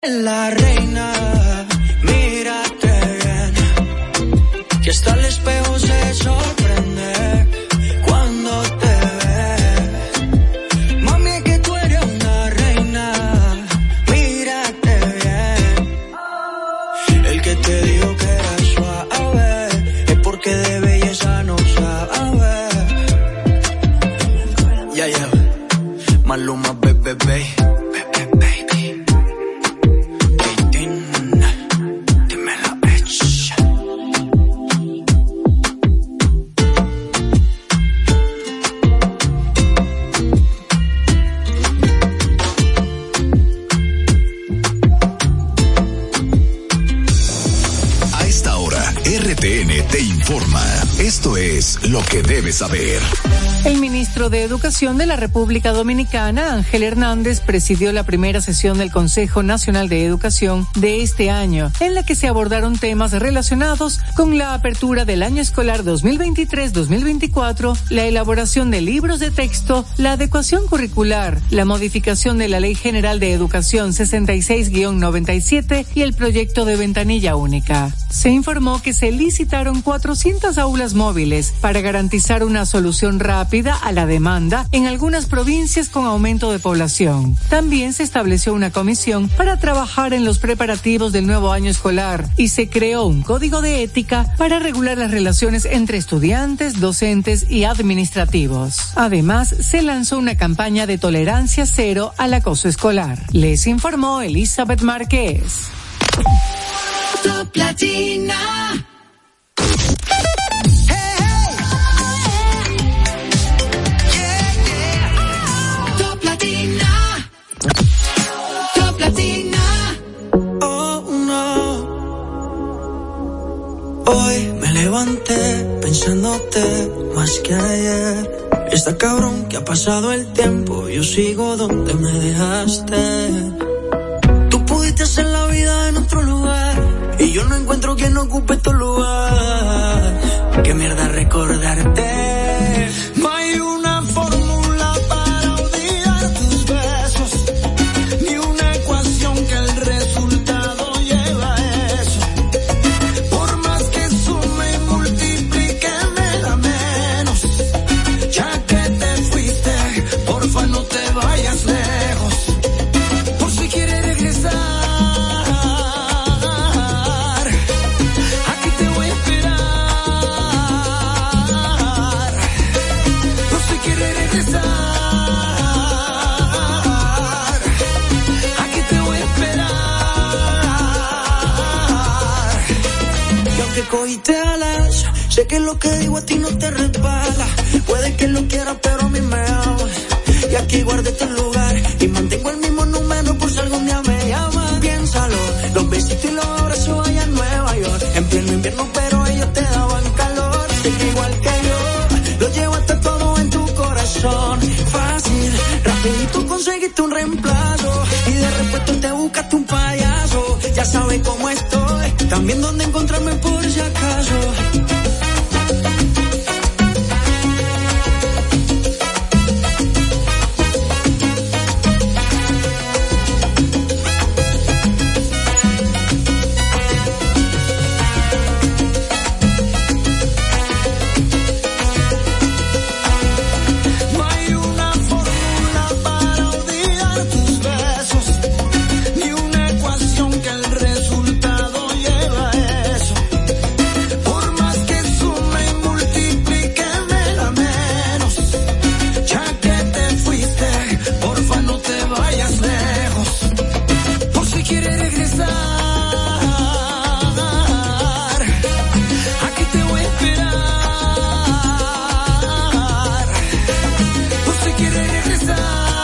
La reina, mírate bien, que hasta el espejo se sorprende cuando te ve. Mami, es que tú eres una reina, mírate bien. El que te dijo que era suave es porque de belleza no sabe. Ya, Maluma, baby. Esto es lo que debes saber. El ministro de Educación de la República Dominicana, Ángel Hernández, presidió la primera sesión del Consejo Nacional de Educación de este año, en la que se abordaron temas relacionados con la apertura del año escolar 2023-2024, la elaboración de libros de texto, la adecuación curricular, la modificación de la Ley General de Educación 66-97 y el proyecto de ventanilla única. Se informó que se licitaron 400 aulas móviles para garantizar una solución rápida a la demanda en algunas provincias con aumento de población. También se estableció una comisión para trabajar en los preparativos del nuevo año escolar y se creó un código de ética para regular las relaciones entre estudiantes, docentes y administrativos. Además, se lanzó una campaña de tolerancia cero al acoso escolar. Les informó Elizabeth Márquez. Top Latina. Hoy me levanté pensándote más que ayer. Está cabrón que ha pasado el tiempo, yo sigo donde me dejaste. Tú pudiste hacer la vida en otro lugar y yo no encuentro quien ocupe tu lugar. Qué mierda recordarte. No hay una fórmula para odiar tus besos, ni una ecuación que el resultado lleve a eso. Por más que sume y multiplique me da menos. Ya que te fuiste, porfa no te vayas lejos. Por si quieres regresar, aquí te voy a esperar. Por si quieres regresar, aquí te voy a esperar. Y aunque cogiste alas, sé que lo que digo a ti no te resbala. Puede que lo quieras, pero a mí me amas. Y aquí guardé tu lugar y mantengo el mismo número por si algún día me llamas. Piénsalo, los besitos y los abrazos allá en Nueva York. En pleno invierno, pero ellos te daban calor. Sé que igual que yo, lo llevaste todo en tu corazón. Fácil, rapidito conseguiste un reemplazo y de repente te buscaste un payaso. Ya sabes cómo estoy, también dónde encontrarme por si acaso. No hay una fórmula para odiar tus besos, ni una ecuación que el resultado lleve a eso. Por más que sume y multiplique me da menos. Ya que te fuiste, porfa no te vayas lejos. Por si quieres regresar, aquí te voy a esperar. Por si quieres regresar,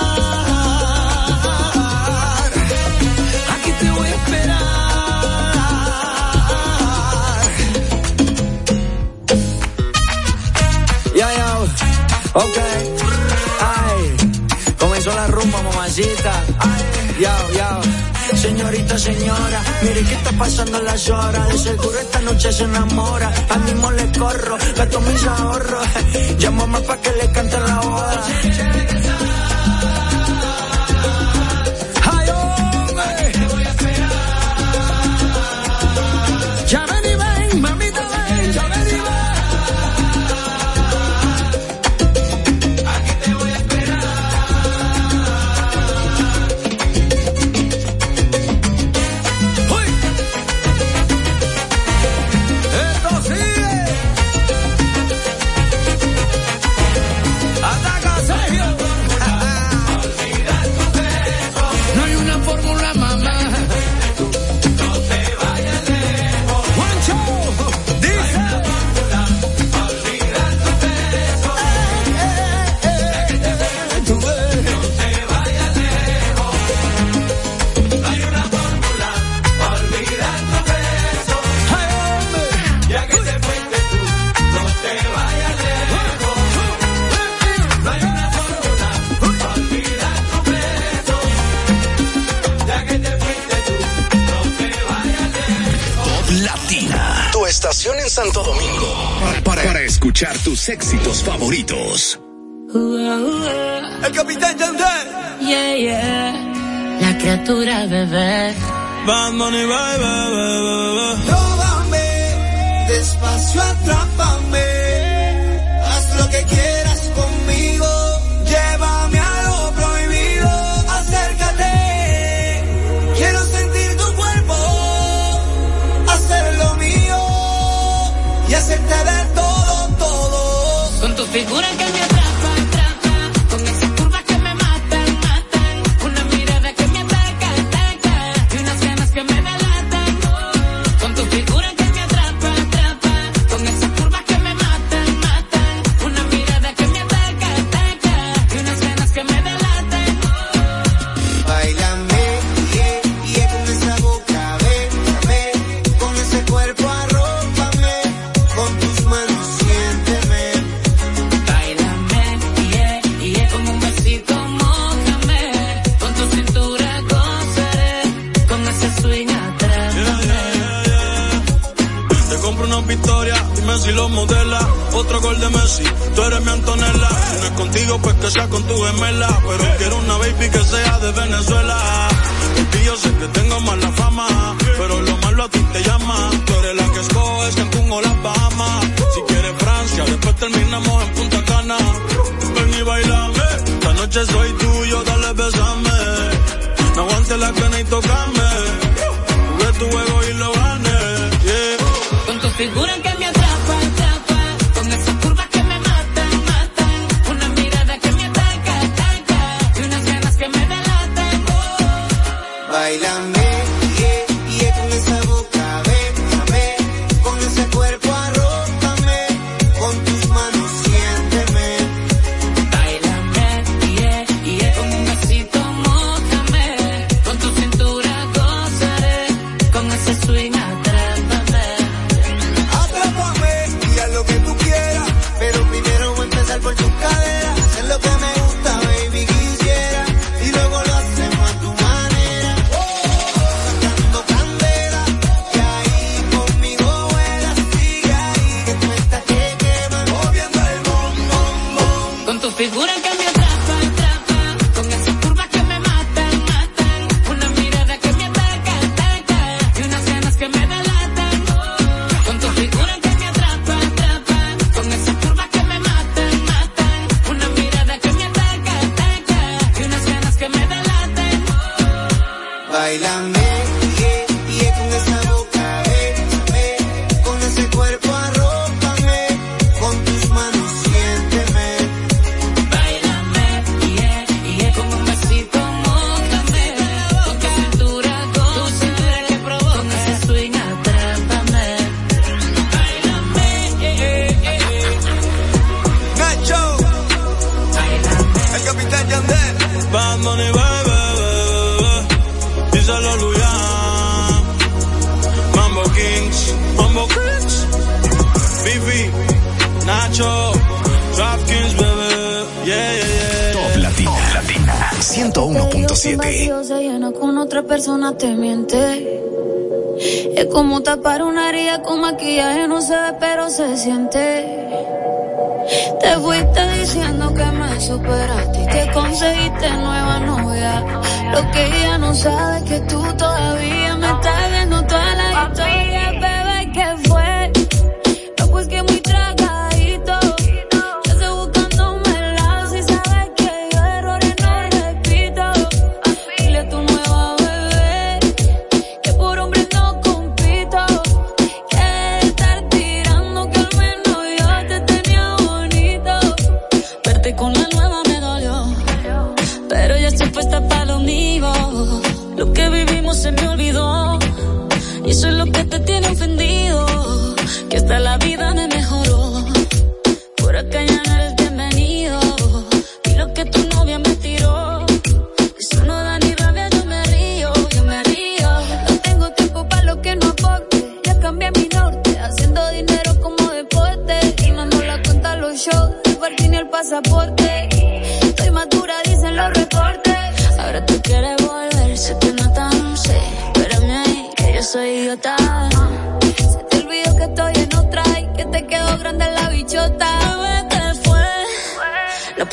aquí te voy a esperar. Ya, ok. Ay, comenzó la rumba, mamacita. Ya. Señorita, señora, mire que está pasando las horas. De seguro esta noche se enamora. Al mismo le corro, gasto mis ahorros. Llámame pa' que le cante la boda. Ay, hombre. estación en Santo Domingo para escuchar tus éxitos favoritos. El Capitán Yandel. Yeah, yeah. La criatura bebé. Bad Bunny, bye. Róbame, despacio atrápame. Haz lo que quieras conmigo. Llévame a lo prohibido. Acércate. Quiero sentir tu cuerpo. Hacer lo mío. Y hacerte de todo. Con tu figura que me atrapa. Si lo modela, otro gol de Messi, tú eres mi Antonella. Si no es contigo, pues que sea con tu gemela. Pero quiero una baby que sea de Venezuela. Y yo sé que tengo mala fama, pero lo malo a ti te llama. Tú eres la que escoges Cancún o las Bahamas. Si quieres Francia, después terminamos en Punta Cana. Ven y bailame, esta noche soy tuyo, dale besame. No aguantes la pena y tocame. Jugué tu juego y lo gané, yeah. Con tu figura que me atrapa. Con esas curvas que me matan. Una mirada que me ataca. Y unas ganas que me delatan. Báilame, yeah, con esa boca, bésame. Con ese cuerpo arrópame. Con tus manos siénteme. Báilame, yeah, con un besito mójame. Con tu cintura gozaré. Con ese swing atrápame. Y haz lo que tú quieras, pero primero voy a empezar por tus caderas. Hacer lo que me gusta, baby, quisiera. Y luego lo hacemos a tu manera. Sacando candela, y ahí conmigo vuela. Sigue ahí, que tú estás que quemas. Moviendo el bom. Con tu figura que me atrapa. Con esas curvas que me matan. Una mirada que me ataca. Y unas ganas que me delatan. Con tu figura que me atrapa. Con esas curvas que me matan. Una mirada que me ataca. Y unas ganas que me delatan. Báilame, yeah, con esa boca, bésame. Con ese cuerpo arrópame. Con tus manos siénteme. Báilame, yeah, con un besito mójame. Con tu cintura que provoca. Con ese swing atrápame. Báilame, Nacho, el Capitán Yandel. Bad Bunny, bye. Díselo Luyan. Mambo Kings. Fifi, Nacho, Trap Kings, bebé. Yeah. Top Latina 101.7. vacío se llena con otra persona, te miente. Es como tapar una herida con maquillaje, no se ve pero se siente. Te fuiste diciendo que me superaste y que conseguiste nueva novia. Lo que ella no sabe es que tú todavía me estás viendo toda la historia, bebé, ¿qué fue? No, pues que muy tragadito. Yo estoy buscándome el lado, si sabes que yo errores no repito. Dile a tu nueva bebé que por hombre no compito. Que de estar tirando que al menos yo te tenía bonito. Verte con la nueva me dolió, pero ya estoy puesta para lo mío. Lo que vivimos se me olvidó y eso es lo que te tiene ofendido. Que hasta la vida me mejoró. Por acá ya no eres bienvenido. Y lo que tu novia me tiró, eso no da ni rabia, yo me río. No tengo tiempo para lo que no aporte. Ya cambié mi norte, haciendo dinero como deporte. Y no nos la cuentan los shows, el parking ni el pasaporte. Estoy madura, dicen los reportes. Ahora tú quieres volver, sé que no tan sé. Espérame ahí, que yo soy idiota. Se te olvidó que estoy en otra.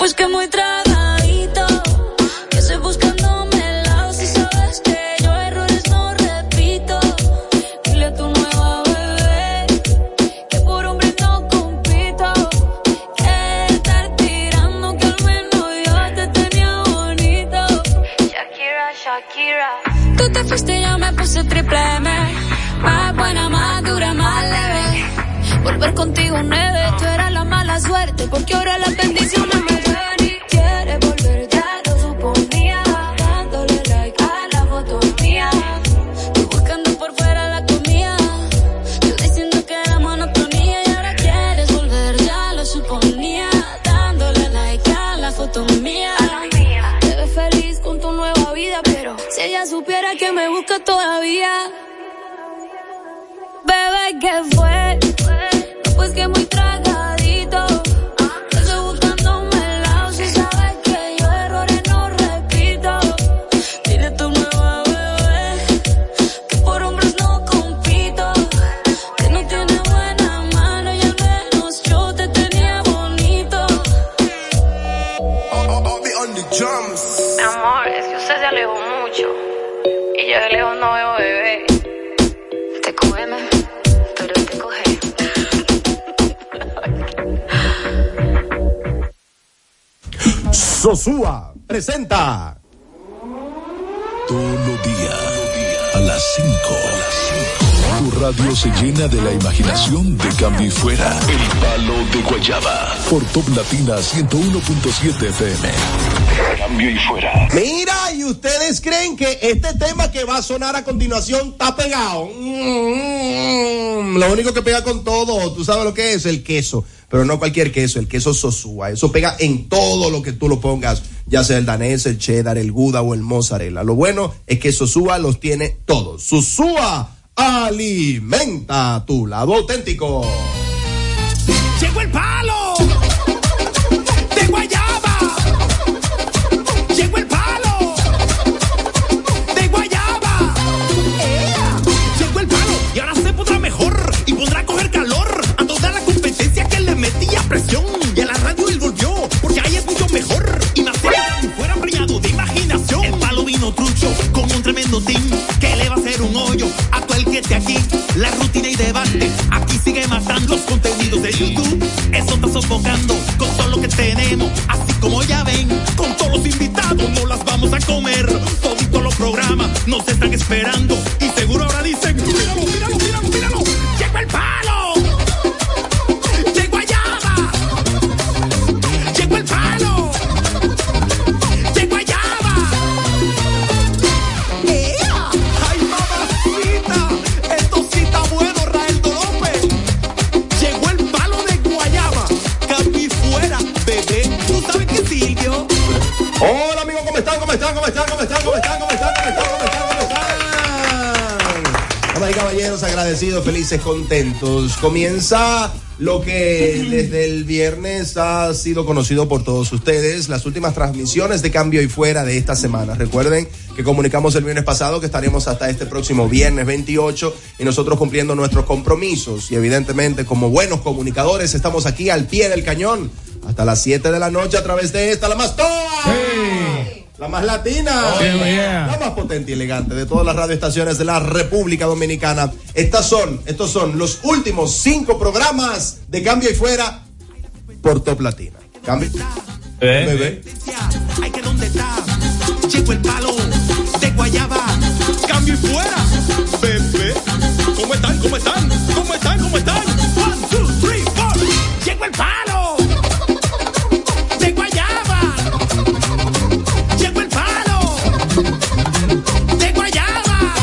Pues que muy tragadito, que estoy buscándome el lado. Si sabes que yo errores no repito. Dile a tu nueva bebé que por hombre no compito. Que estar tirando, que al menos yo te tenía bonito. Shakira, Shakira. Tú te fuiste y yo me puse triple M. Más buena, más dura, más leve. Volver contigo nueve, tú eras la mala suerte, porque ahora las bendiciones me ven y quieres volver, ya lo suponía, dándole like a la foto mía, tú buscando por fuera la comida, yo diciendo que era monotonía y ahora quieres volver, ya lo suponía, dándole like a la foto mía, te ves feliz con tu nueva vida, pero si ella supiera que me busca todavía, bebé, ¿qué fue? Pues que muy tragadito, estoy buscándome el lado. Si sabes que yo errores no repito. Dile a tu nueva bebé que por hombres no compito, que no tiene buena mano y al menos yo te tenía bonito. Mi amor, es que usted se alejó mucho y yo de lejos no veo bebé. Te cógeme, pero te coge. Sosúa presenta Todos los días a las 5. Tu radio se llena de la imaginación de Cambio y Fuera. El Palo de Guayaba. Por Top Latina 101.7 FM. Cambio y Fuera. Mira, ¿y ustedes creen que este tema que va a sonar a continuación está pegado? Lo único que pega con todo, ¿tú sabes lo que es? El queso. Pero no cualquier queso, el queso Sosúa. Eso pega en todo lo que tú lo pongas, ya sea el danés, el cheddar, el gouda o el mozzarella. Lo bueno es que Sosúa los tiene todos. Sosúa alimenta tu lado auténtico. Llegó el palo de guayaba. Llegó el palo de guayaba. Llegó el palo y ahora se pondrá mejor y pondrá a coger calor a toda la competencia que le metía presión. Y a la radio él volvió porque ahí es mucho mejor y más serio si fuera brillado de imaginación. El palo vino trucho con un tremendo team que le va a hacer un hoyo a todo el que esté aquí. La rutina y debate aquí sigue matando. Los contenidos de YouTube, eso está sofocando con todo lo que tenemos. Así como ya ven, con todos los invitados no las vamos a comer. Toditos los programas nos están esperando y seguro ahora dicen: míralo, míralo, míralo, míralo. Llegó el palo de guayaba. Llegó el palo de guayaba. Ay, mamacita, esto sí está bueno, Raeldo López. Llegó el palo de guayaba. Cambio y Fuera, bebé. ¿Tú sabes qué, Silvio? Hola amigos, ¿cómo están? ¿Cómo están? ¿Cómo están? ¿Cómo están? ¿Cómo están? ¿Cómo están? ¿Cómo están? ¿Cómo están? ¿Cómo están? Damas y caballeros, agradecidos, felices, contentos. Comienza lo que desde el viernes ha sido conocido por todos ustedes, las últimas transmisiones de Cambio y Fuera de esta semana. Recuerden que comunicamos el viernes pasado que estaremos hasta este próximo viernes 28 y nosotros cumpliendo nuestros compromisos y evidentemente como buenos comunicadores estamos aquí al pie del cañón hasta las 7 de la noche a través de esta, la más toa. Hey. La más latina, la más potente y elegante de todas las radioestaciones de la República Dominicana. Estos son los últimos 5 programas de Cambio y Fuera por Top Latina. Cambio. Bebé. Ay, que dónde está. Llegó el palo de guayaba. Cambio y Fuera, bebé. ¿Cómo están? ¿Cómo están? ¿Cómo están? ¿Cómo están? 1, 2, 3, 4. Llegó el palo de guayaba. Llegó el palo de guayaba.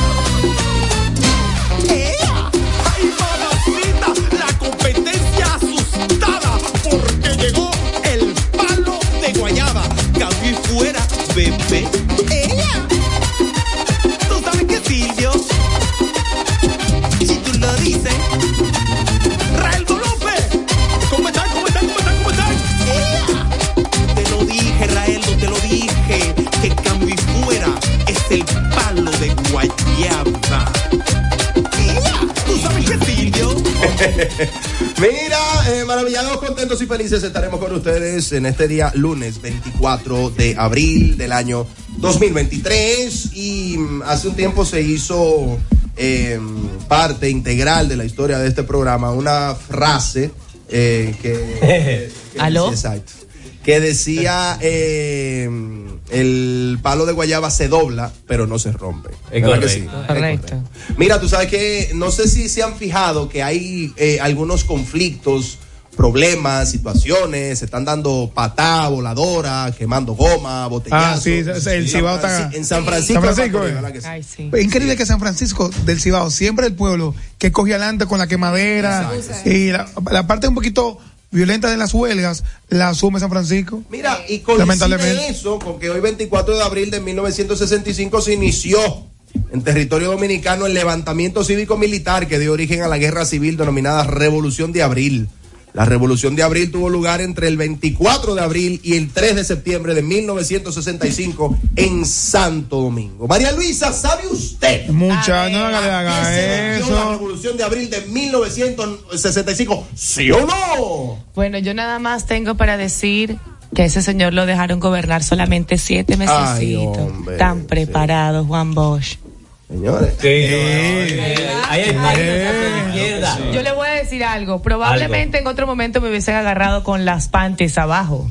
Ay, mamacita, la competencia asustada porque llegó el palo de guayaba. Cambio y Fuera, bebé. ¿Tú sabes qué, Silvio? Si tú lo dices. Raeldo López. ¿Cómo están? ¿Cómo están? ¿Cómo están? ¿Cómo están? Te lo dije, Raeldo, te lo dije. Que Cambio y Fuera es el palo de guayaba. ¿Tú sabes qué, Silvio? Mira, maravillados, contentos y felices estaremos con ustedes en este día lunes 24 de abril del año 2023 y hace un tiempo se hizo parte integral de la historia de este programa una frase ¿Aló? Exacto, que decía el palo de guayaba se dobla pero no se rompe. Es correcto. Sí? Correcto. Mira, tú sabes que no sé si se han fijado que hay algunos conflictos, problemas, situaciones, se están dando patá, voladora, quemando goma, botellazos. Ah, sí, el Cibao está en San Francisco. Ay, sí. Es increíble que San Francisco del Cibao, siempre el pueblo que coge adelante con la quemadera. Exacto. Y la parte un poquito violenta de las huelgas la asume San Francisco. Mira, y coincide eso con que hoy 24 de abril de 1965 se inició en territorio dominicano el levantamiento cívico-militar que dio origen a la guerra civil denominada Revolución de Abril. La Revolución de Abril tuvo lugar entre el 24 de abril y el 3 de septiembre de 1965 en Santo Domingo. María Luisa, ¿sabe usted? Mucha, no haga eso. La Revolución de Abril de 1965, ¿sí o no? Bueno, yo nada más tengo para decir que a ese señor lo dejaron gobernar solamente 7 mesecitos. Tan preparado, Juan Bosch. Señores. Yo le voy a decir algo. Probablemente en otro momento me hubiesen agarrado con las panties abajo.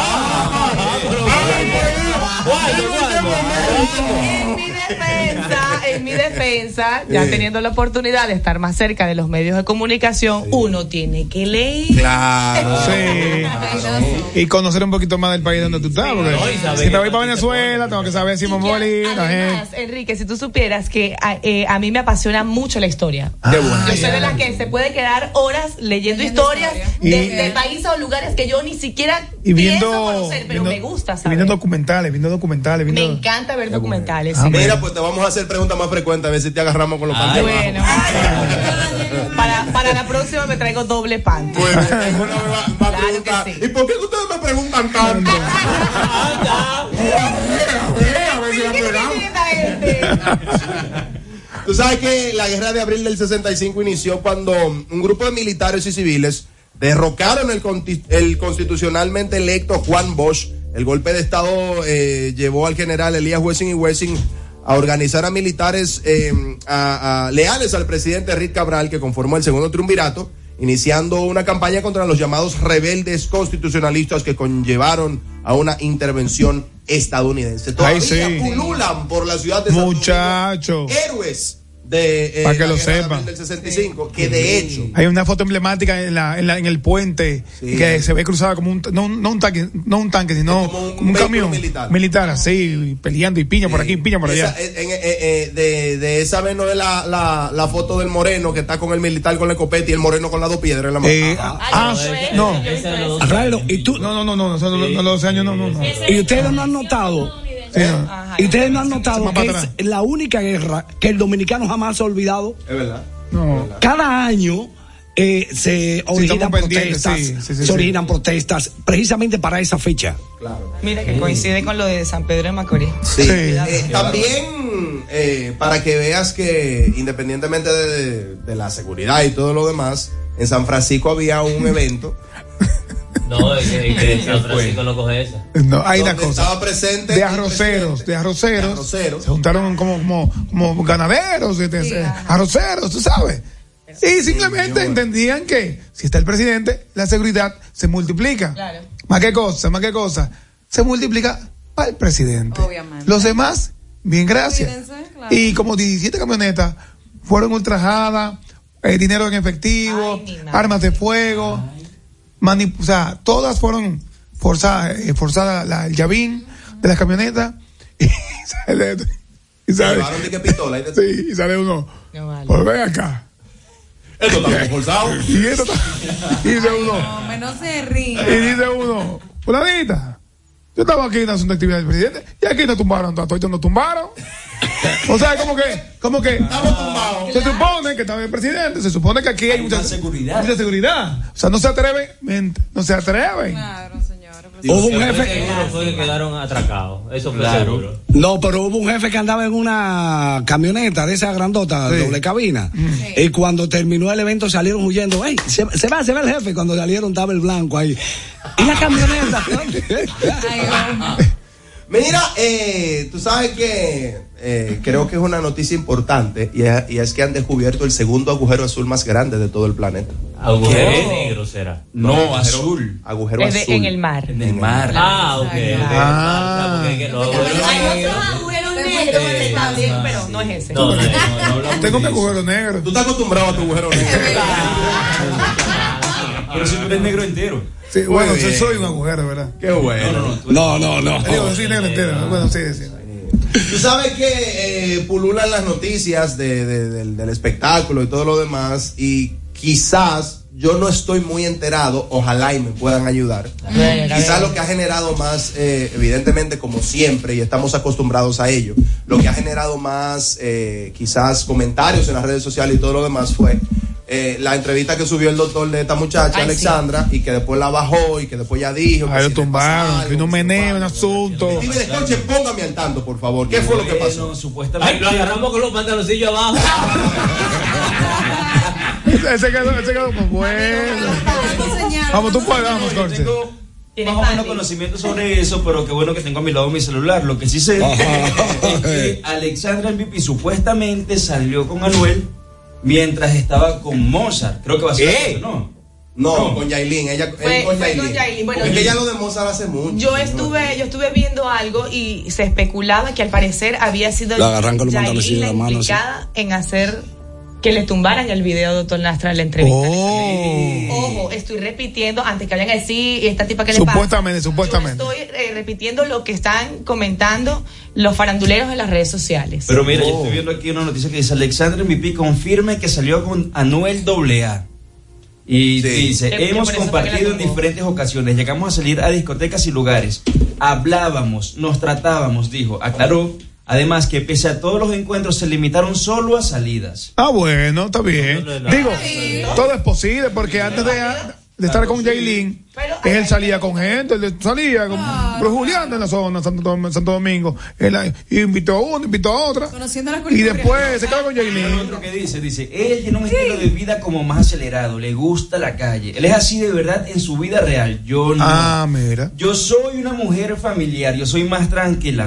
En mi defensa, ya teniendo la oportunidad de estar más cerca de los medios de comunicación, uno tiene que leer. Claro. Sí. Y conocer un poquito más del país donde tú estás. Porque si me voy para Venezuela, tengo que saber Simón Bolívar. Además, Enrique, si tú supieras que a mí me apasiona mucho la historia. Yo soy de la que se puede quedar horas leyendo historias de países o lugares que yo ni siquiera pienso conocer, pero me gusta saber. Viendo documentales. Me encanta ver documentales. Mira, pues te vamos a hacer preguntas más frecuentes a ver si te agarramos con los panties. Bueno. Para la próxima me traigo doble panty. Claro que sí. ¿Y por qué ustedes me preguntan tanto? Tú sabes que la guerra de abril del 65 inició cuando un grupo de militares y civiles derrocaron el constitucionalmente electo Juan Bosch. El golpe de estado llevó al general Elías Wessing y Wessing a organizar a militares leales al presidente Rick Cabral, que conformó el segundo triunvirato, iniciando una campaña contra los llamados rebeldes constitucionalistas que conllevaron a una intervención estadounidense. Todavía pululan por la ciudad de Santo Domingo héroes de para que lo sepan del 65, que de hecho hay una foto emblemática en el puente que se ve cruzada como no un tanque sino como un camión militar así, peleando y piña por aquí, piña por allá. De esa vez no es la foto del moreno que está con el militar con la escopeta y el moreno con las 2 piedras en la mano. Claro, y tú no los años no. Y ustedes no han notado. Y ustedes no han notado que es la única guerra que el dominicano jamás ha olvidado. Es verdad. No. Cada año se originan protestas. Se originan protestas precisamente para esa fecha. Claro. Mira que coincide con lo de San Pedro de Macorís. También para que veas que independientemente de la seguridad y todo lo demás, en San Francisco había un evento. No, es que San Francisco no coge esa. No, hay una cosa. Estaba presente de arroceros. Se juntaron como ganaderos, arroceros, tú sabes. Y simplemente entendían que si está el presidente, la seguridad se multiplica. Claro. Más que cosa, se multiplica para el presidente. Obviamente. Los demás, bien, gracias. Claro. Y como 17 camionetas fueron ultrajadas, dinero en efectivo, armas de fuego. O sea, todas fueron forzadas el llavín de las camionetas y sale y sale uno. No vale. Pues ven acá. Esto está forzado. Y esto está. Y dice uno. No se ríe. Y dice uno, fulanita, yo estaba aquí en la actividad del presidente y aquí nos tumbaron, nos tumbaron. O sea, como que estamos tumbados. Se supone que estaba el presidente, se supone que aquí hay mucha seguridad. O sea, no se atreven. Claro, señores. Hubo un jefe que fue que quedaron atracados. Eso fue seguro. No, pero hubo un jefe que andaba en una camioneta de esa grandota, doble cabina. Y cuando terminó el evento salieron huyendo. ¡Ey! Se va el jefe. Cuando salieron estaba el blanco ahí. Y la camioneta. Mira, tú sabes que creo que es una noticia importante y es que han descubierto el segundo agujero azul más grande de todo el planeta. ¿Agujero negro será? No, azul. Agujero azul. En el mar. En el mar. Ah, ok. Hay otros agujeros negros también, pero no es ese. No, tengo mi agujero negro. Tú estás acostumbrado a tu agujero negro. Pero si tú eres negro entero. Sí, bueno, yo soy un agujero, ¿verdad? Qué bueno. No. Digo, sí, negro entero. Bueno, sí. Tú sabes que pululan las noticias del espectáculo y todo lo demás, y quizás yo no estoy muy enterado, ojalá y me puedan ayudar. Quizás lo que ha generado más, evidentemente como siempre, y estamos acostumbrados a ello, lo que ha generado más quizás comentarios en las redes sociales y todo lo demás fue la entrevista que subió el doctor de esta muchacha, Alexandra, y que después la bajó y que después ya dijo. Ahí lo tumbaron, que no meneo, un asunto. Dime, descoche, póngame al tanto, por favor. ¿Qué fue lo que pasó? Supuestamente. Lo agarramos con los pantaloncillos abajo. Ese quedó como bueno. Vamos, tú puedes, vamos, Corte. Más o menos conocimiento sobre eso, pero qué bueno que tengo a mi lado mi celular. Lo que sí sé es que Alexandra MVP supuestamente salió con Anuel mientras estaba con Mozart. Creo que va a ser ¿no? No, con Yailin. Fue con Yailin. Bueno, porque ella lo de Mozart hace mucho. Yo estuve viendo algo y se especulaba que al parecer había sido Yailin la implicada en hacer que le tumbaran el video, doctor Nastra, en la entrevista. Ojo, estoy repitiendo, antes que vayan a decir, esta tipa que le pasa. Supuestamente. Yo estoy repitiendo lo que están comentando los faranduleros en las redes sociales. Pero mira, yo estoy viendo aquí una noticia que dice: Alexandra MVP confirma que salió con Anuel AA. Y dice, hemos compartido en diferentes ocasiones, llegamos a salir a discotecas y lugares, hablábamos, nos tratábamos, dijo, aclaró. Además que pese a todos los encuentros se limitaron solo a salidas. Bueno, está bien. Digo, todo es posible porque antes de estar con Yailin, él salía con gente, él salía con Julián en la zona Santo Domingo. Él invitó a uno, invitó a otra. Y después se quedó con Yailin. Otro que dice, él tiene un estilo de vida como más acelerado, le gusta la calle. Él es así de verdad en su vida real. Yo no. Mira. Yo soy una mujer familiar, yo soy más tranquila.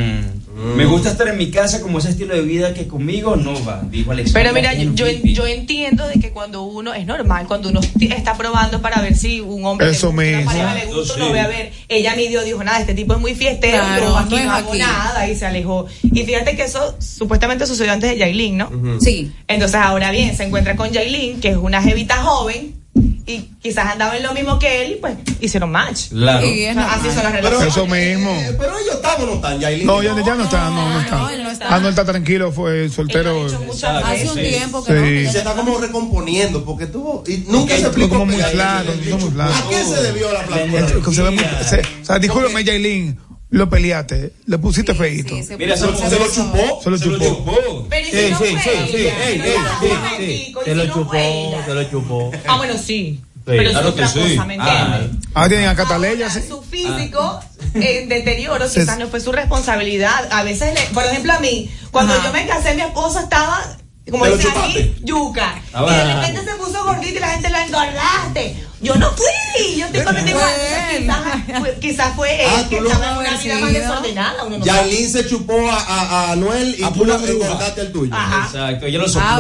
Me gusta estar en mi casa como ese estilo de vida que conmigo no va, dijo Alexandra. Pero mira, yo entiendo de que cuando uno, es normal, cuando uno está probando para ver si un hombre eso le gusta, no ve a ver. Ella midió, dijo, nada, este tipo es muy fiestero, yo aquí no hago nada, y se alejó. Y fíjate que eso supuestamente sucedió antes de Yailin, ¿no? Sí. Entonces ahora bien, se encuentra con Yailin, que es una jevita joven, y quizás andaba en lo mismo que él y pues hicieron match. Claro. Así son las relaciones. Eso mismo. Pero ellos están o no están, Yailin. No, ya no está. Anuel está tranquilo, fue soltero. Hace un tiempo que no. Se está como recomoniendo porque tuvo y nunca se explicó. Como muy flaco, ¿A qué se debió la plata? O sea, discúlpame, Yailin. Lo peleaste, le pusiste feíto. Mira, se lo chupó. Se lo chupó. Se lo chupó. Ah, bueno, sí. Pero es otra cosa, ¿me entiendes? Tienen a Cataleya, sí. Su físico en deterioro quizás no fue su responsabilidad. A veces, por ejemplo, a mí, cuando yo me casé, mi esposo estaba, como dicen aquí, yuca. Y de repente se puso gordito y la gente lo engordaste. Yo no fui, yo estoy completamente igual. Quizás fue él que estaba en una vida más desordenada. Yailin se chupó a Anuel y tú lo engordaste el tuyo. Exacto, ella lo sopló.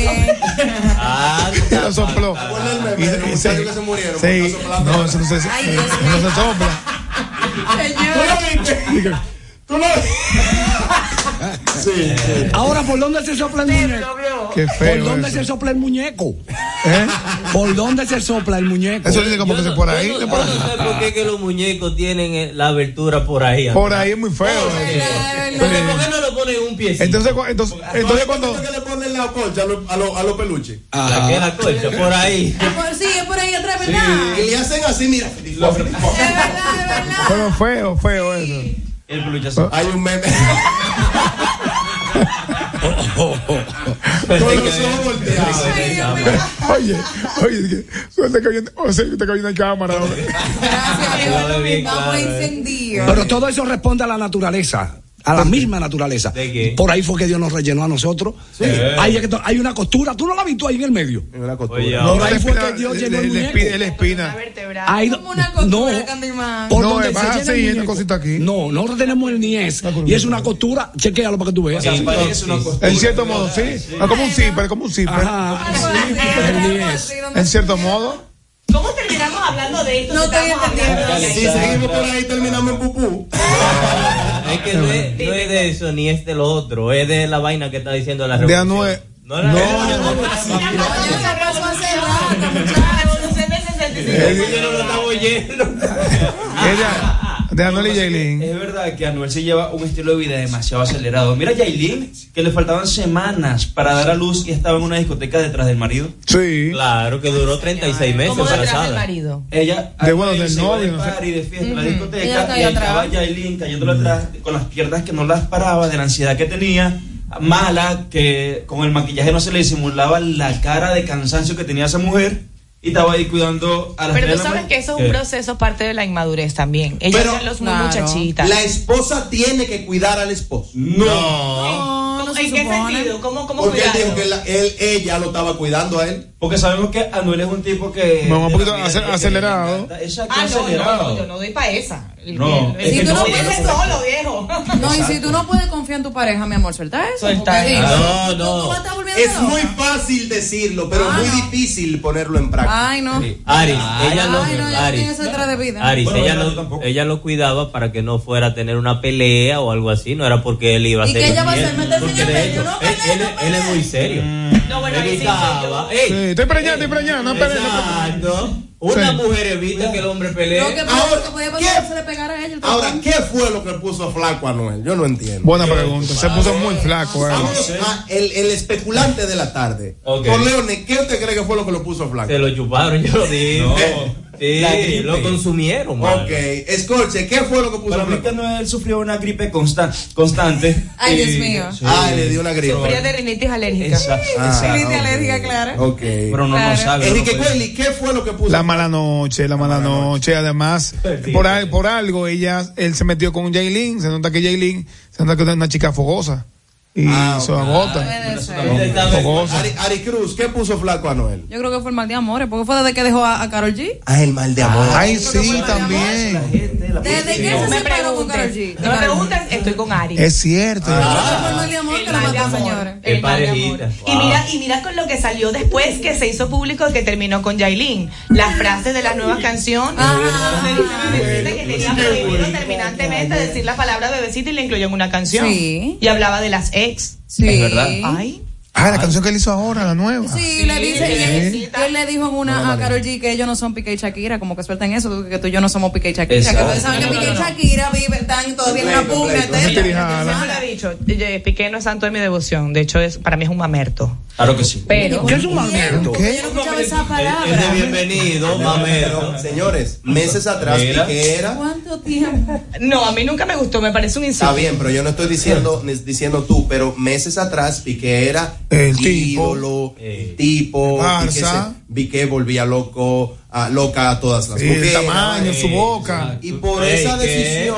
Yo lo sopló. Y se murieron. Sí, no, eso no se sopla. Señor. ¿Tú lo viste? Sí. Ahora, ¿por dónde se sopla el muñeco? Qué feo. ¿Por dónde se sopla el muñeco? ¿Por dónde se sopla el muñeco? Eso dice como que se por ahí. Yo no sé por qué que los muñecos tienen la abertura por ahí. Por ahí es muy feo. ¿Por qué no lo ponen un piecito? Entonces cuando que le ponen la colcha a los peluches. La colcha por ahí. Sí, es por ahí atrás, ¿verdad? Y le hacen así, mira. Es verdad. Pero feo eso. El peluche azul. Hay un meme. Con los ojos volteados. Oye, suerte que viene en cámara. Vamos a incendiar. Pero todo eso responde a la naturaleza. A la misma naturaleza. ¿De qué? Por ahí fue que Dios nos rellenó a nosotros. Sí. Hay una costura. ¿Tú no la has visto ahí en el medio? Una costura. Oye, Por ahí fue que Dios llenó el muñeco. La espina. Hay como una costura, Candyman. Por No, donde es se más llena así, el hay una muñeco. cosita aquí. No, nosotros tenemos el niés. Y es una costura. Chequéalo para que tú veas. En cierto modo, sí. Es como un zipper, Ajá. El niés. En cierto modo. ¿Cómo terminamos hablando de esto? No si estoy estamos entendiendo. hablando de- Si seguimos por ahí, terminamos en pupú. Es que no es de eso ni es de lo otro, es de la vaina que está diciendo la De revolución. Anuel. No era No. yo no lo estaba oyendo. De Anuel y Yailin. Es verdad que Anuel se lleva un estilo de vida demasiado acelerado. Mira a Yailin, que le faltaban semanas para dar a luz y estaba en una discoteca detrás del marido. Sí. Claro, que duró 36 meses ¿Cómo detrás del embarazada. marido? Ella del se iba novio, de no sé. party, de fiesta, en la Ella discoteca, cayó y ahí atrás. estaba Yailin cayéndole atrás con las piernas que no las paraba de la ansiedad que tenía, mala, que con el maquillaje no se le disimulaba la cara de cansancio que tenía esa mujer. Y estaba ahí cuidando a las Pero tú tres de la sabes ma- que eso es un proceso parte de la inmadurez también. Ella Pero, ya los muy claro, muchachitas. La esposa tiene que cuidar al esposo. No, no se ¿En qué supone. sentido? ¿Cómo Porque él cuidarlo? dijo que ella lo estaba cuidando a él. Porque sabemos que Anuel es un tipo que... Vamos un poquito de la vida, que acelerado. le encanta. Exacto, Ah, no, acelerado. yo no doy para esa. No, es que no, cuídese solo, viejo. No, y si tú no puedes confiar en tu pareja, mi amor, suelta eso. Suelta porque eso. dime, No, tú no. vas a estar volviendo Es loca. muy fácil decirlo, pero muy difícil ponerlo en práctica. Ay, no. Aris, Ay, ella no, ya lo, Aris, tiene esa detrás de vida. Aris, Bueno, ella, yo tampoco. ella lo cuidaba para que no fuera a tener una pelea o algo así, no era porque él iba a ¿Y ser qué ella va a infiel, hacer? ¿Meterse porque en el de medio? hecho, No, él es muy serio. No, bueno, ahí sí, Evitaba, yo- ey, Sí, estoy preñada, no pelees. exacto. Una Sí. mujer evita que el hombre pelee. Lo que pasa es que podía ¿qué? pasar se le pegara a ella. el Ahora, tapón. ¿qué fue lo que puso flaco a Anuel? Yo no entiendo. Buena pregunta. Se puso muy flaco. Vámonos a el especulante de la tarde. Ok. Con Leone, ¿qué usted cree que fue lo que lo puso flaco? Se lo chuparon, yo lo dije. Sí, La gripe. lo consumieron, mano. Ok, Escorche, ¿qué fue lo que puso Para mí que flaco? Anuel sufrió una gripe constante. Ay, Dios Y- mío. Sí. Ay, le dio una gripe. Sufría de rinitis alérgica. Exacto. Rinitis ok. alérgica, claro. Ok. Pero no Claro. sabe. Enrique no puede. Cuelli, ¿qué fue lo que puso? La mala noche. Además, por algo, él se metió con Yailin. Se nota que Yailin es una chica fogosa. Y se agota. Puede ser. Fogosa. Ari Cruz, ¿qué puso flaco a Noel? Yo creo que fue el mal de amores, porque fue desde que dejó a Karol G. Ah, el mal de amor. Ay, sí, también. Desde que No se me separó con Karol preguntes. G. No me preguntes, estoy con Ari. Es cierto. Yo creo que fue el mal de amor que El lo mal de mató, amor. señores. Qué El mal de amor. parejita. Y mira con lo que salió después que se hizo público que terminó con Yailin. Las frases de las nuevas canciones. Donde dice bebecita que tenía prohibido terminantemente decir la palabra bebecita y la incluyó en una canción. Sí. Y hablaba de las ex. Sí. Es verdad. Ay. Ah, la canción que él hizo ahora, la nueva. Sí, le dice, Sí. y él le dijo en una a Karol G que ellos no son Piqué y Shakira, como que sueltan eso, que tú y yo no somos Piqué y Shakira. Exacto. Que ustedes saben que Piqué y Shakira están todavía en una pugna eterna. Tirijana. Yo siempre lo he dicho, Piqué no es santo de mi devoción. De hecho, para mí es un mamerto. Claro que sí. Pero. ¿Qué es un mamerto? Yo no escuchaba esa Es de palabra. bienvenido, mamero. Pero, señores, meses atrás, Mira. Piqué era. ¿Cuánto tiempo? No, a mí nunca me gustó, me parece un insulto. Está bien, pero yo no estoy diciendo tú, pero meses atrás Piqué era El tipo. ídolo, tipo, Barça. Piqué volvía loca a todas las Sí, mujeres. el tamaño, su boca. Y por Ey, esa ¿qué? decisión,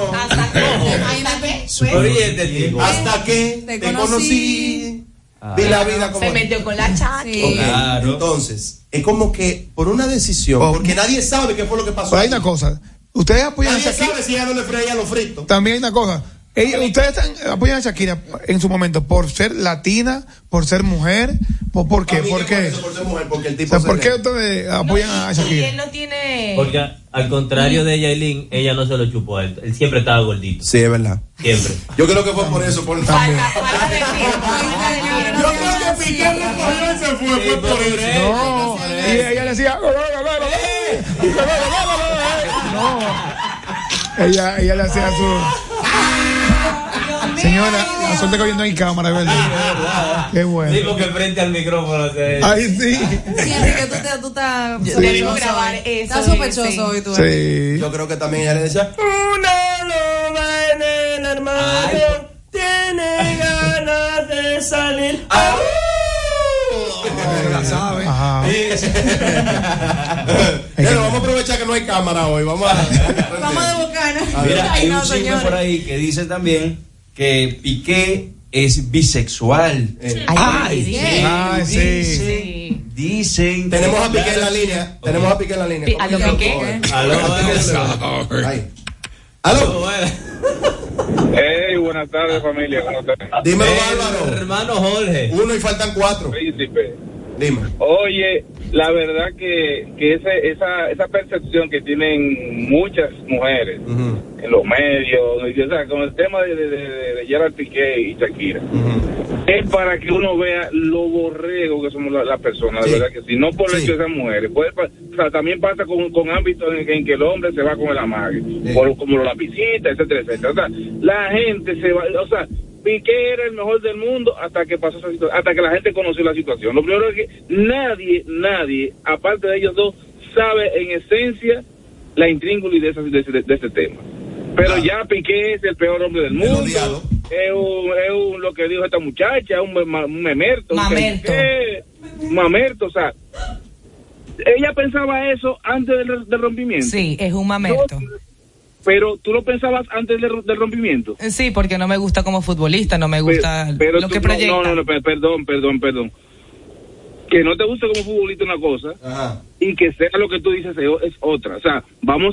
Pero, oye, este tipo. hasta que Te te conocí. conocí, vi la vida como Se metió con la chata. Sí. Ok, Claro. entonces, es como que por una decisión, Oh. porque nadie sabe qué fue lo que pasó. Pero hay una cosa. Ustedes apoyan a Nadie Shakira. sabe si ella no le freía los fritos. También hay una cosa. Ustedes apoyan a Shakira en su momento por ser latina, por ser mujer, ¿por qué? Para mí ¿Por que qué? eso, por ser mujer, porque el O tipo sea, se ¿por qué ve. ustedes apoyan a Y Shakira? él no tiene. Porque al contrario de Yailin, ella no se lo chupó a él. Él siempre estaba gordito. Sí, es verdad. Siempre. Yo creo que fue por eso, por Falta de tiempo. Yo creo que Piqué le cogió y se fue por eso. No, y ella le decía, no, ella le hacía su... Señora, la suerte que hoy no hay cámara, es verdad. Qué Sí, bueno. porque frente al micrófono se... Ay, sí. Sí, Enrique, tú estás Debimos grabar eso. Estás sospechoso sí. hoy tú. Sí. Yo creo que también ella le decía, una loba en el armario tiene ganas hora de salir. La sabe. Ajá. Pero vamos a aprovechar que no hay cámara hoy. Vamos de bocana. Mira, hay un chisme por ahí que dice también que Piqué es bisexual. Sí. Dicen. Tenemos a Piqué en la línea. Tenemos a Piqué en la línea. ¿A lo Piqué? ¿Aló? Hey, buenas tardes, familia. Buenas tardes. Dímelo, Álvaro. Hermano Jorge. Uno y faltan 4. Príncipe. Dime. Oye, la verdad que esa percepción que tienen muchas mujeres en los medios, o sea, con el tema de Gerard Piqué y Shakira, es para que uno vea lo borrego que somos las personas, de verdad que sí, no por el hecho de esas mujeres. O sea, también pasa con ámbitos en que el hombre se va con el amague, como la visita, etcétera, etcétera. O sea, la gente se va, o sea, Piqué era el mejor del mundo hasta que pasó esa situación, hasta que la gente conoció la situación. Lo primero es que nadie, aparte de ellos dos, sabe en esencia la intríngulis de este tema. Pero ya Piqué es el peor hombre del mundo. Es lo que dijo esta muchacha, un memerto. Mamerto, o sea, ella pensaba eso antes del rompimiento. Sí, es un mamerto. Pero tú lo pensabas antes del rompimiento. Sí, porque no me gusta como futbolista, no me gusta pero lo que proyecta. No, perdón. Que no te guste como futbolista una cosa y que sea lo que tú dices es otra. O sea, vamos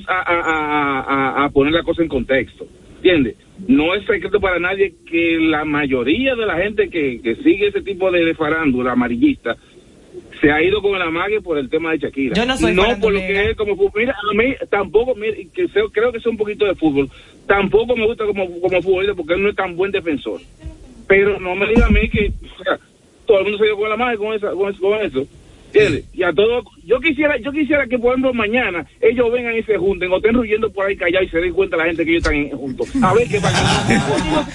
a poner la cosa en contexto. ¿Entiendes? No es secreto para nadie que la mayoría de la gente que sigue ese tipo de farándula amarillista se ha ido con el amague por el tema de Shakira. Yo no soy por lo que es como fútbol. Mira, a mí tampoco, creo que sea un poquito de fútbol. Tampoco me gusta como futbolista porque él no es tan buen defensor. Pero no me diga a mí que, o sea, todo el mundo se dio con el amague con eso. ¿Entiendes? Y a todos, yo quisiera que, por ejemplo, mañana ellos vengan y se junten o estén ruyendo por ahí callados y se den cuenta la gente que ellos están juntos. A ver qué pasa.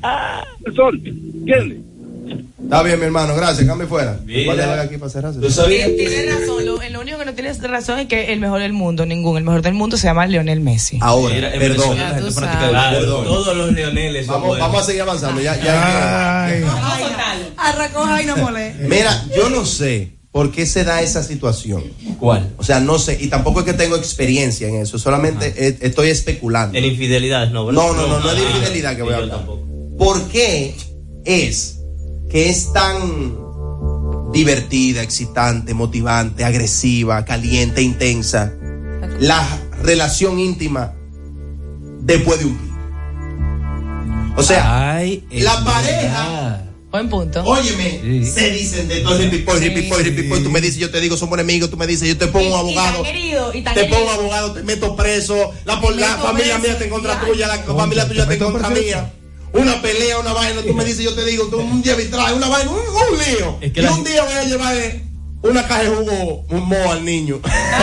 ¿Entiendes? Está bien, mi hermano, gracias, cambie fuera. ¿Cuál es aquí para cerrar? Tiene razón, lo único que no tienes razón es que el mejor del mundo, el mejor del mundo se llama Lionel Messi. Ahora, perdón. Todos los Leoneles. Vamos a seguir avanzando. Arracoja y no mole. Mira, yo no sé por qué se da esa situación. ¿Cuál? O sea, no sé, y tampoco es que tengo experiencia en eso, solamente estoy especulando. En infidelidad, ¿no? No es de infidelidad que voy a hablar. ¿Por qué es que es tan divertida, excitante, motivante, agresiva, caliente, intensa la relación íntima después de un pico? O sea, la pareja. Buen punto. Óyeme, se dicen de todo ripipoy, tú me dices, yo te digo, somos enemigos, tú me dices, yo te pongo un abogado, pongo abogado, te meto preso, la familia mía está en contra tuya, la familia tuya está en contra mía. Una pelea, una vaina, tú me dices, yo te digo, tú un día trae una vaina, un lío. Es que un día voy a llevar una caja de jugo, un mo al niño.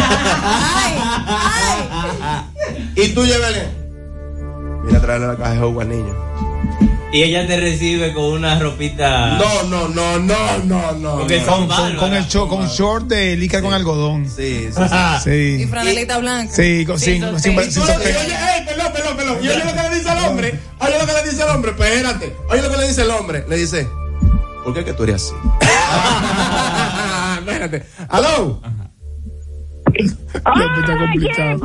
Y tú llévele. Mira, traerle la caja de jugo al niño. Y ella te recibe con una ropita. No. Con short de lica con algodón. Sí. Sí. Y franelita blanca. Sí, sin Perdón. Y oye lo que le dice al hombre. Espérate. Oye lo que le dice el hombre. Le dice, ¿por qué es que tú eres así? Espérate. ¿Aló? Está complicado.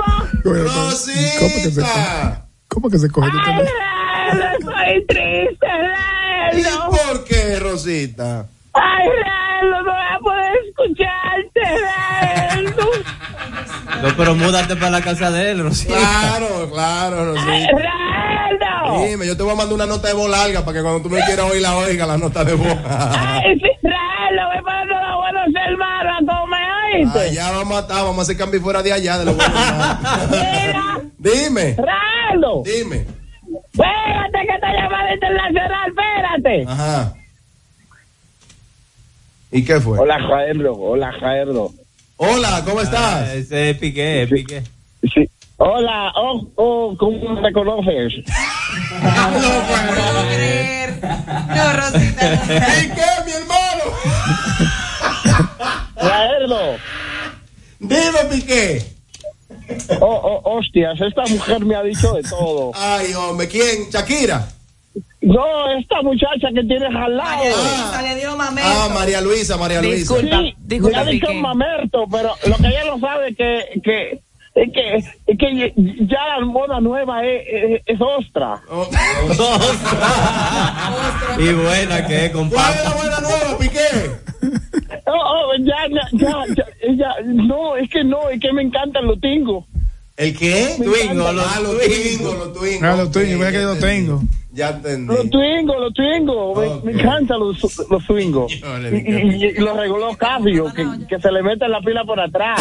Rosita. ¿Cómo que se coge? Soy triste, ¿Y por qué, Rosita? Ay, Ralo, no voy a poder escucharte, Ralo. No, pero múdate para la casa de él, Rosita. Claro, Rosita. Ay, Ralo. Dime, yo te voy a mandar una nota de voz larga para que cuando tú me quieras oír la nota de voz. Ay, sí, Ralo, voy para los buenos hermanos, ¿cómo me oíste? Ya vamos a hacer cambio fuera de allá, de los buenos hermanos. Dime. Ralo. Dime. Espérate que esta llamada internacional, espérate. Ajá. ¿Y qué fue? Hola, Jaerdo. Hola, ¿cómo estás? Ese es Piqué. Sí. Hola, ¿cómo me conoces? No puedo creer. No, Rosita. Piqué, mi hermano. Jaerdo. Dime, Piqué. Hostias, esta mujer me ha dicho de todo. Ay, hombre, ¿quién? ¿Shakira? No, esta muchacha que tienes al lado. Le dio mamerto. María Luisa. Disculpa, Sí, disculpa, me ha dicho Piqué. mamerto, pero lo que ella no sabe es que ya la moda nueva es ostra. Y buena que es, compadre. ¿Cuál es la buena nueva, Piqué? No, es que me encantan los tingos. ¿El qué? Me Twingo, encantan. Los twingos. Los twingos, vea que yo tengo. Ya entendí. Los twingos, me encantan los twingos. Y los reguló Cabio, que se le mete la pila por atrás.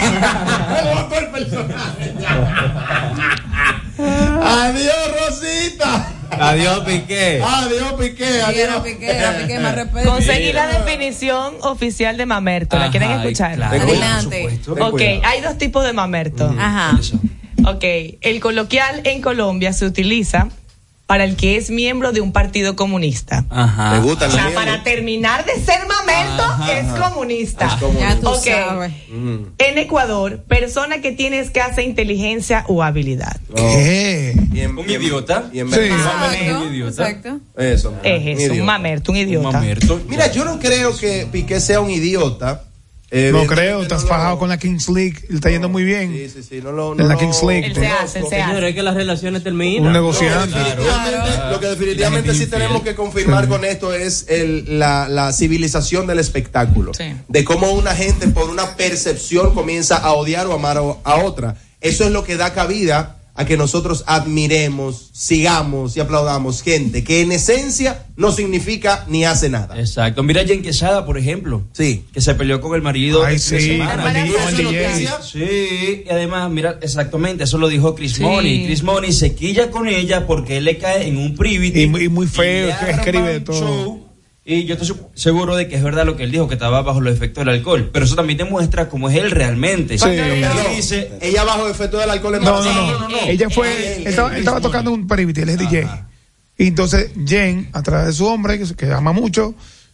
Adiós, Rosita. Adiós, Piqué. Adiós, Piqué. Quiero Piqué, más respeto. Conseguí la definición oficial de mamerto. ¿La quieren escuchar? Claro, Adelante. Ok, hay dos tipos de mamerto. Ajá. Ok, el coloquial en Colombia se utiliza para el que es miembro de un partido comunista. Ajá. ¿Te gustan O los sea, miembros? para terminar de ser mamerto, es comunista. Ya tú Ok. sabes. En Ecuador, persona que tiene escasa inteligencia o habilidad. ¿Qué? Un idiota. Y en Sí. Un idiota. Exacto. Eso. Es eso, un mamerto, un idiota. Mamerto. Mira, yo no creo que Piqué sea un idiota. No creo, estás fajado con la Kings League, le está yendo muy bien. Sí, En la Kings League. Él se hace. Señores, es que las relaciones terminan. Un negociante. Lo que definitivamente sí tenemos que confirmar con esto es la civilización del espectáculo. Sí. De cómo una gente por una percepción comienza a odiar o amar a otra. Eso es lo que da cabida a que nosotros admiremos, sigamos y aplaudamos gente que en esencia no significa ni hace nada. Exacto. Mira a Jen Quesada, por ejemplo. Sí. Que se peleó con el marido. Ay, este sí. semana. Con el ¿Eso es lo que DJ. hacía? Sí, y además, mira, exactamente, eso lo dijo Chris Sí. Money. Chris Money se quilla con ella porque él le cae en un privity. Y muy feo, le que arma escribe de un todo. show. Y yo estoy seguro de que es verdad lo que él dijo, que estaba bajo los efectos del alcohol. Pero eso también demuestra cómo es él realmente. Sí. Él Perdón, dice, ella bajo efecto del alcohol en No. Ella fue, él estaba tocando un privity, él es DJ. Y entonces Jen, a través de su hombre, que ama mucho,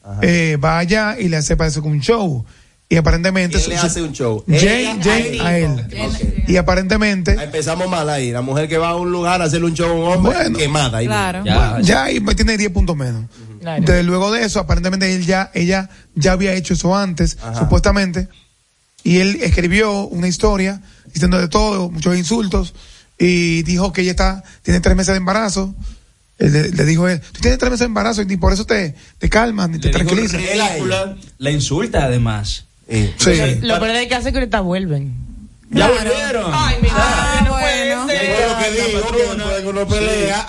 va allá y le hace parece como un show. Y aparentemente ¿Quién le hace un show? Jen a él. Ok. Y aparentemente Empezamos mal ahí. La mujer que va a un lugar a hacerle un show a un hombre, Bueno. quemada. Ahí. Claro. ya ahí tiene 10 puntos menos. Claro. Entonces, luego de eso, aparentemente ella ya había hecho eso antes, supuestamente, y él escribió una historia diciendo de todo, muchos insultos, y dijo que ella tiene 3 meses de embarazo. Le dijo él, tú tienes 3 meses de embarazo y ni por eso te calmas, ni te tranquilizas. la insulta además. Sí. Lo peor es que hace que ahorita vuelven. Ya volvieron. Ay, mira, no bueno. puede ser. Es lo que digo, que después que uno pelea.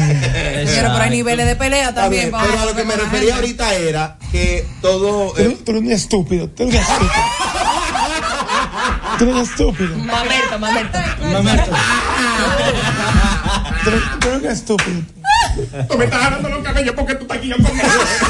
Pero hay niveles de pelea Está también. bien, pero a lo que me refería ahorita era que todo. Tú eres un estúpido, tú eres un estúpido. Tú eres un estúpido. Mamerto. Tú eres un estúpido. Tú me estás agarrando los cabellos porque tú estás aquí conmigo.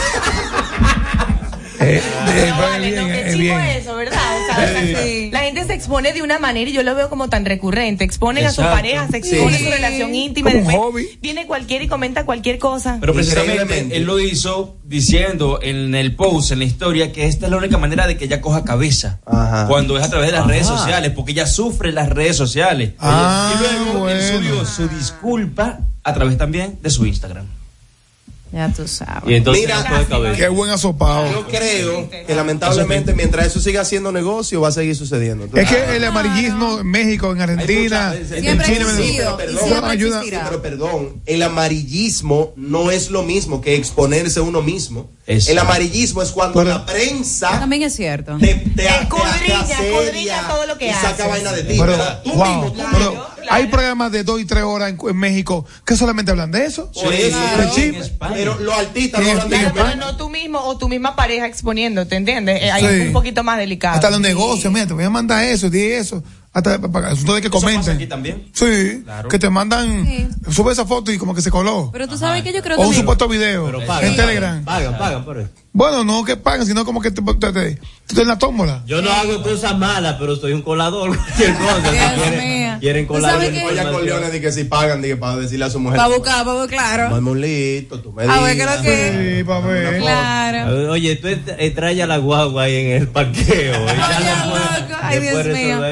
Vale, no, qué chivo eso, ¿verdad? O sea, Sí. la gente se expone de una manera y yo lo veo como tan recurrente. Exponen a su Exacto. pareja, se expone Sí. su relación íntima. Como un Después hobby. viene cualquiera y comenta cualquier cosa. Pero precisamente Increíblemente. él lo hizo diciendo en el post, en la historia, que esta es la única manera de que ella coja cabeza. Ajá. Cuando es a través de las redes sociales, porque ella sufre las redes sociales. Ah, y luego él bueno. subió su disculpa a través también de su Instagram. Ya tú sabes. Y entonces Mira, coge cabeza. Qué buen asopado. Yo creo que lamentablemente mientras eso siga siendo negocio va a seguir sucediendo. Es que el amarillismo en México, en Argentina, en Siempre Chile, ha existido, pero y perdón, siempre ayuda. existirá. Pero perdón, el amarillismo no es lo mismo que exponerse uno mismo. Exacto. El amarillismo es cuando Pero- la prensa También es cierto. Escudriña todo lo que y saca haces. vaina de ti. Pero, Pero tú wow, mismo, tú pero mismo. hay programas de 2 y 3 horas en México que solamente hablan de eso. Por eso, De pero- chisme. pero los artistas Sí, no hablan de sí, eso. Pero no tú mismo o tu misma pareja exponiendo, ¿te entiendes? Ahí Sí. es un poquito más delicado. Hasta los negocios, mira, te voy a mandar eso, di eso. Hasta para asunto de que ¿Eso pasa comenten. aquí también? Sí, Claro. que te mandan, Sí. sube esa foto y como que se coló. Pero tú sabes que yo creo O un también. supuesto video Pero pagan, en Telegram. Pagan por eso. Bueno, no que pagan, sino como que tú en la tómbola. Yo no hago cosas malas, pero soy un colador. Cualquier cosa. Si Dios quieren, mío. quieren ¿Tú colar. sabes la qué? Oye, información. Corleone, de que si pagan, de que para decirle a su mujer. Para buscar, claro. Dame un lito, tú me A ver, digas. ¿qué es lo que? Sí, pa' ver. Claro. Oye, tú traes a la guagua ahí en el parqueo. Y ya Oye, después- loco, ay, después Dios mío. resolvemos. Vamos.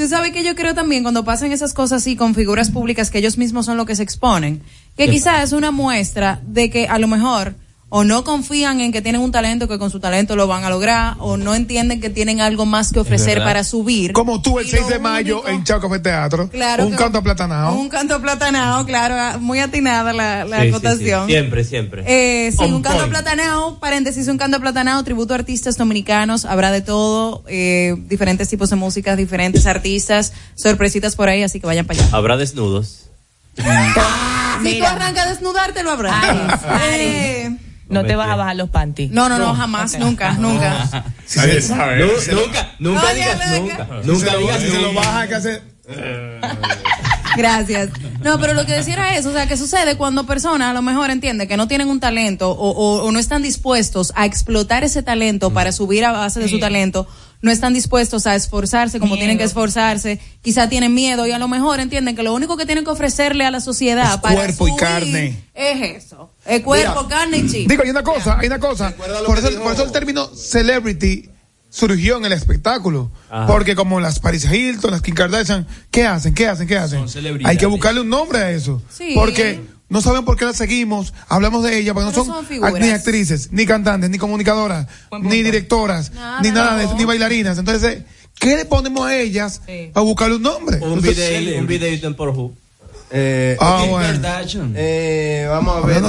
Tú sabes que yo creo también cuando pasan esas cosas así con figuras públicas que ellos mismos son los que se exponen, que quizás es una muestra de que a lo mejor o no confían en que tienen un talento, que con su talento lo van a lograr, o no entienden que tienen algo más que ofrecer para subir. Como tú el 6 de mayo en Chao Café Teatro. Claro, un canto aplatanado. Un canto aplatanado, claro, muy atinada la acotación. Sí. Siempre. Sí, un canto aplatanado, paréntesis, un canto aplatanado, tributo a artistas dominicanos, habrá de todo, diferentes tipos de músicas, diferentes artistas, sorpresitas por ahí, así que vayan para allá. Habrá desnudos. Si tú arrancas a desnudarte, lo habrá. No te vas a bajar los panties. No, jamás, okay. Nunca. Nunca digas nunca. Nunca digas si se lo baja, ¿qué hace? Gracias. No, pero lo que decía era eso, o sea, ¿qué sucede cuando personas a lo mejor entienden que no tienen un talento o no están dispuestos a explotar ese talento para subir a base de su talento? No están dispuestos a esforzarse como tienen que esforzarse, quizá tienen miedo y a lo mejor entienden que lo único que tienen que ofrecerle a la sociedad es para cuerpo y carne. Es eso, es cuerpo, carne y chip. Digo, hay una cosa. Por eso el término celebrity surgió en el espectáculo. Ajá. Porque como las Paris Hilton, las Kim Kardashian, ¿qué hacen? Hay que buscarle un nombre a eso. Sí. Porque no saben por qué las seguimos, hablamos de ellas, porque no son ni actrices, ni cantantes, ni comunicadoras, ni directoras, ni nada de eso, ni bailarinas. Entonces, ¿qué le ponemos a ellas para buscarle un nombre? Un videito en Pornhub. Bueno. Vamos a ver.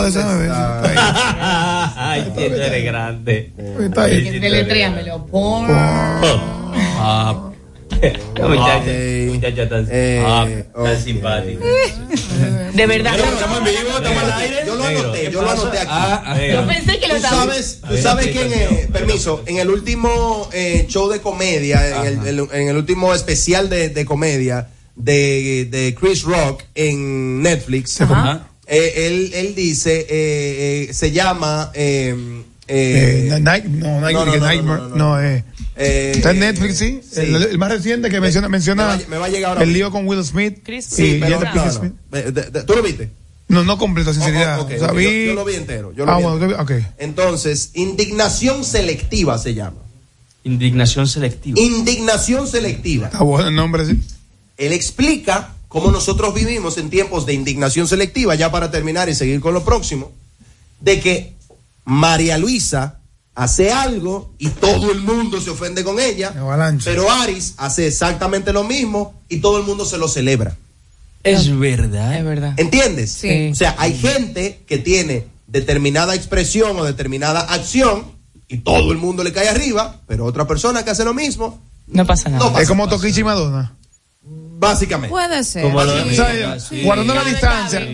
Ay, tú eres grande. Deletréamelo. Muchacha tan simpática. De verdad. Estamos en vivo, estamos al aire. Yo lo anoté aquí. Yo pensé que lo sabes. Tú sabes que en el último show de comedia, en el último especial de comedia de Chris Rock en Netflix, él dice, se llama está en Netflix, sí. El más reciente que menciona me va a llegar ahora el lío con Will Smith. Sí, pero ¿tú lo viste? No completo, sinceridad. Okay, yo lo vi entero. Okay. Entonces, indignación selectiva se llama. Indignación selectiva. Está bueno el nombre, sí. Él explica cómo nosotros vivimos en tiempos de indignación selectiva, ya para terminar y seguir con lo próximo, de que María Luisa hace algo y todo el mundo se ofende con ella, pero Aris hace exactamente lo mismo y todo el mundo se lo celebra. Es verdad. ¿Entiendes? Sí. O sea, hay gente que tiene determinada expresión o determinada acción y todo el mundo le cae arriba, pero otra persona que hace lo mismo, no pasa nada. Es como Toquicha y Madonna. Básicamente. Puede ser. Guardando la distancia,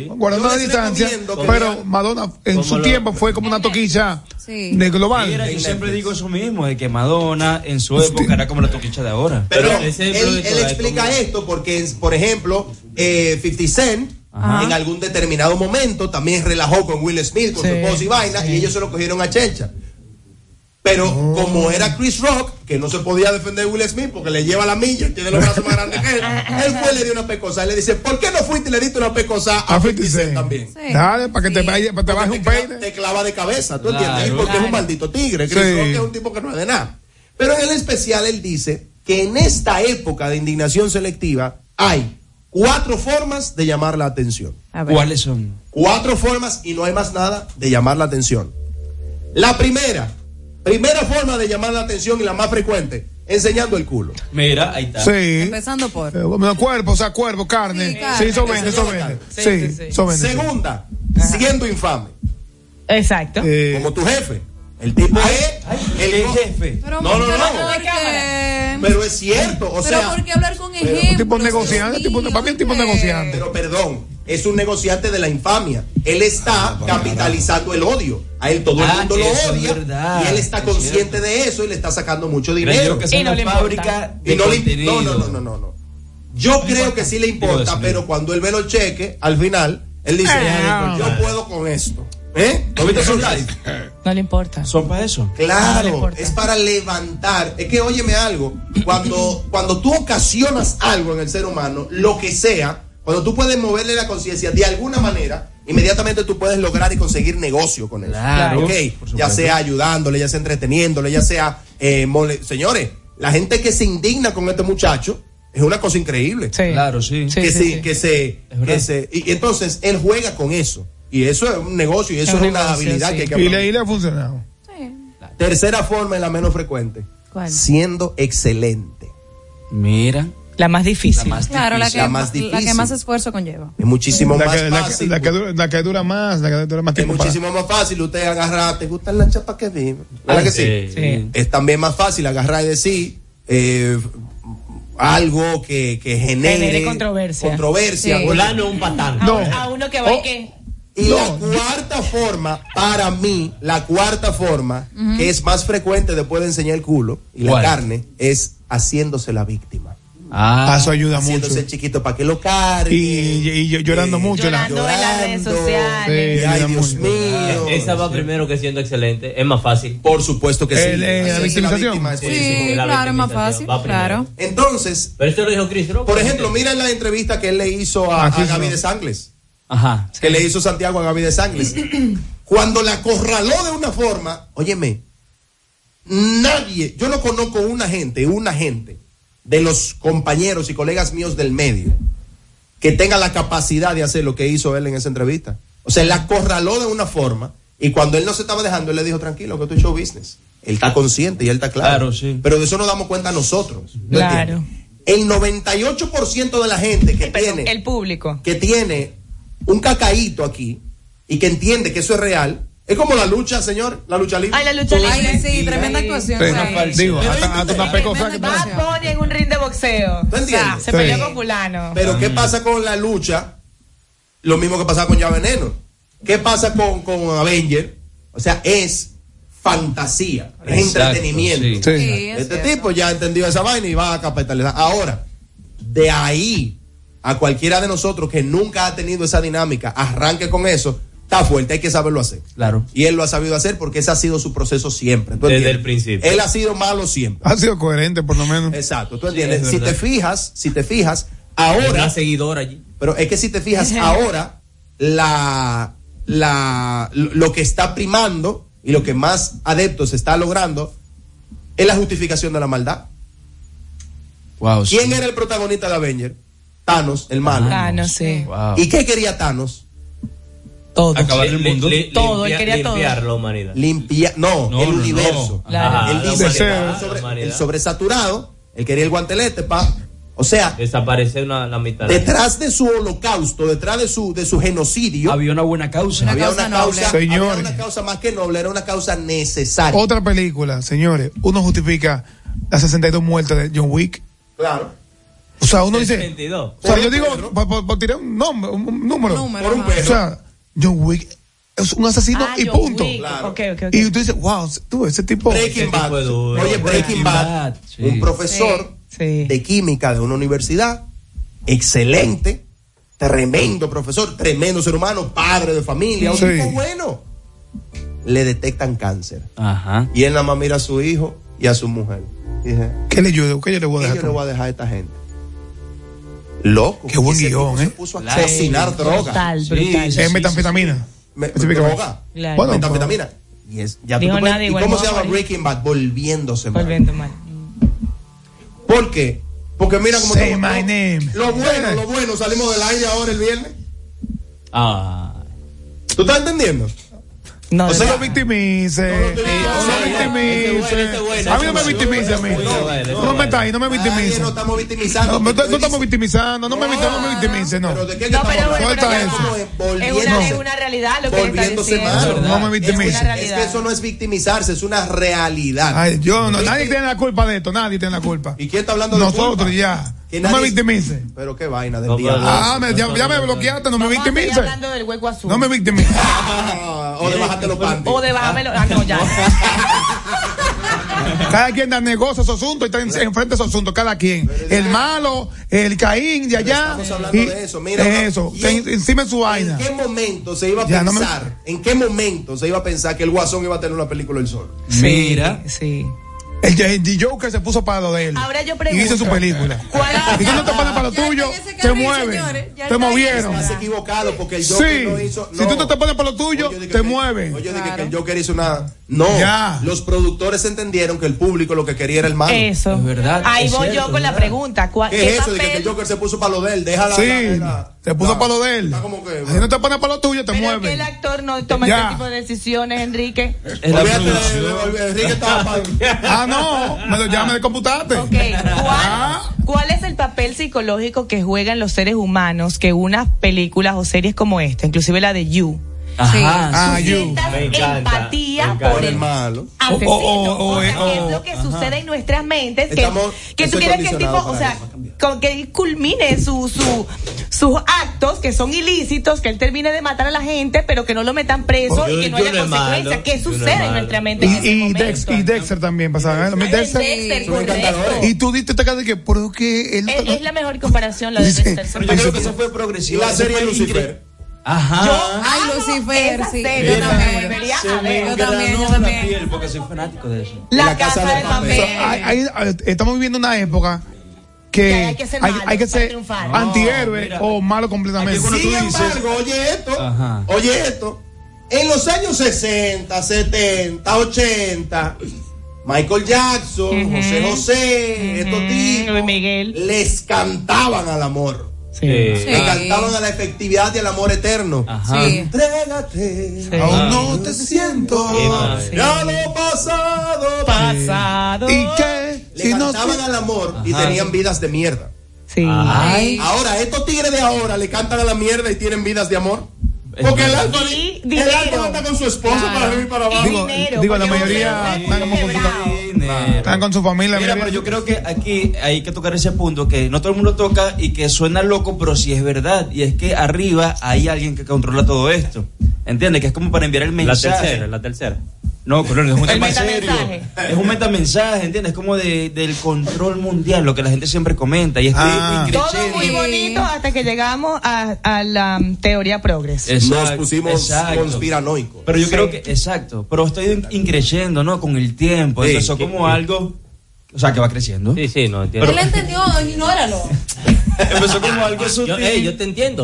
pero Madonna en su tiempo fue como una Toquicha de global. Mira, yo siempre digo eso mismo, de que Madonna en su época era como la Toquicha de ahora. Pero él explica esto porque, por ejemplo, 50 Cent en algún determinado momento también relajó con Will Smith, con su esposa y vaina, y ellos se lo cogieron a chelcha. Pero como era Chris Rock, que no se podía defender de Will Smith porque le lleva la milla, tiene los brazos más grandes que él fue y le dio una pecosa. Él le dice, ¿por qué no fuiste y le diste una pecosa a 50 Cent también? Sí. Dale, para que te baje un peine. Te clava de cabeza, ¿tú entiendes? Porque es un maldito tigre. Chris Rock es un tipo que no es de nada. Pero en el especial él dice que en esta época de indignación selectiva hay 4 formas de llamar la atención. ¿Cuáles son? 4 formas y no hay más nada de llamar la atención. La primera forma de llamar la atención y la más frecuente, enseñando el culo. Mira, ahí está. Sí. Empezando por cuerpo, carne. Sí, eso vende. Sí. Segunda, siendo infame. Exacto. Como tu jefe. El tipo es el jefe. Pero no. Pero es cierto, pero ¿por qué hablar con ejemplos? Tipo negociante, tipo negociante. Pero perdón, es un negociante de la infamia. Él está capitalizando el odio. A él todo el mundo lo odia y él está consciente de eso y le está sacando mucho dinero. Que no le fábrica de no. Yo creo que sí le importa, pero cuando él ve los cheques, al final, él dice, yo puedo con esto. ¿No viste esos live? No le importa. ¿Son para eso? Claro, es para levantar. Es que óyeme algo, cuando tú ocasionas algo en el ser humano, lo que sea, cuando tú puedes moverle la conciencia de alguna manera, inmediatamente tú puedes lograr y conseguir negocio con él. Claro. Okay. Ya sea ayudándole, ya sea entreteniéndole, ya sea señores, la gente que se indigna con este muchacho, Es una cosa increíble. Sí. Claro, sí. Y entonces él juega con eso. Y eso es un negocio y eso es una habilidad que hay que aprender. Y le ha funcionado. Sí. Tercera forma y la menos frecuente. ¿Cuál? Siendo excelente. Mira. La más difícil. Claro, la que más más esfuerzo conlleva. Es muchísimo más fácil. La que dura más tiempo. Es muchísimo más fácil usted agarrar, ¿te gustan las chapas que viven? ¿Verdad que sí? Sí. Es también más fácil agarrar y decir algo que genere controversia. Sí. Fulano un patán. No. A uno que va y que... Y la cuarta forma, para mí, que es más frecuente después de enseñar el culo y la carne, es haciéndose la víctima. Eso ayuda mucho. Haciéndose el chiquito para que lo cargue. Y llorando mucho. Llorando en las redes sociales. Sí, ay, Dios mío. Esa va primero que siendo excelente. Es más fácil. Por supuesto que sí. La victimización. Sí, claro, es más fácil. Claro. Entonces, pero esto lo dijo Chris Rock. Por ejemplo, mira la entrevista que él le hizo a Gaby de Sangles. Ajá. Que le hizo Santiago a Gaby de Sangles. Cuando la acorraló de una forma, óyeme, yo no conozco una gente de los compañeros y colegas míos del medio que tenga la capacidad de hacer lo que hizo él en esa entrevista. O sea, él la acorraló de una forma y cuando él no se estaba dejando, él le dijo, tranquilo, que esto es show business. Él está consciente y él está claro. Sí. Pero de eso nos damos cuenta nosotros. ¿No claro. El 98% de la gente que tiene... El público. Que tiene un cacaíto aquí y que entiende que eso es real. Es como la lucha, señor, la lucha libre. Ay, la lucha libre. Ay, sí, tremenda actuación. Digo, hasta una pecosa que Va Pony en un ring de boxeo. ¿Tú entiendes? O sea, se peleó con fulano. Pero ¿qué pasa con la lucha? Lo mismo que pasa con Ya Veneno. ¿Qué pasa con Avenger? O sea, es fantasía, es entretenimiento. Sí. Este tipo ya entendió esa vaina y va a capitalizar. Ahora, de ahí a cualquiera de nosotros que nunca ha tenido esa dinámica, arranque con eso. Está fuerte, hay que saberlo hacer. Claro. Y él lo ha sabido hacer porque ese ha sido su proceso siempre. Desde el principio. Él ha sido malo siempre. Ha sido coherente, por lo menos. Exacto, ¿tú entiendes? Si te fijas, ahora. Una seguidora allí. Pero es que si te fijas, ahora, lo que está primando y lo que más adeptos está logrando es la justificación de la maldad. Wow, ¿Quién era el protagonista de Avenger? Thanos, el malo. Thanos, sí. Wow. ¿Y qué quería Thanos? Todo. Acabar el mundo. Todo, él quería limpiar todo. la humanidad. El universo. Claro. Él dice el sobresaturado, él quería el guantelete o sea, desaparecer la mitad. Detrás de su holocausto, detrás de su genocidio, había una buena causa. Había una Señores, una causa más que noble, era una causa necesaria. Otra película, señores, uno justifica las 62 muertes de John Wick. Claro. O sea, uno dice, 22. o sea, yo digo, por tirar un nombre, un número. Por un perro. O sea, John Wick es un asesino y John punto. Wick. Claro. Okay. Y tú dices, wow, ese tipo. Breaking Bad. Oye, Breaking Bad, Sí. un profesor de química de una universidad, excelente, tremendo profesor, tremendo ser humano, padre de familia, un tipo bueno. Le detectan cáncer. Ajá. Y él nada más mira a su hijo y a su mujer. Y dice, ¿Qué le ayudo? ¿Qué yo le voy a dejar? yo le voy a dejar a esta gente. Loco. Qué buen Ese guión, tipo se puso a asesinar droga. Brutal. Es metanfetamina. Droga. Claro. Bueno, Metanfetamina. Y es, ya Dijo tú puedes- nada, ¿Y igual cómo me se voy a llama morir. Breaking Bad? Volviéndose mal. Volviendo mal. ¿Por qué? Porque mira cómo Say estamos- my name. Lo bueno, salimos del aire ahora el viernes. ¿Tú estás entendiendo? No, No se de lo victimice. No victimice. A mí no me victimice a mí. No me metas ahí, no me victimice. No estamos victimizando. No estamos victimizando, no me victimice, no. ¿Pero de qué No, estamos pero hablando? Suelta eso. es una realidad lo que él está Volviéndose diciendo. mal. No me victimice. Es una Es realidad. que eso no es victimizarse, es una realidad. Ay, nadie tiene la culpa de esto, nadie tiene la culpa. ¿Y quién está hablando de Nosotros culpa? ya. Que No me nadie- victimice. Pero qué vaina del No, diablo. Ya me bloqueaste, no me Vamos a seguir victimice. hablando del hueco azul. No me victimice. O de bajarte los panties. O de bájamelo. Ah, no, ya. Cada quien da negocio a su asunto y está enfrente de su asunto, cada quien. El malo, el Caín de allá. Estamos hablando de eso, mira. Eso, ¿Y en- encima de su vaina. ¿En qué momento se iba a Ya, no me- pensar? ¿En qué momento se iba a pensar que el Guasón iba a tener una película del sol? Mira. Sí. El Joker se puso para lo de él. Ahora yo pregunto. Y hizo su película. ¿Cuál? Y tú no te pones para lo tuyo, te mueven. Te movieron. Estás equivocado porque el Joker no hizo. Si tú no te pones para lo tuyo, te mueven. Oye, dije que el Joker hizo una. No, los productores entendieron que el público lo que quería era el malo. Eso. Es verdad. Ahí voy yo con la pregunta. ¿Qué es eso? De que el Joker se puso para lo de él. Déjala. Sí, se puso para lo de él. Si no te pones para lo tuyo, te pero mueven. que el actor no toma este tipo de decisiones, Enrique. Enrique estaba no, ya me descomputaste. Okay. ¿Cuál es el papel psicológico que juegan los seres humanos que unas películas o series como esta, inclusive la de You, sientas empatía por el malo asesino? ¿Qué es lo que sucede en nuestras mentes? Que tú quieres que el tipo, o sea, que él culmine sus actos que son ilícitos, que él termine de matar a la gente, pero que no lo metan preso y que no haya consecuencias. ¿Qué sucede en nuestra mente en ese momento? Y Dexter también pasaba. Dexter, correcto. Y tú diste acá de que, pero que él es la mejor comparación la de Dexter. Pero yo creo que eso fue progresivo. La serie de Lucifer. Lucifer, sí. Yo también. Porque soy fanático de eso. La Casa de Papel. Estamos viviendo una época que hay que ser antihéroe o malo completamente. Sin embargo, oye esto. En los años 60, 70, 80, Michael Jackson, José, estos tipos, Luis Miguel, les cantaban al amor. Le cantaban a la efectividad y al amor eterno. Entrégate, aún no te siento. Ya lo pasado. ¿Y qué? Le cantaban al amor y tenían vidas de mierda. Ahora, estos tigres de ahora le cantan a la mierda y tienen vidas de amor. Porque el alto anda con su esposo para arriba y para abajo. Digo, la mayoría están con su familia. Mira, pero yo creo que aquí hay que tocar ese punto que no todo el mundo toca y que suena loco, pero sí es verdad. Y es que arriba hay alguien que controla todo esto. ¿Entiendes? Que es como para enviar el mensaje. La tercera. No, pero es un tema serio. Es un metamensaje, ¿entiendes? Es como del control mundial, lo que la gente siempre comenta. Y todo muy bonito hasta que llegamos a la teoría progres. Nos pusimos conspiranoicos. Pero yo creo que, pero estoy increciendo, ¿no? Con el tiempo. Empezó como algo, o sea, que va creciendo. Sí, no entiendo. Él entendió, ignóralo. Empezó como algo sutil. Yo te entiendo.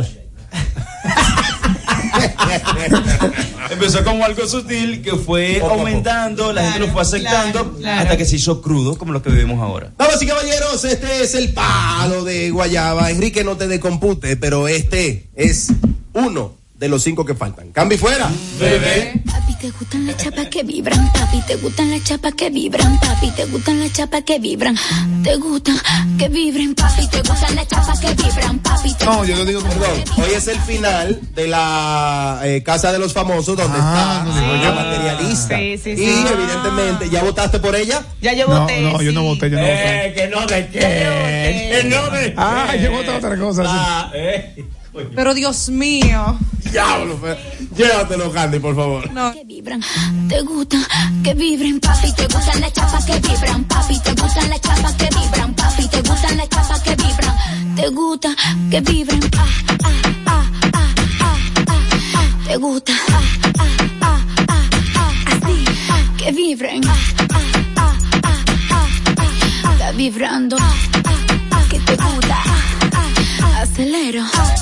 Empezó como algo sutil que fue aumentando, la gente lo fue aceptando hasta que se hizo crudo como lo que vivimos ahora. Damas y caballeros, este es el palo de Guayaba. Enrique, no te decompute, pero este es uno de los 5 que faltan. Cambio y fuera, bebé. Papi, te gustan las chapas que vibran. Papi, te gustan las chapas que vibran. Papi, te gustan las chapas que vibran. Te gustan que vibren. Papi, te gustan las chapas que vibran. Papi, te No, yo lo digo perdón. Hoy es el final de la Casa de los Famosos donde está la materialista. Sí. Y evidentemente, ¿ya votaste por ella? Ya yo voté. No, yo no voté. Que no de qué. Que no de qué. Yo voté otra cosa. Pero Dios mío. Diablo, llévatelo, Candy, por favor. No. Que vibran. Te gustan que vibren. Papi, te gustan las chapas que vibran. Papi, te gustan las chapas que vibran. Papi, te gustan las chapas que vibran. Te gusta que vibren. Te gusta así que vibren. Está vibrando. Que te gusta. Acelero.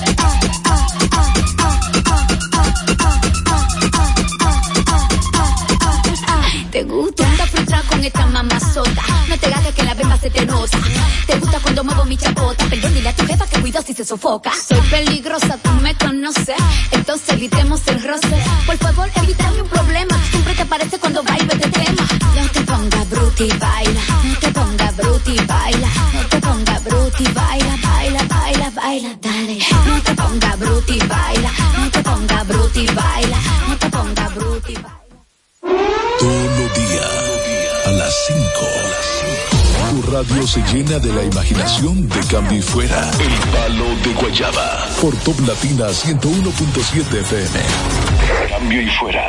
Te gusta. Anda frustrada con esta mamazota. No te hagas que la bemba se te nota. Te gusta cuando muevo mi chapota. Perdón, dile a tu jefa que cuido si se sofoca. Soy peligrosa, tú me conoces. Entonces evitemos el roce. Por favor, evítame un problema. Siempre te aparece cuando bailo este tema. No te pongas bruti, baila. No te pongas bruti, baila. No te pongas bruti, baila, baila, baila, baila, dale. No te pongas bruti, baila. No te pongas bruti, baila. No te pongas bruti, baila. Todos los días, a las 5, tu radio se llena de la imaginación de Cambio y Fuera. El palo de Guayaba. Por Top Latina 101.7 FM. Cambio y Fuera.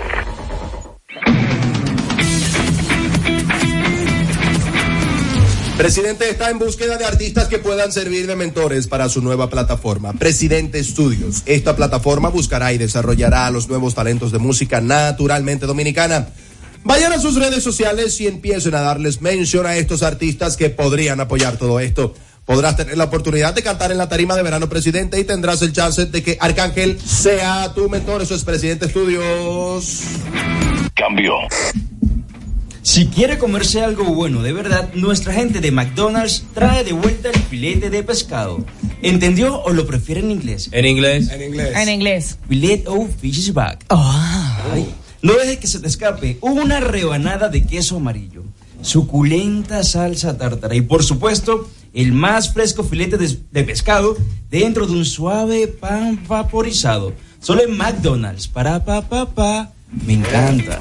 Presidente está en búsqueda de artistas que puedan servir de mentores para su nueva plataforma, Presidente Studios. Esta plataforma buscará y desarrollará a los nuevos talentos de música naturalmente dominicana. Vayan a sus redes sociales y empiecen a darles mención a estos artistas que podrían apoyar todo esto. Podrás tener la oportunidad de cantar en la tarima de Verano Presidente y tendrás el chance de que Arcángel sea tu mentor. Eso es Presidente Estudios. Cambio. Si quiere comerse algo bueno de verdad, nuestra gente de McDonald's trae de vuelta el filete de pescado. ¿Entendió o lo prefiere en inglés? En inglés. En inglés. Filet o fish back. Ay. No dejes que se te escape una rebanada de queso amarillo, suculenta salsa tártara y por supuesto el más fresco filete de pescado dentro de un suave pan vaporizado. Solo en McDonald's. Me encanta.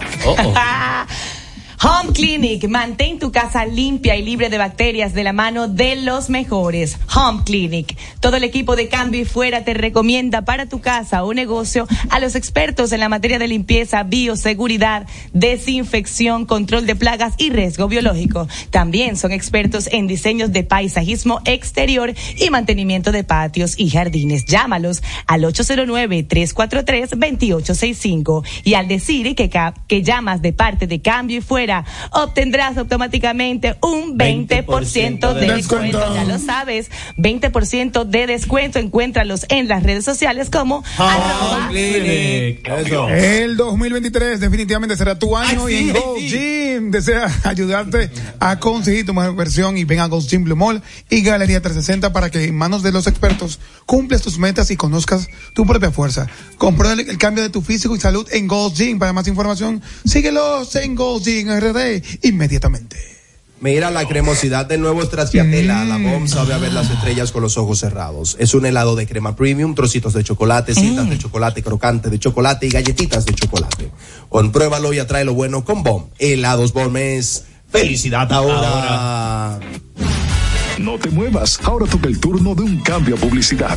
Home Clinic, mantén tu casa limpia y libre de bacterias de la mano de los mejores. Home Clinic, todo el equipo de Cambio y Fuera te recomienda para tu casa o negocio a los expertos en la materia de limpieza, bioseguridad, desinfección, control de plagas y riesgo biológico. También son expertos en diseños de paisajismo exterior y mantenimiento de patios y jardines. Llámalos al 809-343-2865 y al decir que llamas de parte de Cambio y Fuera, obtendrás automáticamente un 20% de descuento. Ya lo sabes, 20% de descuento. Encuéntralos en las redes sociales como @Clinic. El 2023 definitivamente será tu año y en Gold Gym desea ayudarte a conseguir tu mejor versión y ven a Gold Gym Blue Mall y Galería 360 para que en manos de los expertos cumples tus metas y conozcas tu propia fuerza. Comprueba el cambio de tu físico y salud en Gold Gym. Para más información, síguelos en Gold Gym RD inmediatamente. Mira la cremosidad del nuevo Stracciatella. La bomba sabe a ver las estrellas con los ojos cerrados. Es un helado de crema premium, trocitos de chocolate, cintas de chocolate, crocante de chocolate y galletitas de chocolate. Compruébalo y atrae lo bueno con BOM. Helados BOM es felicidad ahora. No te muevas. Ahora toca el turno de un cambio a publicidad.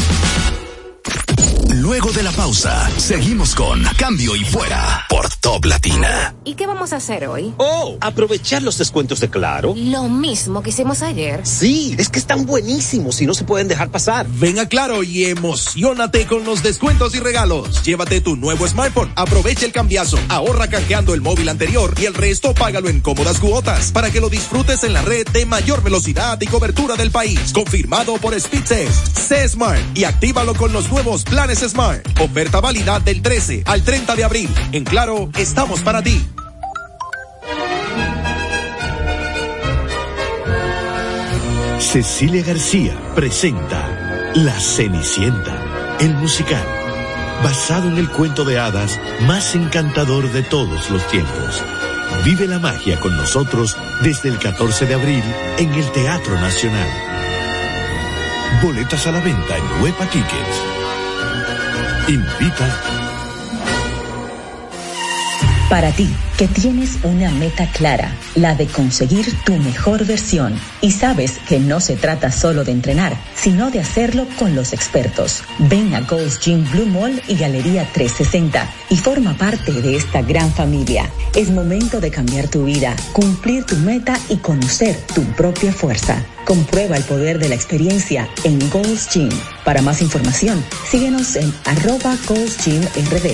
Luego de la pausa, seguimos con Cambio y Fuera por Top Latina. ¿Y qué vamos a hacer hoy? Aprovechar los descuentos de Claro. Lo mismo que hicimos ayer. Sí, es que están buenísimos y no se pueden dejar pasar. Ven a Claro y emociónate con los descuentos y regalos. Llévate tu nuevo smartphone, aprovecha el cambiazo, ahorra canjeando el móvil anterior y el resto págalo en cómodas cuotas para que lo disfrutes en la red de mayor velocidad y cobertura del país. Confirmado por Speedtest. Sé Smart y actívalo con los nuevos planes Smart. Oferta válida del 13 al 30 de abril. En Claro, estamos para ti. Cecilia García presenta La Cenicienta, el musical, basado en el cuento de hadas más encantador de todos los tiempos. Vive la magia con nosotros desde el 14 de abril en el Teatro Nacional. Boletas a la venta en Huepa Tickets. Invita. Para ti, que tienes una meta clara, la de conseguir tu mejor versión, y sabes que no se trata solo de entrenar, sino de hacerlo con los expertos. Ven a Gold's Gym Blue Mall y Galería 360 y forma parte de esta gran familia. Es momento de cambiar tu vida, cumplir tu meta y conocer tu propia fuerza. Comprueba el poder de la experiencia en Gold's Gym. Para más información, síguenos en @Gold'sGymRD.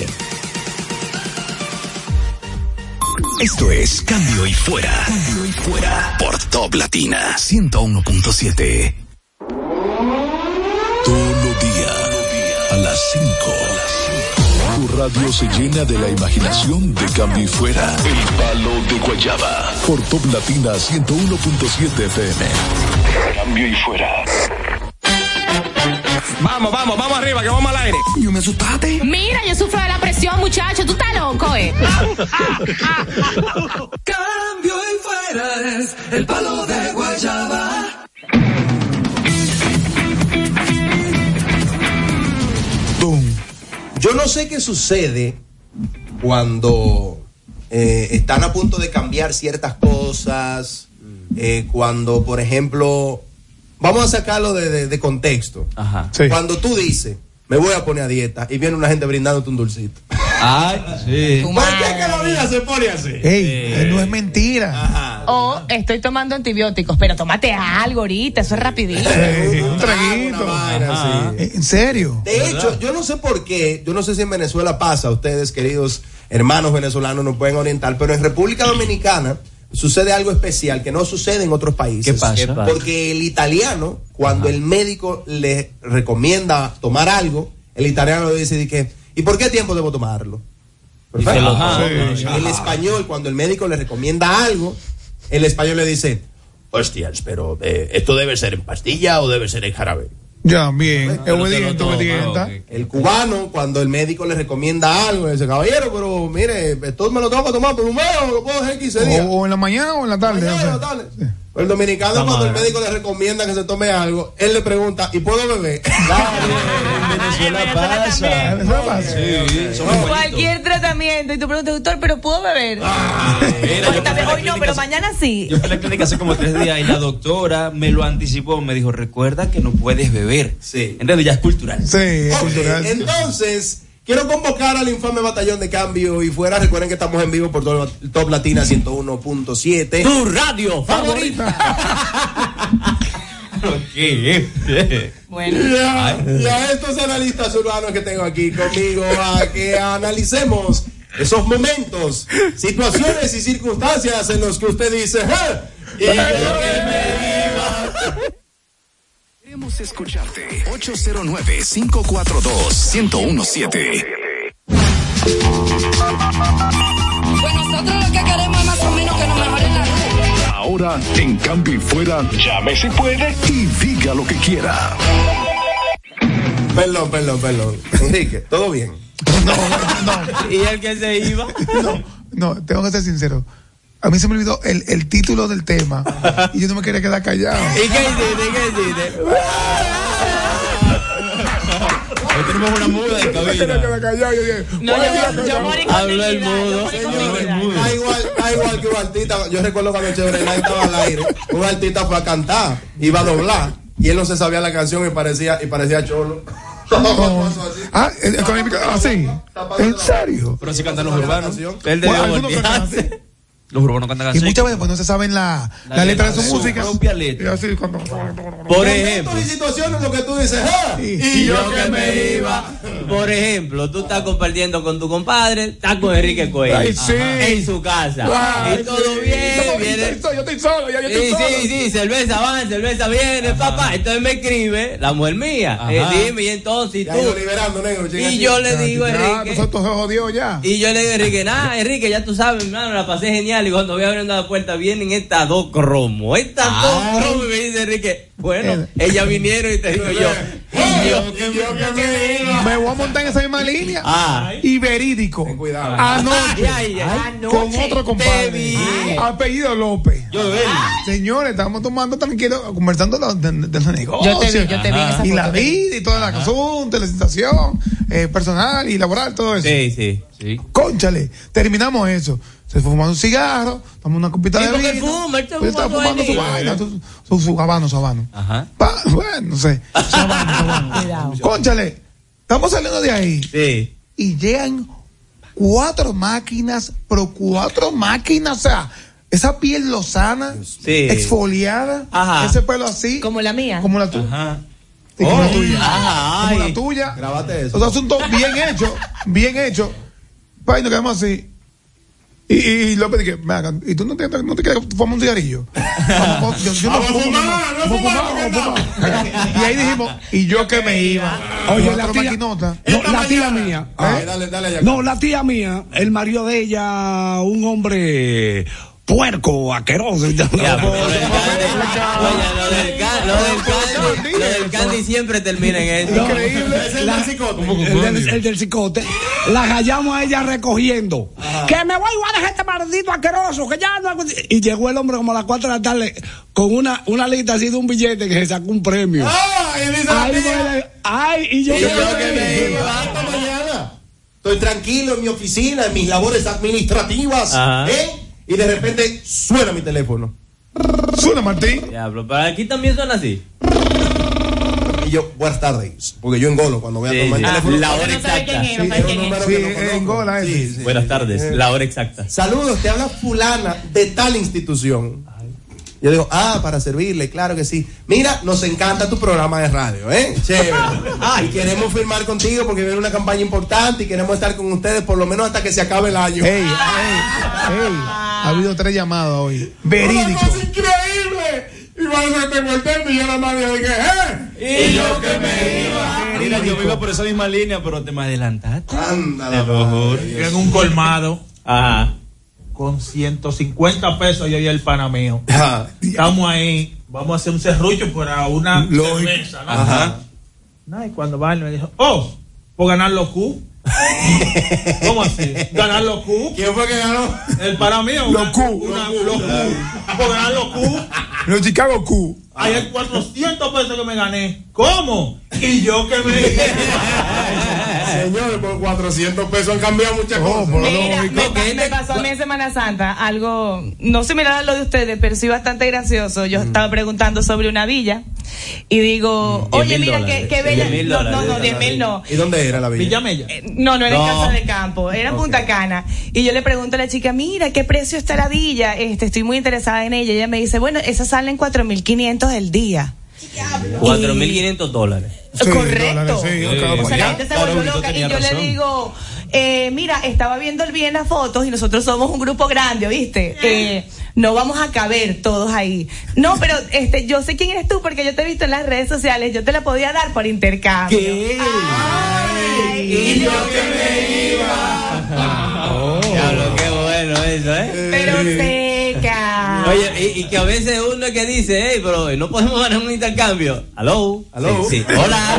Esto es Cambio y Fuera. Cambio y Fuera por Top Latina 101.7. Todos los días a las 5. Tu radio se llena de la imaginación de Cambio y Fuera. El Palo de Guayaba por Top Latina 101.7 FM. Cambio y Fuera. Vamos arriba, que vamos al aire. ¿Yo me asustaste? Mira, yo sufro de la presión, muchacho. Tú estás loco, Cambio y Fuera es el Palo de Guayaba. Yo no sé qué sucede cuando están a punto de cambiar ciertas cosas, cuando, por ejemplo, vamos a sacarlo de contexto. Ajá. Sí. Cuando tú dices, me voy a poner a dieta, y viene una gente brindándote un dulcito. Ay, sí. ¿Por qué que la vida se pone así? Ey, no es mentira. Ajá. O estoy tomando antibióticos, pero tómate algo ahorita, eso es rapidito. Un traguito. Vaina, sí. ¿En serio? De hecho, yo no sé por qué, yo no sé si en Venezuela pasa a ustedes, queridos hermanos venezolanos nos pueden orientar, pero en República Dominicana sucede algo especial que no sucede en otros países. ¿Qué pasa? Porque el italiano, cuando el médico le recomienda tomar algo, el italiano le dice, ¿y por qué tiempo debo tomarlo? El español, cuando el médico le recomienda algo, el español le dice, hostias, pero ¿esto debe ser en pastilla o debe ser en jarabe? Ya, bien, obediente. El cubano, cuando el médico le recomienda algo, le dice, caballero, pero mire, esto me lo tengo que tomar por un mes o lo puedo dejar 15 días. O en la mañana o en la tarde. Sí. El dominicano, cuando el médico le recomienda que se tome algo, él le pregunta, ¿y puedo beber? En Venezuela pasa. Cualquier tratamiento y tú preguntas, doctor, ¿pero puedo beber? Hoy no, pero mañana sí. Yo fui a la clínica hace como 3 días y la doctora me lo anticipó, me dijo, recuerda que no puedes beber. Sí. ¿Entiendes? Ya es cultural. Sí, es cultural. Entonces, quiero convocar al infame batallón de Cambio y Fuera. Recuerden que estamos en vivo por Top Latina 101.7. Tu radio favorita. Bueno. Y a estos analistas urbanos que tengo aquí conmigo, a que analicemos esos momentos, situaciones y circunstancias en los que usted dice, y yo que me iba. Queremos escucharte. 809-542-1017. Pues nosotros lo que queremos es más o menos que nos mejoren la luz. Ahora, en Cambio y Fuera, llame si puede y diga lo que quiera. Perdón. Enrique, ¿todo bien? No. ¿Y el que se iba? No, tengo que ser sincero. A mí se me olvidó el título del tema y yo no me quería quedar callado. ¿Y qué hiciste? Hoy tenemos una muda en cabina. Habló el mudo. Está igual que un artista. Yo recuerdo cuando Chévere Night estaba al aire, un artista fue a cantar, iba a doblar y él no se sabía la canción y parecía cholo. Así. ¿En serio? Pero si cantan los urbanos. El de voltearse. Los urbanos cantan así. Y muchas veces pues no se saben la letra de su música. Propia letra. Y así cuando... Por ejemplo. Y situaciones lo que tú dices, y yo que me iba. Por ejemplo, tú estás compartiendo con tu compadre, estás con Enrique Cuello en su casa. Y todo bien, viene. Yo estoy solo, yo estoy solo. Sí, cerveza van, cerveza viene, papá. Entonces me escribe la mujer mía. Dime, y entonces, ¿y tú? Y yo le digo, Enrique. Nosotros se jodió ya. Y yo le digo, Enrique, ya tú sabes, hermano, la pasé genial. Y cuando voy abriendo la puerta, vienen estas dos cromos. Y me dice Enrique, bueno, ellas vinieron y te digo yo. Me voy a montar en esa misma línea. Y verídico. Anoche. Con otro compadre. Apellido López. Señores, estamos tomando tranquilos, conversando de los negocios. Yo te vi en esa foto. Y la vida y toda la asunto, la situación personal y laboral, todo eso. Sí. Cónchale, terminamos eso. Se fumando un cigarro, tomamos una copita de vino. Él está fumando su vaina, su habano. Ajá. Bueno, no sé. Su habano. Cónchale, estamos saliendo de ahí. Sí. Y llegan 4 máquinas, o sea, esa piel lozana, exfoliada, ese pelo así. Como la mía. Como la tuya. Como la tuya. Como la tuya. Grábate eso. O sea, asunto bien hecho. Pa, y nos quedamos así. Y López dije, ¿y tú no te quieres fumar un cigarrillo? Yo no fumo. Y ahí dijimos, y yo que me iba. Oye, la tía mía. Dale, no, la tía mía, el marido de ella, un hombre puerco, asqueroso. Lo del Candy siempre termina en eso. Increíble. El del cicote. La hallamos a ella recogiendo. Que me voy a dejar este maldito asqueroso, que ya no. Y llegó el hombre como a las 4 de la tarde con una lista así de un billete que se sacó un premio. Y yo que me iba. Estoy tranquilo en mi oficina, en mis labores administrativas. Y de repente suena mi teléfono. Suena, Martín. Diablo, pero aquí también suena así. Y yo, buenas tardes. Porque yo engolo cuando voy a tomar el teléfono. La hora exacta. Engola ese. Buenas tardes, la hora exacta. Saludos, te habla fulana de tal institución. Yo digo, para servirle, claro que sí. Mira, nos encanta tu programa de radio, chévere. Y queremos firmar contigo porque viene una campaña importante y queremos estar con ustedes por lo menos hasta que se acabe el año. Ha habido 3 llamadas hoy. Verídico. ¡Es increíble! Y cuando te volteé, y yo la madre dije, y yo que me iba. Mira, yo iba por esa misma línea, pero te me adelantaste. En un colmado. Ajá. Con 150 pesos yo y el pana mío. Estamos ahí, vamos a hacer un serrucho para una cerveza, ¿no? Ajá. No, y cuando va, me dijo, por ganar los Q. ¿Cómo así? ¿Ganar los Q? ¿Quién fue que ganó? El pana mío. Los Q. Por ganar los Q. Los Chicago Q. Hay 400 pesos que me gané. ¿Cómo? Y yo que me... Señores, por 400 pesos han cambiado muchas cosas. Mira, me pasó a mí en Semana Santa algo, no similar a lo de ustedes, pero sí bastante gracioso. Yo estaba preguntando sobre una villa y digo, oye, mira qué bella. No, 10,000 no. ¿Y dónde era la villa? Villa Mella. No era en Casa de Campo, era en Punta Cana. Y yo le pregunto a la chica, mira, ¿qué precio está la villa? Estoy muy interesada en ella. Ella me dice, bueno, esas salen 4,500 el día. $4,500. Sí, correcto. Sí, o sea, la gente se volvió loca y yo le digo, mira, estaba viendo bien las fotos y nosotros somos un grupo grande, ¿viste? No vamos a caber todos ahí. No, pero yo sé quién eres tú porque yo te he visto en las redes sociales, yo te la podía dar por intercambio. ¿Qué? Ay, y yo que me iba. Diablo, qué bueno eso, Pero seca. Oye, y que a veces uno que dice, pero no podemos ganar un intercambio. ¿Aló? Sí. Hola.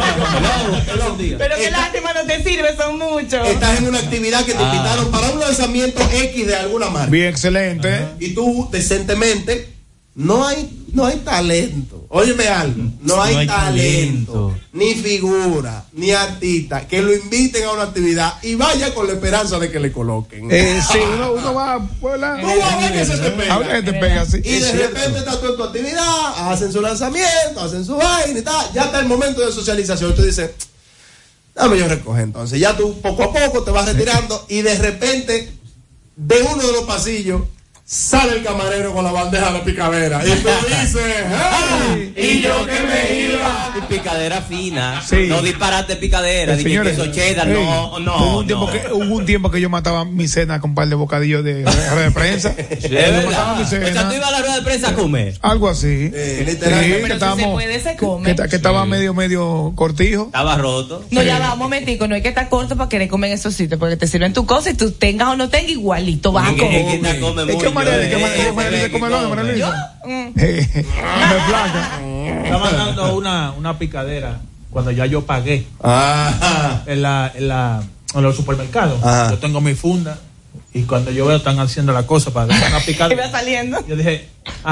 Pero qué lástima, no te sirve, son muchos. Estás en una actividad que te invitaron para un lanzamiento X de alguna marca. Bien, excelente. Y tú, decentemente, no hay talento. Óyeme algo, no hay talento, ni figura, ni artista que lo inviten a una actividad y vaya con la esperanza de que le coloquen. Sí, uno va a ver que se te pega. A ver que te pega, sí. Y de repente estás tú en tu actividad, hacen su lanzamiento, hacen su vaina y tal. Ya está el momento de socialización. Y tú dices, dame yo recoger. Entonces ya tú poco a poco te vas retirando y de repente, de uno de los pasillos, sale el camarero con la bandeja de picadera y tú dices, y yo que me iba. Y picadera fina, sí. No disparate picadera, dije que eso cheddar, no. Hubo un tiempo que yo mataba mi cena con un par de bocadillos de rueda de prensa. Mataba mi cena. O sea, tú ibas a la rueda de prensa a comer. Algo así. Literalmente. Pero si se puede, se come. Que estaba medio cortijo. Estaba roto. No, ya va, un momentico, no hay que estar corto para querer comer en esos sitios, porque te sirven tu cosa y tú tengas o no tengas igualito vas a comer. ¿De qué come ¿Yo? Me placa. Está mandando una picadera cuando ya yo pagué en los supermercados. Yo tengo mi funda y cuando yo veo están haciendo la cosa para dejar una picadera. Y va saliendo. Yo dije,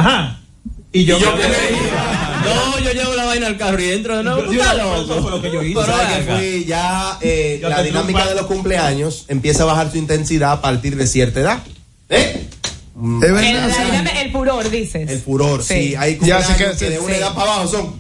y yo no, yo llevo la vaina al carro y dentro de nuevo. Eso fue lo que yo hice. Fui ya la dinámica de los cumpleaños empieza a bajar su intensidad a partir de cierta edad. El furor, dices. El furor, sí. Hay cumpleaños que de una edad para abajo son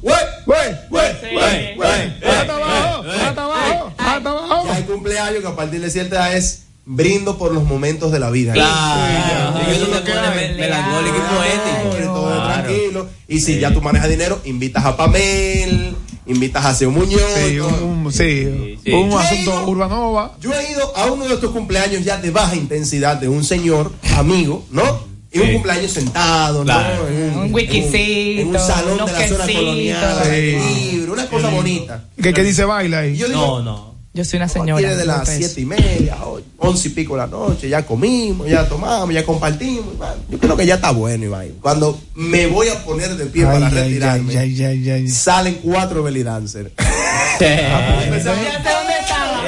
Ya hay cumpleaños que a partir de cierta edad es brindo por los momentos de la vida. Claro. Eso te pone melancólico y poético. Todo tranquilo. Y si ya tú manejas dinero, invitas a Pamel, invitas a Seo Muñoz. Un asunto Urbanova. Yo he ido a uno de estos cumpleaños ya de baja intensidad de un señor amigo, ¿no? Y un cumpleaños sentado, claro, ¿no? Un wikisito. En un salón de la zona colonial. Libre, una cosa bonita. ¿Qué dice baila ahí? Yo digo, no. Yo soy una señora. Tiene de las 7:30, 11 y pico de la noche, ya comimos, ya tomamos, ya compartimos. Yo creo que ya está bueno, Iván. Cuando me voy a poner de pie para retirarme, salen 4 belly dancers. Ya sé dónde estaba.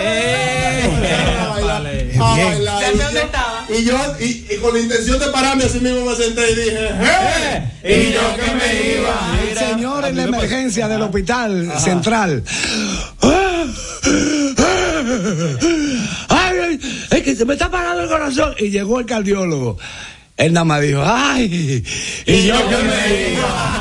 Ya sé dónde estaba. Y yo, y con la intención de pararme, así mismo me senté y dije, y yo que me iba. El señor en la emergencia del hospital central. Ay, es que se me está parando el corazón. Y llegó el cardiólogo. Él nada más dijo, ay, y yo que me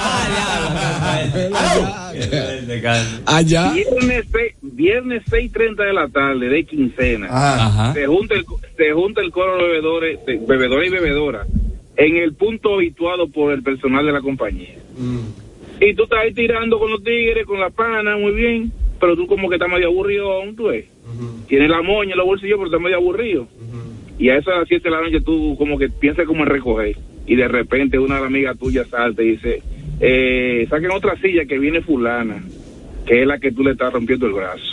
iba. Allá. Viernes 6:30 de la tarde de quincena. Se junta el coro de bebedores y bebedoras en el punto habituado por el personal de la compañía. Y tú estás ahí tirando con los tigres, con la pana, muy bien, pero tú como que estás medio aburrido, tú ves. Tienes la moña en los bolsillos, pero estás medio aburrido. Y a eso a las 7 de la noche tú como que piensas como en recoger. Y de repente una de las amigas tuyas salta y dice, saquen otra silla que viene fulana, que es la que tú le estás rompiendo el brazo.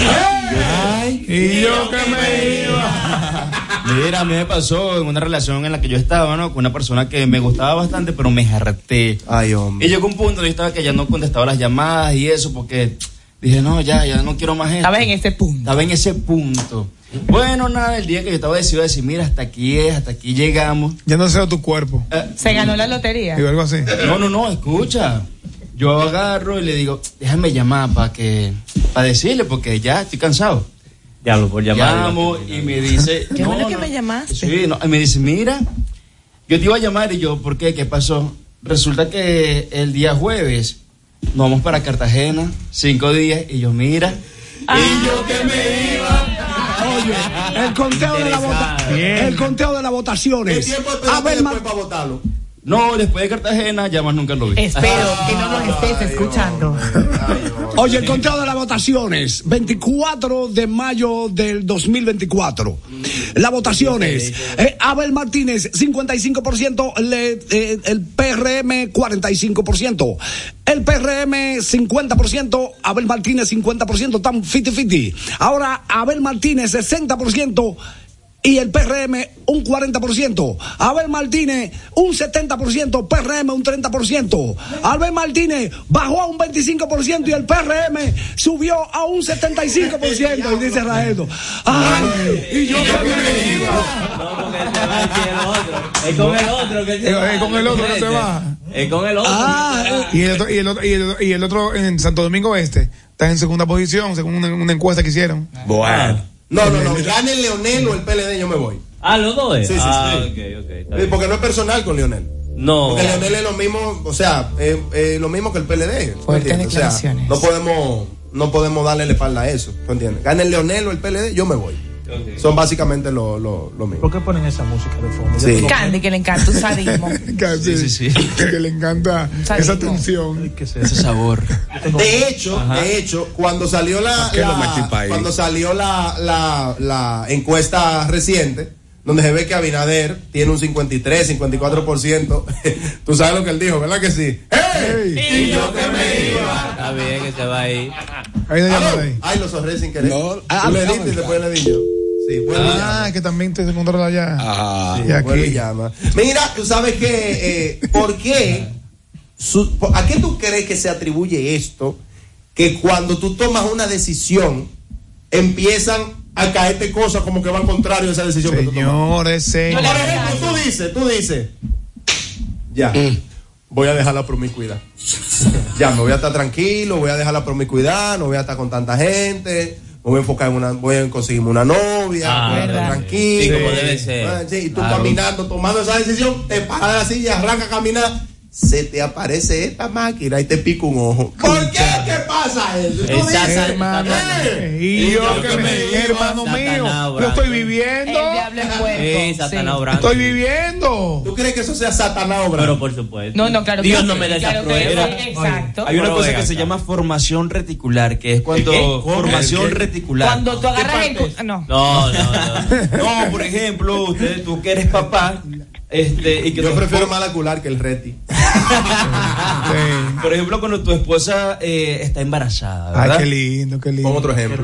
Ay, y yo que me iba. Mira, a mí me pasó en una relación en la que yo estaba, ¿no? Con una persona que me gustaba bastante, pero me harté. Ay, hombre. Y llegó un punto en que yo estaba que ya no contestaba las llamadas y eso, porque dije, no, ya no quiero más esto. Estaba en ese punto. Bueno, nada, el día que yo estaba decidido a decir, mira, hasta aquí llegamos. Ya no sé tu cuerpo. Se ganó la lotería. Y algo así. No, escucha. Yo agarro y le digo, déjame llamar para decirle, porque ya estoy cansado. Diablo, por llamar. Llamo y me dice, qué bueno que me llamaste. Sí, y me dice, mira, yo te iba a llamar. Y yo, ¿por qué? ¿Qué pasó? Resulta que el día jueves nos vamos para Cartagena, 5 días, y yo, mira, y yo que me iba. Oye, el conteo de las votaciones. ¿Qué tiempo esperaste después para votarlo? No, después de Cartagena, ya más nunca lo vi. Espero que no nos estés escuchando. Oye, el conteo de las votaciones, 24 de mayo del 2024. Las votaciones, Abel Martínez, 55%, el PRM, 45%. El PRM, 50%, Abel Martínez, 50%, están 50-50. Ahora, Abel Martínez, 60%. Y el PRM un 40%, Abel Martínez un 70%, PRM un 30%. Abel Martínez bajó a un 25% y el PRM subió a un 75%. Y dice Raeldo, ay, y yo que me iba. No, porque se va aquí el otro. Es con el otro que se va. Es con el otro que se va. Es con el otro. Y el otro en Santo Domingo Este está en segunda posición, según una encuesta que hicieron. Bueno. No, gane Leonel o el PLD, yo me voy. Los dos es. Sí. Okay, porque no es personal con Leonel. No. Porque Leonel es lo mismo, o sea, lo mismo que el PLD. Fuertes declaraciones. O sea, no podemos darle la espalda a eso, ¿tú entiendes? Gane el Leonel o el PLD, yo me voy. Okay. Son básicamente lo mismo. ¿Por qué ponen esa música de fondo? Sí. Candy, que le encanta un sadismo. Sí. Que le encanta esa tensión. Ese sabor. De hecho, cuando salió la encuesta reciente, donde se ve que Abinader tiene un 53-54%, tú sabes lo que él dijo, ¿verdad que sí? ¡Hey! Y yo que me iba. Está bien que se va ahí. Ay, lo sonré sin querer. Tú le diste y después le di yo. Sí, que también te controla allá. Ajá. Y aquí llama. Mira, tú sabes que ¿por qué? ¿A qué tú crees que se atribuye esto? Que cuando tú tomas una decisión empiezan a caerte cosas como que van contrario a esa decisión que tú tomas. Señores. Por ejemplo, tú dices, ya, voy a dejar la promiscuidad. Ya, me voy a estar tranquilo, voy a dejar la promiscuidad, no voy a estar con tanta gente. Me voy a enfocar voy a conseguirme una novia, voy a estar tranquilo. Sí, como debe ser. Sí, y tú caminando, tomando esa decisión, te paras de la silla, arranca a caminar, se te aparece esta máquina y te pica un ojo. ¿Por qué? ¿Qué pasa eso? Tú dices, hermano, y yo que me hermano mío, lo estoy viviendo. El diablo es puerco. Satanás obrando. Estoy viviendo. ¿Tú crees que eso sea Satanás obrando? Pero por supuesto. No, claro. Dios no me da esa prueba. Exacto. Hay una cosa que se llama formación reticular, que es cuando formación reticular. Cuando tú agarras No, por ejemplo, tú que eres papá, y que yo prefiero malacular que el reti. Por ejemplo, cuando tu esposa está embarazada, ¿verdad? Ay, qué lindo. Con otro ejemplo.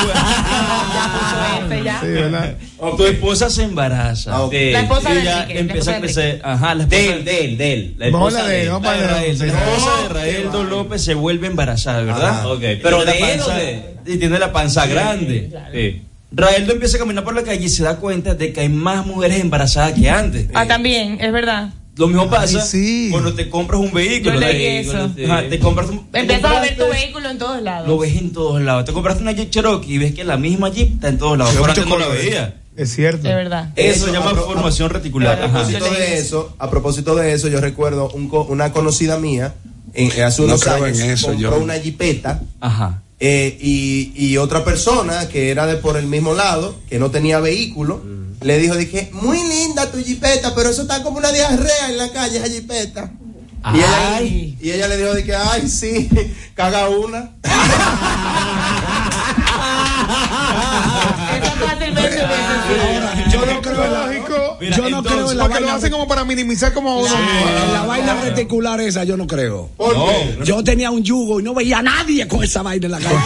Tu esposa se embaraza. La esposa de ella Enrique, empieza a crecer. Ajá, la De esposa él. La esposa de Raeldo. La esposa de Raeldo López se vuelve embarazada, ¿verdad? Ok, pero de él y tiene la panza grande. Sí. Raeldo empieza a caminar por la calle y se da cuenta de que hay más mujeres embarazadas que antes. También, es verdad. Lo mismo pasa cuando te compras un vehículo. Yo leí eso. Te compras empiezas a ver tu vehículo en todos lados. Lo ves en todos lados. Te compraste una Jeep Cherokee y ves que la misma Jeep está en todos lados. Por antes no la veía. Es cierto. Es verdra. Eso se llama formación reticular. A propósito de eso, yo recuerdo una conocida mía hace unos años compró una Jeepeta. Ajá. Y otra persona que era de por el mismo lado, que no tenía vehículo, le dijo, dije, muy linda tu jipeta, pero eso está como una diarrea en la calle, esa jipeta. Y ella le dijo, dije, ay, sí, caga una. Yo no creo lógico. Yo no creo en la vaina. Lo hacen como para minimizar como uno. La vaina reticular esa yo no creo. Yo tenía un yugo y no veía a nadie con esa vaina en la calle.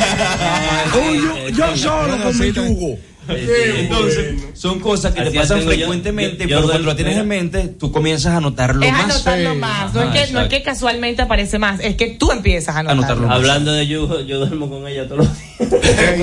Yo solo con mi yugo. Entonces, son cosas que te pasan frecuentemente, pero cuando lo tienes en mente, tú comienzas a notarlo es más. Anotarlo más. No es que casualmente aparece más, es que tú empiezas a notarlo más. Hablando de yugo, yo duermo con ella todos los días.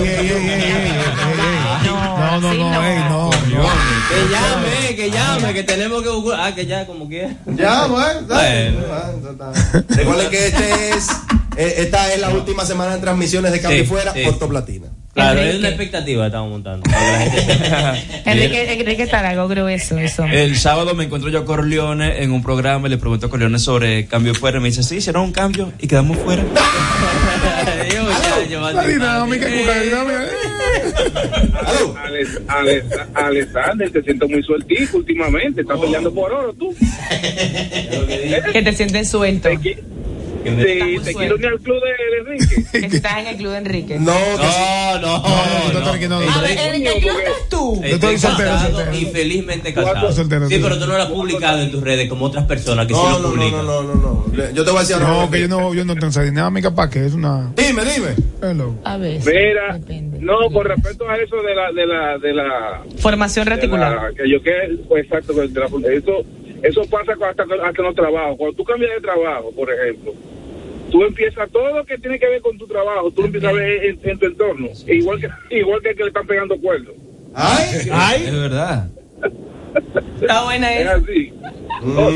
No. Que llame, que tenemos que buscar. Que ya, como quiera. Ya, bueno. Recuerden que esta es la última semana de transmisiones de Cambio Fuera por Top Latina. Claro, es una expectativa que estamos montando. Enrique está algo grueso eso. El sábado me encuentro yo a Corleone en un programa y le pregunto a Corleone sobre Cambio Fuera. Me dice, sí, hicieron un cambio y quedamos fuera. La dinámica. Alexander, te siento muy sueltico últimamente. Estás peleando por oro, tú. Que te sientes suelto. Sí, te quiero unir al club de Enrique. Estás en el club de Enrique. No. A ver, ¿en qué club estás tú? Yo estoy soltero y felizmente casado. Sí, pero tú no lo has publicado en tus redes como otras personas que sí lo publican. No. Yo te voy a decir no, que yo no tengo esa dinámica para que es una. Dime. Hello. A ver. Mira, no, con respecto a eso de la formación reticular. Exacto, eso pasa hasta en los trabajos. Cuando tú cambias de trabajo, por ejemplo, tú empiezas todo lo que tiene que ver con tu trabajo, tú lo empiezas a ver en tu entorno, igual que el que le están pegando cuernos. Ay, es verdad. Está buena es así. No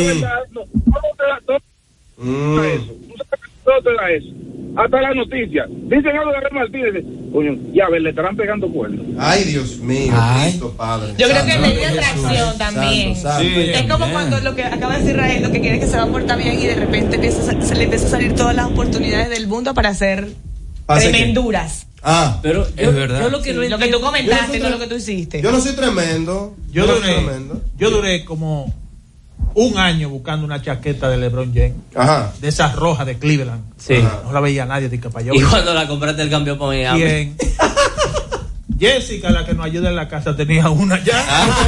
te da eso. Hasta las noticias. Dicen algo de Gabriel Martínez. Coño, ya le estarán pegando cuernos. Ay, Dios mío, Cristo Padre. Yo creo que media atracción también. Santo. Es como cuando lo que acaba de decir Rael, lo que quiere es que se va a portar bien y de repente se le empieza a salir todas las oportunidades del mundo para hacer tremenduras. Pero es verdad. Yo lo que tú comentaste, no lo que tú hiciste. Yo no soy tremendo. Yo duré como un año buscando una chaqueta de LeBron James. Ajá. De esas rojas de Cleveland. Sí. No la veía nadie. Y cuando la compraste el cambio para Miami. ¿Quién? Jessica, la que nos ayuda en la casa, tenía una ya.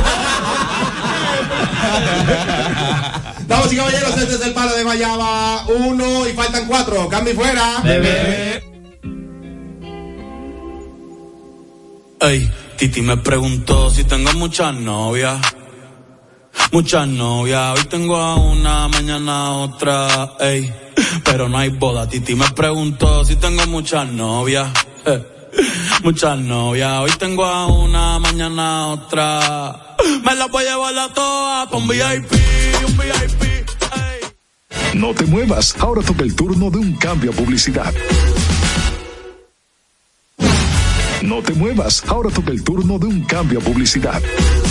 Damas y caballeros, este es el Palo de Guayaba 1 y faltan 4. Cambio Fuera. Bebé. Ey, Titi me preguntó si tengo muchas novias. Hoy tengo a una, mañana a otra, ey. Pero no hay boda. Titi me preguntó si tengo muchas novias. Hoy tengo a una, mañana a otra. Me las voy a llevar a todas pa' un VIP, ey. No te muevas, ahora toca el turno de un cambio a publicidad. No te muevas, ahora toca el turno de un cambio a publicidad.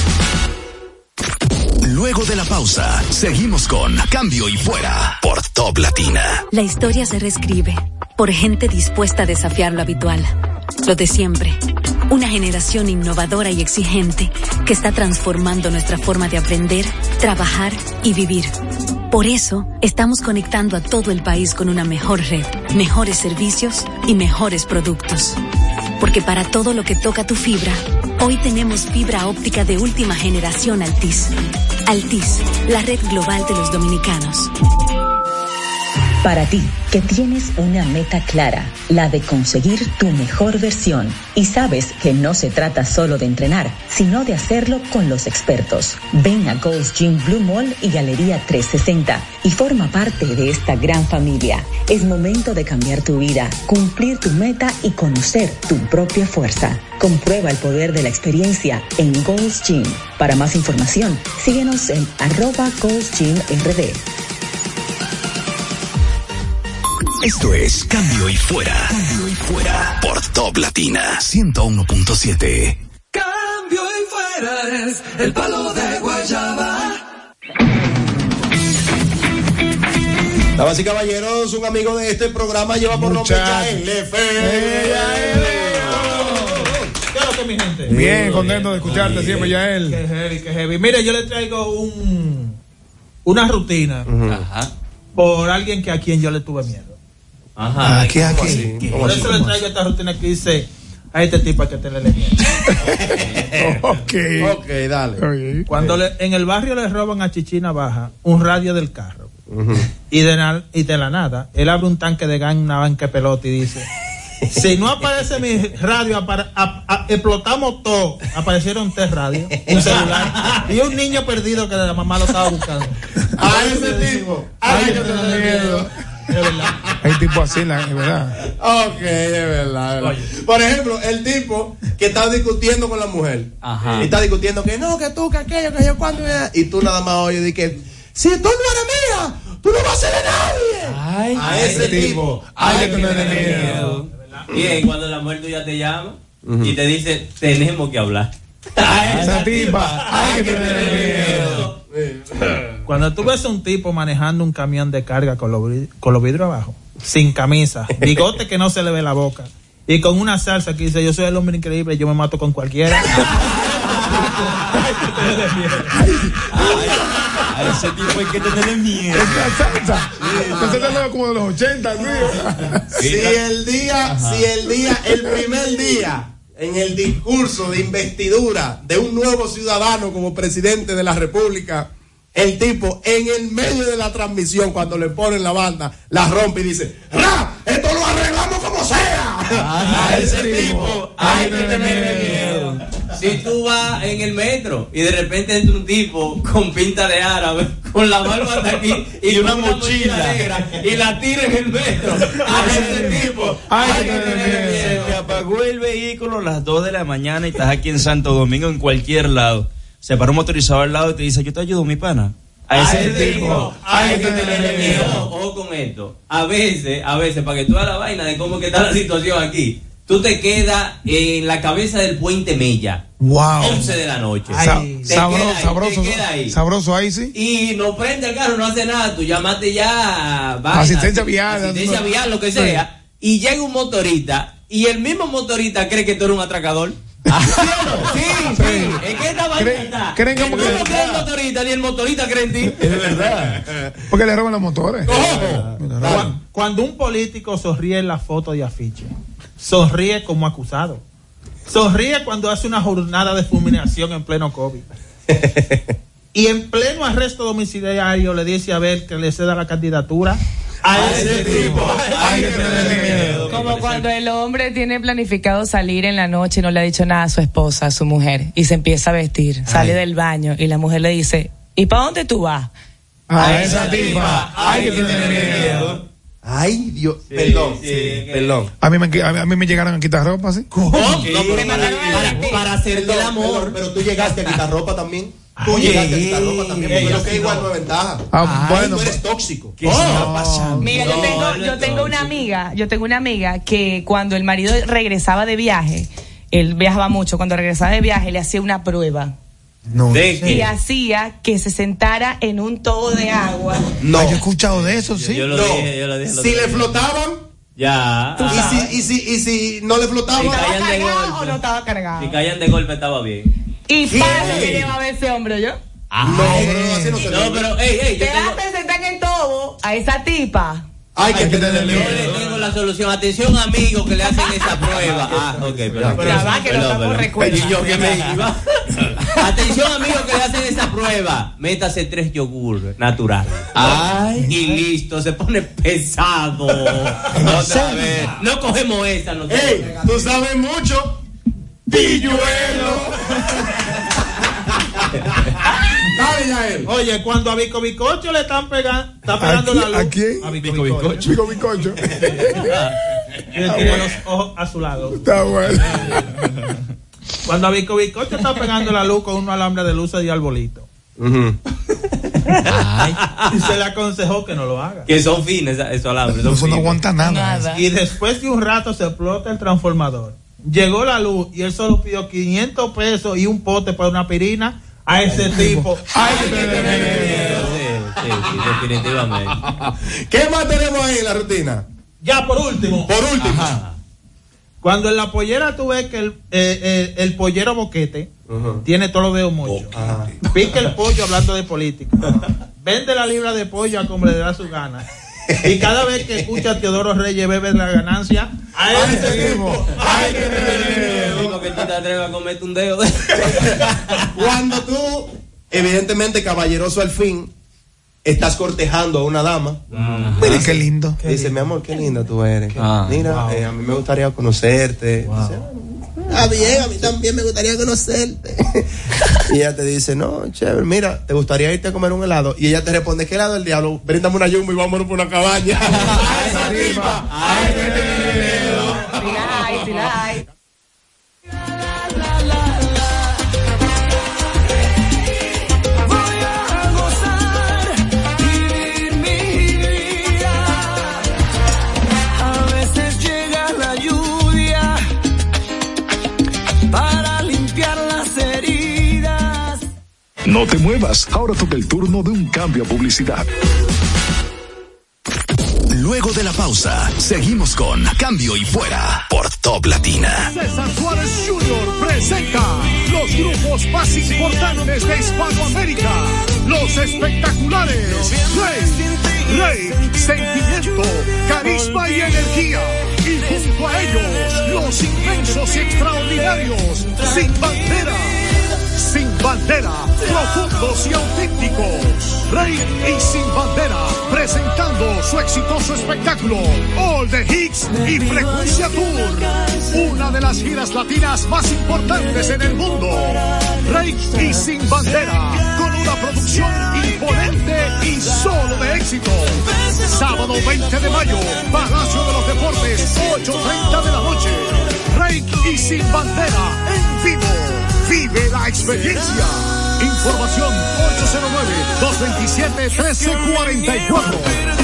Luego de la pausa, seguimos con Cambio y Fuera por Top Latina. La historia se reescribe por gente dispuesta a desafiar lo habitual, lo de siempre. Una generación innovadora y exigente que está transformando nuestra forma de aprender, trabajar y vivir. Por eso, estamos conectando a todo el país con una mejor red, mejores servicios y mejores productos. Porque para todo lo que toca tu fibra, hoy tenemos fibra óptica de última generación Altiz. Altiz, la red global de los dominicanos. Para ti, que tienes una meta clara, la de conseguir tu mejor versión, y sabes que no se trata solo de entrenar, sino de hacerlo con los expertos. Ven a Gold's Gym Blue Mall y Galería 360 y forma parte de esta gran familia. Es momento de cambiar tu vida, cumplir tu meta y conocer tu propia fuerza. Comprueba el poder de la experiencia en Gold's Gym. Para más información, síguenos en @Gold'sGymRD. Esto es Cambio y Fuera. Cambio y Fuera por Top Latina 101.7. Cambio y Fuera es el Palo de Guayaba. Damas y caballeros, un amigo de este programa lleva por nombre Yael. que mi gente? Bien, contento de escucharte siempre, Yael. Qué heavy, qué heavy. Mire, yo le traigo una rutina por alguien que a quien yo le tuve miedo. Ajá. Aquí. Por eso le traigo esta rutina que dice a este tipo que te le miedo. Ok, dale. Cuando en el barrio le roban a Chichina Baja un radio del carro y de la nada, él abre un tanque de gas en una banca de pelota y dice: si no aparece mi radio, explotamos todo. Aparecieron 3 radios, un celular y un niño perdido que la mamá lo estaba buscando. A ese tipo. Ay, que te da miedo. Es verdad. Hay tipo así, es verdad. Ok, es verdad. Por ejemplo, el tipo que está discutiendo con la mujer. Ajá. Y está discutiendo que no, que tú, que aquello, que yo, cuando. Y tú nada más oyes de que si tú no eres mía, tú no vas a ser de nadie. Ay, a ese tipo. Ay, que no eres miedo. Bien, cuando la mujer tuya te llama y te dice: tenemos que hablar. A esa tipa. Ay, que tener miedo. Cuando tú ves a un tipo manejando un camión de carga con los vidrios abajo, sin camisa, bigote que no se le ve la boca, y con una salsa que dice: yo soy el hombre increíble, yo me mato con cualquiera. A ese tipo hay que tenerle miedo. Esa salsa. Entonces es como de los 80, tío. Si el primer día, en el discurso de investidura de un nuevo ciudadano como presidente de la República, el tipo en el medio de la transmisión, cuando le ponen la banda, la rompe y dice: ¡Ra! ¡Esto lo arreglamos como sea! A ese tipo hay que tenerle miedo. Si tú vas en el metro y de repente entra un tipo con pinta de árabe, con la barba hasta aquí y una mochila negra y la tira en el metro, a ese tipo hay que tenerle miedo. Se te apagó el vehículo a las 2 de la mañana y estás aquí en Santo Domingo, en cualquier lado. Se paró un motorizado al lado y te dice: yo te ayudo, mi pana. A ese tipo hay que tenerle miedo. Ojo con esto. A veces, para que tú hagas la vaina de cómo que está la situación aquí, tú te quedas en la cabeza del Puente Mella. Wow. 11 de la noche. Sabroso ahí, sí. Y no prende el carro, no hace nada. Tú llamaste ya asistencia vial, lo que sea. Y llega un motorista y el mismo motorista cree que tú eres un atracador. Sí. Es que esta vaina está. ¿Creen como que no cree el motorista ni el motorista cree en ti? Es verdad. Porque le roban los motores. Cuando un político sonríe en la foto de afiche, sonríe como acusado. Sonríe cuando hace una jornada de fulminación en pleno COVID. Y en pleno arresto domiciliario le dice a ver que le ceda la candidatura a ese tipo. Hay que tener miedo. Como cuando el hombre tiene planificado salir en la noche y no le ha dicho nada a su esposa, a su mujer, y se empieza a vestir, sale del baño y la mujer le dice: ¿y para dónde tú vas? A esa tipa hay que tener miedo. Ay, Dios, perdón. A mí me llegaron a quitar ropa, ¿sí? ¿Cómo? Para hacerte el amor. Pero tú llegaste a quitar ropa también. Tú llegaste a quitar ropa también, porque lo que igual no es ventaja. Bueno, tú eres tóxico. ¿Qué está pasando? Mira, yo tengo una amiga que cuando el marido regresaba de viaje, él viajaba mucho, cuando regresaba de viaje le hacía una prueba. No. Y hacía que se sentara en un tobo de agua. No, yo he escuchado de eso, sí. Yo lo dije. Si le flotaban, ya. Y si no le flotaban, si caían de golpe, o no estaba cargado. Si caían de golpe estaba bien. Y padre que llevaba ese hombre, yo. Pero ey, te hace sentar en el tobo a esa tipa. Hay que tenerle miedo. Yo le tengo la solución. Atención, amigos que le hacen esa prueba. Pero y yo que me iba. Atención, amigos que le hacen esa prueba. Métase 3 yogur naturales. Y listo, se pone pesado. Otra vez. No cogemos esa. Tú sabes mucho. Pilluelo. Dale, Yael. Oye, cuando a Vico Bicocho le están pegando la luz. ¿A quién? A Vico Bicocho. Vico Bicocho. Tiene los ojos azulados. Está bueno. Cuando a Vico Bicocho está pegando la luz con un alambre de luces de arbolito. Y se le aconsejó que no lo haga. Que son fines esos alambres. Eso no aguanta nada. Y después de un rato se explota el transformador. Llegó la luz y él solo pidió 500 pesos y un pote para una pirina. A ese tipo hay que tener miedo. Sí, definitivamente. ¿Qué más tenemos ahí en la rutina? Ya por último. Ajá. Cuando en la pollera tú ves que el pollero boquete tiene todos los dedos mochos. Pica el pollo hablando de política. Vende la libra de pollo a como le da su gana. Y cada vez que escucha a Teodoro Reyes bebe la ganancia, a ese mismo. Ay, que tú te atreves a comerte un dedo. Cuando tú, evidentemente caballeroso al fin, estás cortejando a una dama. Mira qué lindo. Dice, mi amor, qué linda tú eres. Mira, a mí me gustaría conocerte. Dice, bien, a mí también me gustaría conocerte. Y ella te dice, no, chévere, mira, ¿te gustaría irte a comer un helado? Y ella te responde, ¿qué helado del diablo? Bríndame una yumbo y vámonos por una cabaña. Sí la hay. No te muevas, ahora toca el turno de un cambio a publicidad. Luego de la pausa, seguimos con Cambio y Fuera por Top Latina. César Suárez Jr. presenta los grupos más importantes de Hispanoamérica. Los espectaculares Rey, Sentimiento, Carisma y Energía. Y junto a ellos, los inmensos y extraordinarios Sin Bandera. Sin Bandera, profundos y auténticos. Rey y Sin Bandera, presentando su exitoso espectáculo All the Hits y Frecuencia Tour, una de las giras latinas más importantes en el mundo. Rey y Sin Bandera, con una producción imponente y solo de éxito. Sábado 20 de mayo, Palacio de los Deportes, 8:30 de la noche. Rey y Sin Bandera, en vivo. Vive la experiencia. Información 809-227-1344.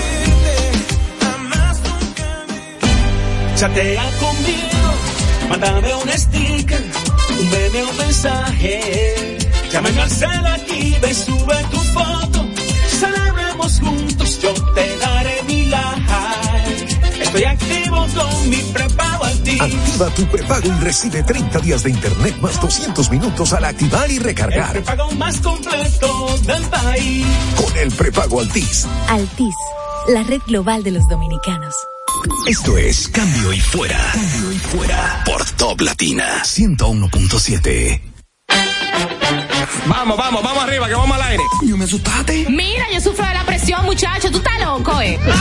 Chatea conmigo, mándame un sticker, un meme, un mensaje. Llámame al celular y ve, sube tu foto. Celebremos juntos, yo te daré mi like. Estoy activo con mi prepago Altis. Activa tu prepago y recibe 30 días de internet más 200 minutos al activar y recargar. El prepago más completo del país. Con el prepago Altis. Altis, la red global de los dominicanos. Esto es Cambio y Fuera. Cambio y Fuera por Top Latina 101.7. Vamos arriba, que vamos al aire. ¿Yo me asustaste? Mira, yo sufro de la presión, muchacho. Tú estás loco,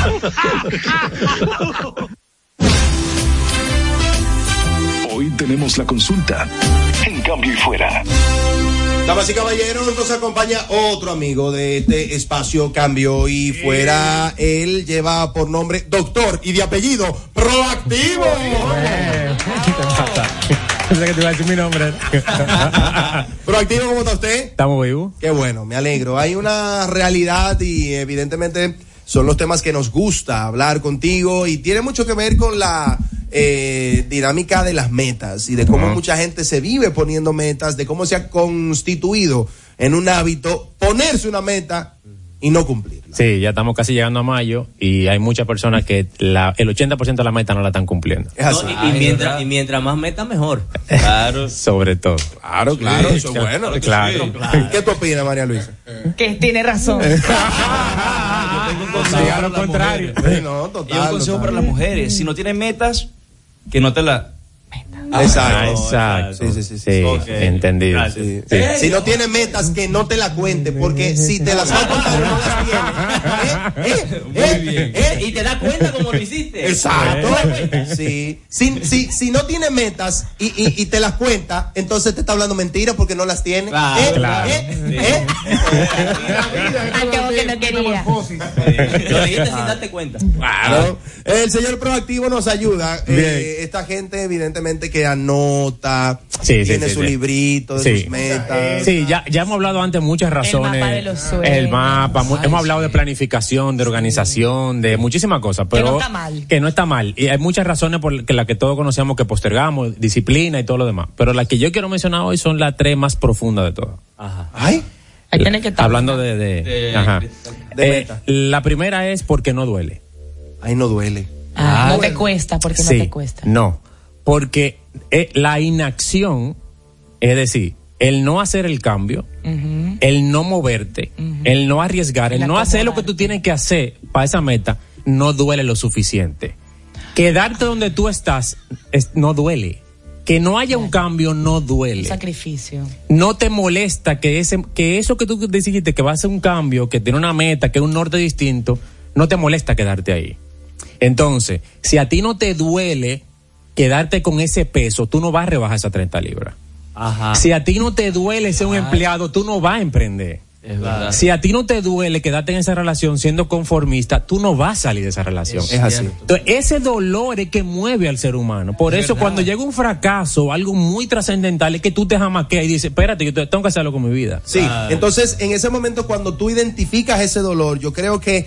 Hoy tenemos la consulta en Cambio y Fuera. Damas y caballeros, nos acompaña otro amigo de este espacio Cambio y Fuera. Él lleva por nombre Doctor y de apellido Proactivo. Pensé que te iba a decir mi nombre. Proactivo, ¿cómo está usted? Estamos vivos. Qué bueno, me alegro. Hay una realidad y evidentemente son los temas que nos gusta hablar contigo y tiene mucho que ver con la dinámica de las metas y de cómo mucha gente se vive poniendo metas, de cómo se ha constituido en un hábito ponerse una meta y no cumplirla. Sí, ya estamos casi llegando a mayo y hay muchas personas que el 80% de la meta no la están cumpliendo. Es así. Y mientras más meta, mejor. Claro. Sobre todo. Claro, eso es bueno. Claro. ¿Qué tú opinas, María Luisa? Que tiene razón. Yo tengo un consejo para las contrario. mujeres. No, total. Y un consejo para las mujeres. Si no tienen metas, que no te la... Exacto. Sí, okay. Entendido. Sí. Si no tienes metas, que no te la cuente, porque si te las va a contar no las tienes. Muy bien. Y te das cuenta cómo lo hiciste. Exacto. Sí. Si no tienes metas y te las cuenta, entonces te está hablando mentiras porque no las tiene. Claro. Que no quería. Lo dijiste sin darte cuenta. Claro. El señor Proactivo nos ayuda. Esta gente, evidentemente, que anota, tiene su librito de sus metas. Sí, ya hemos hablado antes muchas razones. El mapa de los sueños. El mapa, hemos hablado de planificación, de organización, de muchísimas cosas. Pero que no está mal. Que no está mal. Y hay muchas razones por las que todos conocemos que postergamos, disciplina y todo lo demás. Pero las que yo quiero mencionar hoy son las tres más profundas de todas. Ajá. Ay. Hablando de meta. La primera es porque no duele. Ay, no duele. No te cuesta, porque no te cuesta. No. Porque la inacción, es decir, el no hacer el cambio, el no moverte, el no arriesgar, el no hacer lo que tú tienes que hacer para esa meta, no duele lo suficiente. Quedarte donde tú estás no duele. Que no haya un cambio no duele. Un sacrificio. No te molesta que eso que tú decidiste que va a ser un cambio, que tiene una meta, que es un norte distinto, no te molesta quedarte ahí. Entonces, si a ti no te duele quedarte con ese peso, tú no vas a rebajar esas 30 libras. Ajá. Si a ti no te duele ser un empleado, tú no vas a emprender. Es verdad. Si a ti no te duele quedarte en esa relación siendo conformista, tú no vas a salir de esa relación. Es así. Entonces, ese dolor es que mueve al ser humano. Por eso, cuando llega un fracaso, algo muy trascendental, es que tú te jamaqueas y dices, espérate, yo tengo que hacerlo con mi vida. Sí, entonces, en ese momento, cuando tú identificas ese dolor, yo creo que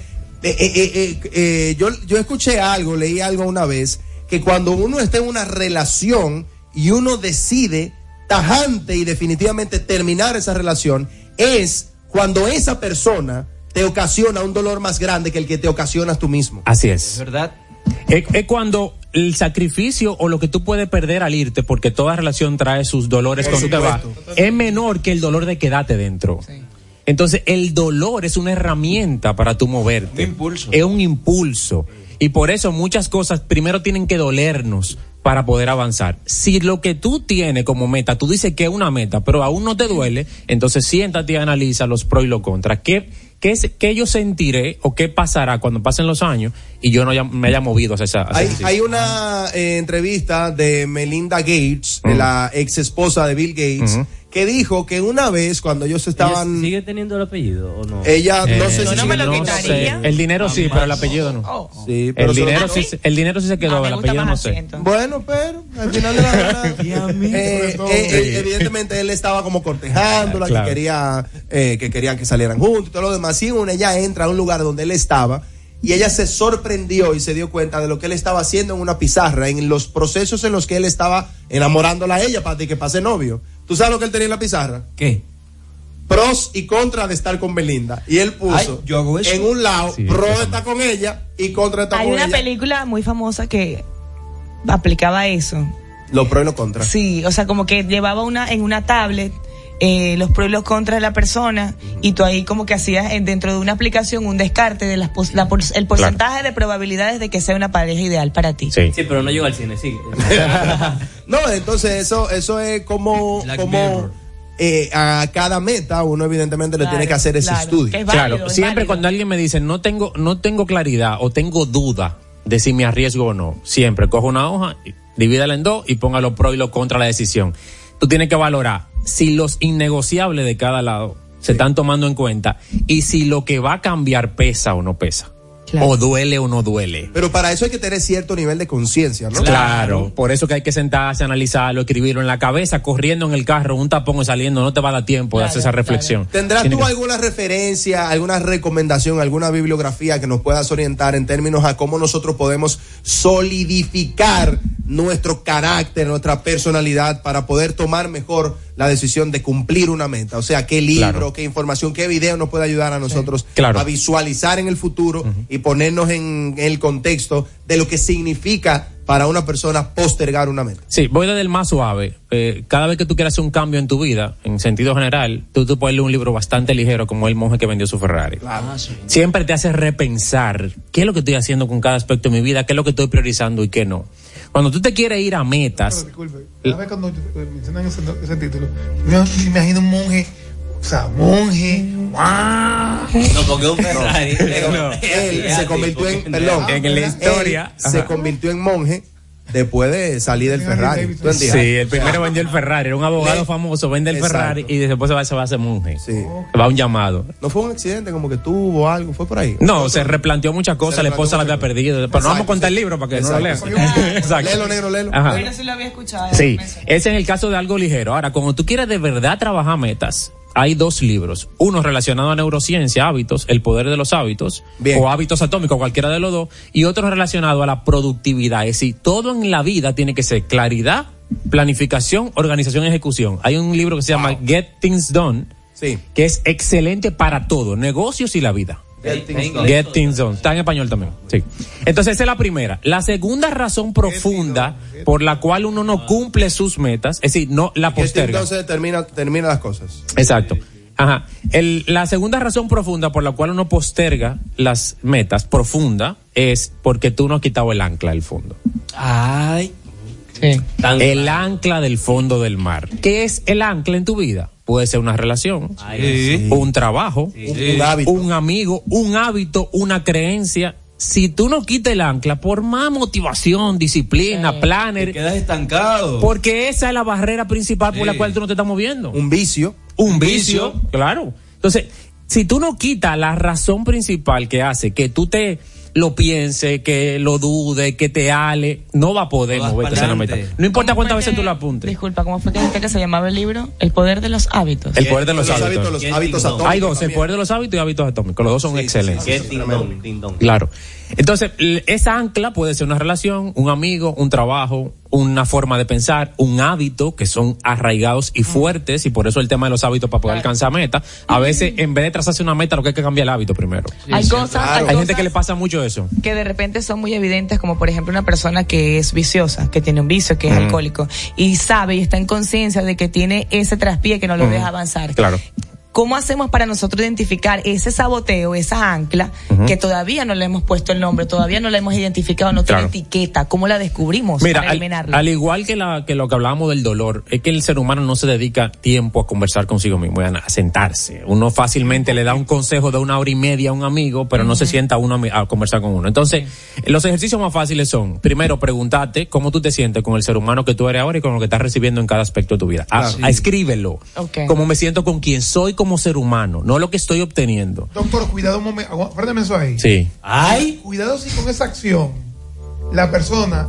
yo escuché algo, leí algo una vez, que cuando uno está en una relación y uno decide tajante y definitivamente terminar esa relación, es cuando esa persona te ocasiona un dolor más grande que el que te ocasionas tú mismo. Así es. ¿Es verdad? Es cuando el sacrificio o lo que tú puedes perder al irte, porque toda relación trae sus dolores cuando te vas, es menor que el dolor de quedarte dentro. Sí. Entonces, el dolor es una herramienta para tú moverte. Un impulso. Es un impulso. Y por eso muchas cosas primero tienen que dolernos para poder avanzar. Si lo que tú tienes como meta, tú dices que es una meta, pero aún no te duele, entonces siéntate y analiza los pros y los contras. ¿Qué yo sentiré o qué pasará cuando pasen los años y yo no me haya movido hacia esa? Hay una entrevista de Melinda Gates, la ex esposa de Bill Gates, que dijo que una vez cuando ellos estaban... ¿Sigue teniendo el apellido o no? Ella no sé si... No me lo quitaría. El dinero sí, pero el apellido no. Sí, pero el dinero sí se quedó, el apellido no sé. Bueno, pero al final de la verdad, evidentemente él estaba como cortejándola, claro. que querían que salieran juntos y todo lo demás. Y ella entra a un lugar donde él estaba y ella se sorprendió y se dio cuenta de lo que él estaba haciendo en una pizarra, en los procesos en los que él estaba enamorándola a ella para que pase novio. ¿Tú sabes lo que él tenía en la pizarra? ¿Qué? Pros y contras de estar con Belinda. Y él puso yo hago eso. en un lado, pro de estar con ella y contra de estar con ella. Hay una película muy famosa que aplicaba eso. Los pros y los contras. Sí, o sea, como que llevaba en una tablet los pros y los contras de la persona y tú ahí como que hacías dentro de una aplicación un descarte de el porcentaje de probabilidades de que sea una pareja ideal para ti. Sí, pero no llego al cine, sigue. No, entonces eso es como a cada meta uno evidentemente le tiene que hacer ese estudio. Claro, siempre cuando alguien me dice no tengo claridad o tengo duda de si me arriesgo o no, siempre cojo una hoja, divídela en dos y ponga los pros y los contras a la decisión. Tú tienes que valorar si los innegociables de cada lado se están tomando en cuenta y si lo que va a cambiar pesa o no pesa. Claro. O duele o no duele. Pero para eso hay que tener cierto nivel de conciencia, ¿no? Claro, por eso que hay que sentarse, analizarlo, escribirlo en la cabeza, corriendo en el carro, un tapón y saliendo, no te va a dar tiempo de hacer esa reflexión. ¿Tendrás tú alguna referencia, alguna recomendación, alguna bibliografía que nos puedas orientar en términos a cómo nosotros podemos solidificar nuestro carácter, nuestra personalidad para poder tomar mejor la decisión de cumplir una meta? O sea, qué libro, qué información, qué video nos puede ayudar a nosotros a visualizar en el futuro y ponernos en el contexto de lo que significa para una persona postergar una meta. Sí, voy desde el más suave. Cada vez que tú quieras hacer un cambio en tu vida, en sentido general, tú puedes leer un libro bastante ligero como El monje que vendió su Ferrari. Claro. Siempre te hace repensar qué es lo que estoy haciendo con cada aspecto de mi vida, qué es lo que estoy priorizando y qué no. Cuando tú te quieres ir a metas... Pero, disculpe, cada vez cuando mencionan ese título, yo me imagino un monje... O sea, monje. No, porque un Ferrari. Él se convirtió en la historia. Se convirtió en monje después de salir del Ferrari. Sí, el primero vendió el Ferrari. Era un abogado famoso, vende el Ferrari y después se va a hacer monje. Sí. Va a un llamado. ¿No fue un accidente como que tuvo algo? ¿Fue por ahí? No, se replanteó muchas cosas. La esposa la había perdido. Pero no vamos a contar el libro para que no lo lean. Exacto. Léelo, negro, léelo. Bueno, sí lo había escuchado. Sí, ese es el caso de algo ligero. Ahora, cuando tú quieres de verdad trabajar metas, hay dos libros, uno relacionado a neurociencia, hábitos, el poder de los hábitos, o hábitos atómicos, cualquiera de los dos, y otro relacionado a la productividad. Es decir, todo en la vida tiene que ser claridad, planificación, organización y ejecución. Hay un libro que se llama Get Things Done, que es excelente para todo, negocios y la vida. Get things done. Está en español también. Sí. Entonces esa es la primera. La segunda razón profunda por la cual uno no cumple sus metas, es decir, no la posterga. Entonces termina las cosas. Exacto. Ajá. La segunda razón profunda por la cual uno posterga las metas profunda es porque tú no has quitado el ancla del fondo. Ay. Sí. El ancla del fondo del mar. ¿Qué es el ancla en tu vida? Puede ser una relación, un trabajo, un hábito, un amigo, un hábito, una creencia. Si tú no quitas el ancla, por más motivación, disciplina, planner, te quedas estancado. Porque esa es la barrera principal por la cual tú no te estás moviendo. Un vicio. Un vicio, claro. Entonces, si tú no quitas la razón principal que hace que tú te lo pienses, que lo dudes, que te ale, no va a poder moverte hacia la meta. No importa cuántas veces tú lo apuntes. Disculpa, ¿cómo fue que se llamaba el libro? El poder de los hábitos. El poder de los hábitos. Los hábitos atómicos. Hay dos, el poder de los hábitos y hábitos atómicos. Los dos son excelentes. Claro. Entonces, esa ancla puede ser una relación, un amigo, un trabajo, una forma de pensar, un hábito que son arraigados y fuertes, y por eso el tema de los hábitos para poder alcanzar metas. A veces, en vez de trazarse una meta, lo que hay que cambiar el hábito primero. Hay cosas, hay gente que le pasa mucho eso. Que de repente son muy evidentes, como por ejemplo una persona que es viciosa, que tiene un vicio, que es alcohólico, y sabe y está en conciencia de que tiene ese traspié que no lo deja avanzar. Claro. ¿Cómo hacemos para nosotros identificar ese saboteo, esa ancla, que todavía no le hemos puesto el nombre, todavía no la hemos identificado, no tiene etiqueta? ¿Cómo la descubrimos? Mira, para eliminarla? al igual que lo que hablábamos del dolor, es que el ser humano no se dedica tiempo a conversar consigo mismo, a sentarse. Uno fácilmente le da un consejo de 1 hora y media a un amigo, pero no se sienta uno a conversar con uno. Entonces, los ejercicios más fáciles son, primero, preguntarte cómo tú te sientes con el ser humano que tú eres ahora y con lo que estás recibiendo en cada aspecto de tu vida. Escríbelo. Cómo me siento con quien soy como ser humano, no lo que estoy obteniendo. Doctor, cuidado un momento, guárdame eso ahí. Sí. Ay. Cuidado si con esa acción la persona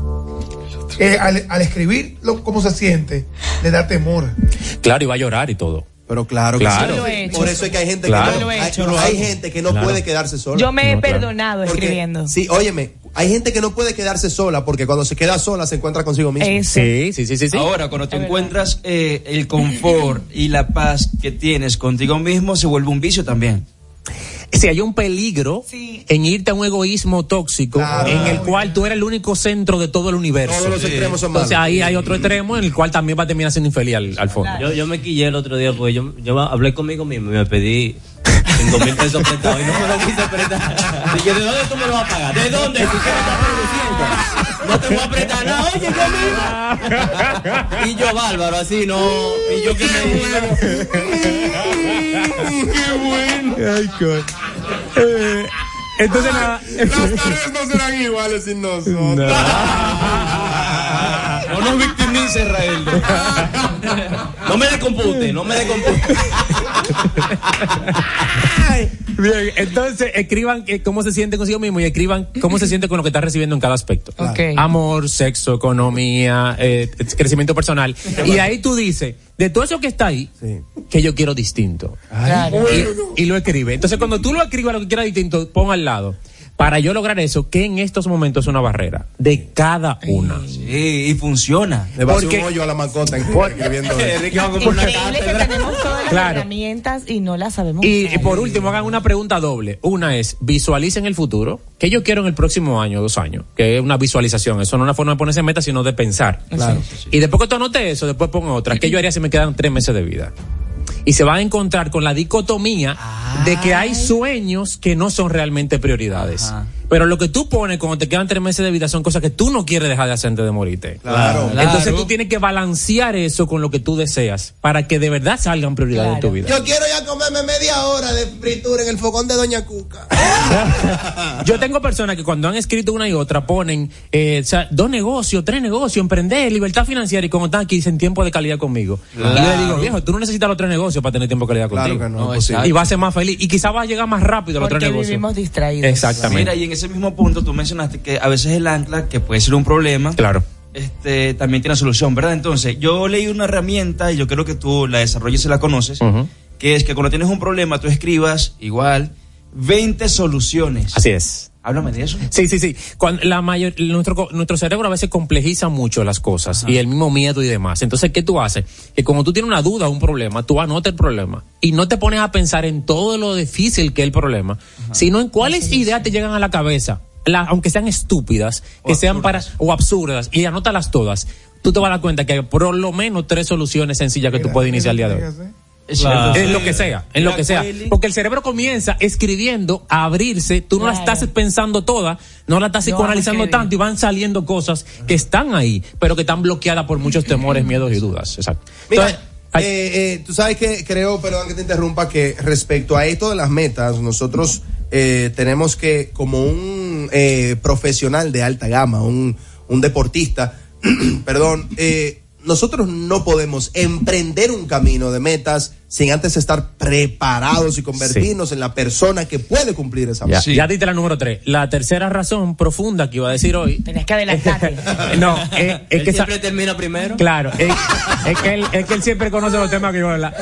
al escribir cómo se siente le da temor. Claro, y va a llorar y todo. Pero claro. Por eso es que hay gente que no puede quedarse sola. Yo me he perdonado escribiendo. Sí, óyeme, hay gente que no puede quedarse sola porque cuando se queda sola se encuentra consigo misma. Sí. Ahora, cuando te encuentras el confort y la paz que tienes contigo mismo, se vuelve un vicio también. Si hay un peligro en irte a un egoísmo tóxico en el cual tú eres el único centro de todo el universo. Todos los extremos son malos. Entonces ahí hay otro extremo en el cual también va a terminar siendo infeliz al fondo. Yo me quillé el otro día porque yo hablé conmigo mismo y me pedí 5,000 pesos prestados y no me lo quise prestar. Dije, ¿de dónde tú me lo vas a pagar? ¿De dónde? ¿Tú qué me estás produciendo? No te voy a prestar nada, oye, conmigo. Y yo, bárbaro, así, no. Y yo que me ¡Qué bueno! Ay, coño. Entonces nada. Las tareas no serán iguales sin nosotros. No nos victimice, Israel. No me descompute. Bien, entonces escriban cómo se sienten consigo mismo y escriban cómo se siente con lo que estás recibiendo en cada aspecto. Amor, sexo, economía, crecimiento personal. Y ahí tú dices, de todo eso que está ahí, que yo quiero distinto. Y lo escribe. Entonces cuando tú lo escribas lo que quieras distinto, pon al lado. Para yo lograr eso, que en estos momentos es una barrera de cada una. Sí, y funciona. Le va a hacer un hoyo a la macota escribiendo. Increíble que tenemos todas las herramientas y no las sabemos. Y por último, hagan una pregunta doble. Una es, visualicen el futuro. ¿Qué yo quiero en el próximo año, 2 años? Que es una visualización. Eso no es una forma de ponerse meta, sino de pensar. Claro. Y después que tú anotes eso, después pongo otra. ¿Qué yo haría si me quedan 3 meses de vida? Y se va a encontrar con la dicotomía de que hay sueños que no son realmente prioridades. Pero lo que tú pones cuando te quedan 3 meses de vida son cosas que tú no quieres dejar de hacer antes de morirte. Claro. Entonces tú tienes que balancear eso con lo que tú deseas para que de verdad salgan prioridades en tu vida. Yo quiero ya comerme media hora de fritura en el fogón de Doña Cuca. Yo tengo personas que cuando han escrito una y otra ponen 2 negocios, 3 negocios, emprender, libertad financiera, y como están aquí dicen tiempo de calidad conmigo. Claro. Y yo le digo, viejo, tú no necesitas los 3 negocios para tener tiempo de calidad contigo. Claro que no. Y vas a ser más feliz y quizás vas a llegar más rápido a los 3 negocios. Porque vivimos distraídos. Exactamente. Mira, y en ese mismo punto tú mencionaste que a veces el ancla, que puede ser un problema, claro, también tiene solución, ¿verdad? Entonces, yo leí una herramienta y yo creo que tú la desarrolles y la conoces, que es que cuando tienes un problema tú escribas igual 20 soluciones. Así es. Háblame de eso. Sí. Nuestro cerebro a veces complejiza mucho las cosas. Ajá. Y el mismo miedo y demás. Entonces, ¿qué tú haces? Que como tú tienes una duda o un problema, tú anotas el problema y no te pones a pensar en todo lo difícil que es el problema, sino en cuáles ideas te llegan a la cabeza, aunque sean estúpidas, que sean o absurdas, y anótalas todas. Tú te vas a dar cuenta que hay por lo menos 3 soluciones sencillas que tú puedes iniciar el día de hoy. Claro. En lo que sea. Porque el cerebro comienza escribiendo, a abrirse, tú no la estás pensando toda, no la estás psicoanalizando tanto y van saliendo cosas que están ahí, pero que están bloqueadas por muchos temores, miedos y dudas. Exacto. Mira, tú sabes que creo, perdón que te interrumpa, que respecto a esto de las metas, nosotros tenemos que, como un profesional de alta gama, un deportista, perdón, nosotros no podemos emprender un camino de metas sin antes estar preparados y convertirnos en la persona que puede cumplir esa meta. Ya diste la número 3. La tercera razón profunda que iba a decir hoy. Tenés que adelantarte. No, es que siempre termina primero. Claro, es que él siempre conoce los temas que yo hablar.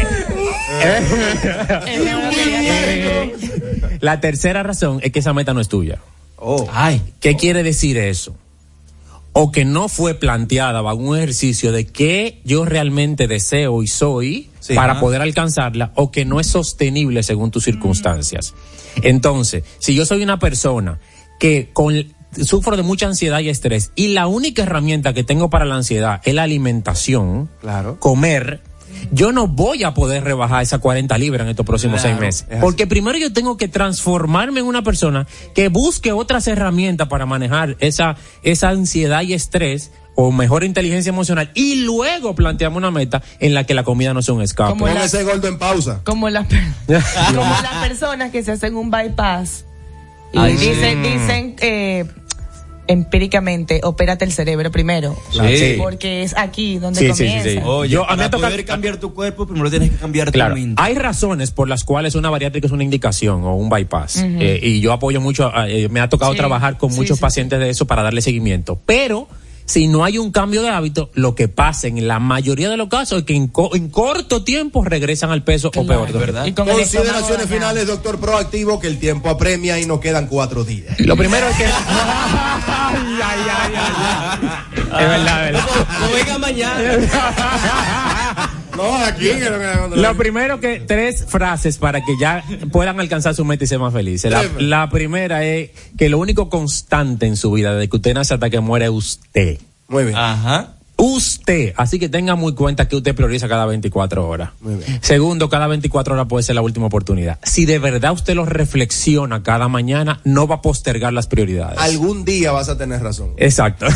La tercera razón es que esa meta no es tuya. ¿Qué quiere decir eso? O que no fue planteada bajo un ejercicio de qué yo realmente deseo y soy para poder alcanzarla, o que no es sostenible según tus circunstancias. Entonces, si yo soy una persona que sufro de mucha ansiedad y estrés, y la única herramienta que tengo para la ansiedad es la alimentación, comer, yo no voy a poder rebajar esas 40 libras en estos próximos 6 meses. Porque primero yo tengo que transformarme en una persona que busque otras herramientas para manejar esa ansiedad y estrés, o mejor inteligencia emocional, y luego planteamos una meta en la que la comida no sea un escape. Póngase gordo en pausa. Como las personas que se hacen un bypass y dicen empíricamente, opérate el cerebro primero. Porque es aquí donde comienza. Oye, para poder cambiar tu cuerpo, primero tienes que cambiar tu mente. Hay razones por las cuales una bariátrica es una indicación o un bypass. Y yo apoyo mucho, me ha tocado trabajar con muchos pacientes de eso para darle seguimiento. Pero si no hay un cambio de hábito, lo que pasa en la mayoría de los casos es que en corto tiempo regresan al peso o peor. ¿Verdad? Consideraciones finales, doctor Proactivo, que el tiempo apremia y nos quedan 4 días. Lo primero es que... Es verdad. No venga mañana. No, aquí. Lo primero que 3 frases para que ya puedan alcanzar su meta y ser más felices. La primera es que lo único constante en su vida, desde que usted nace hasta que muere, es usted. Muy bien. Usted, así que tenga muy cuenta que usted prioriza cada 24 horas. Muy bien. Segundo, cada 24 horas puede ser la última oportunidad. Si de verdad usted lo reflexiona cada mañana, no va a postergar las prioridades. Algún día vas a tener razón. Exacto.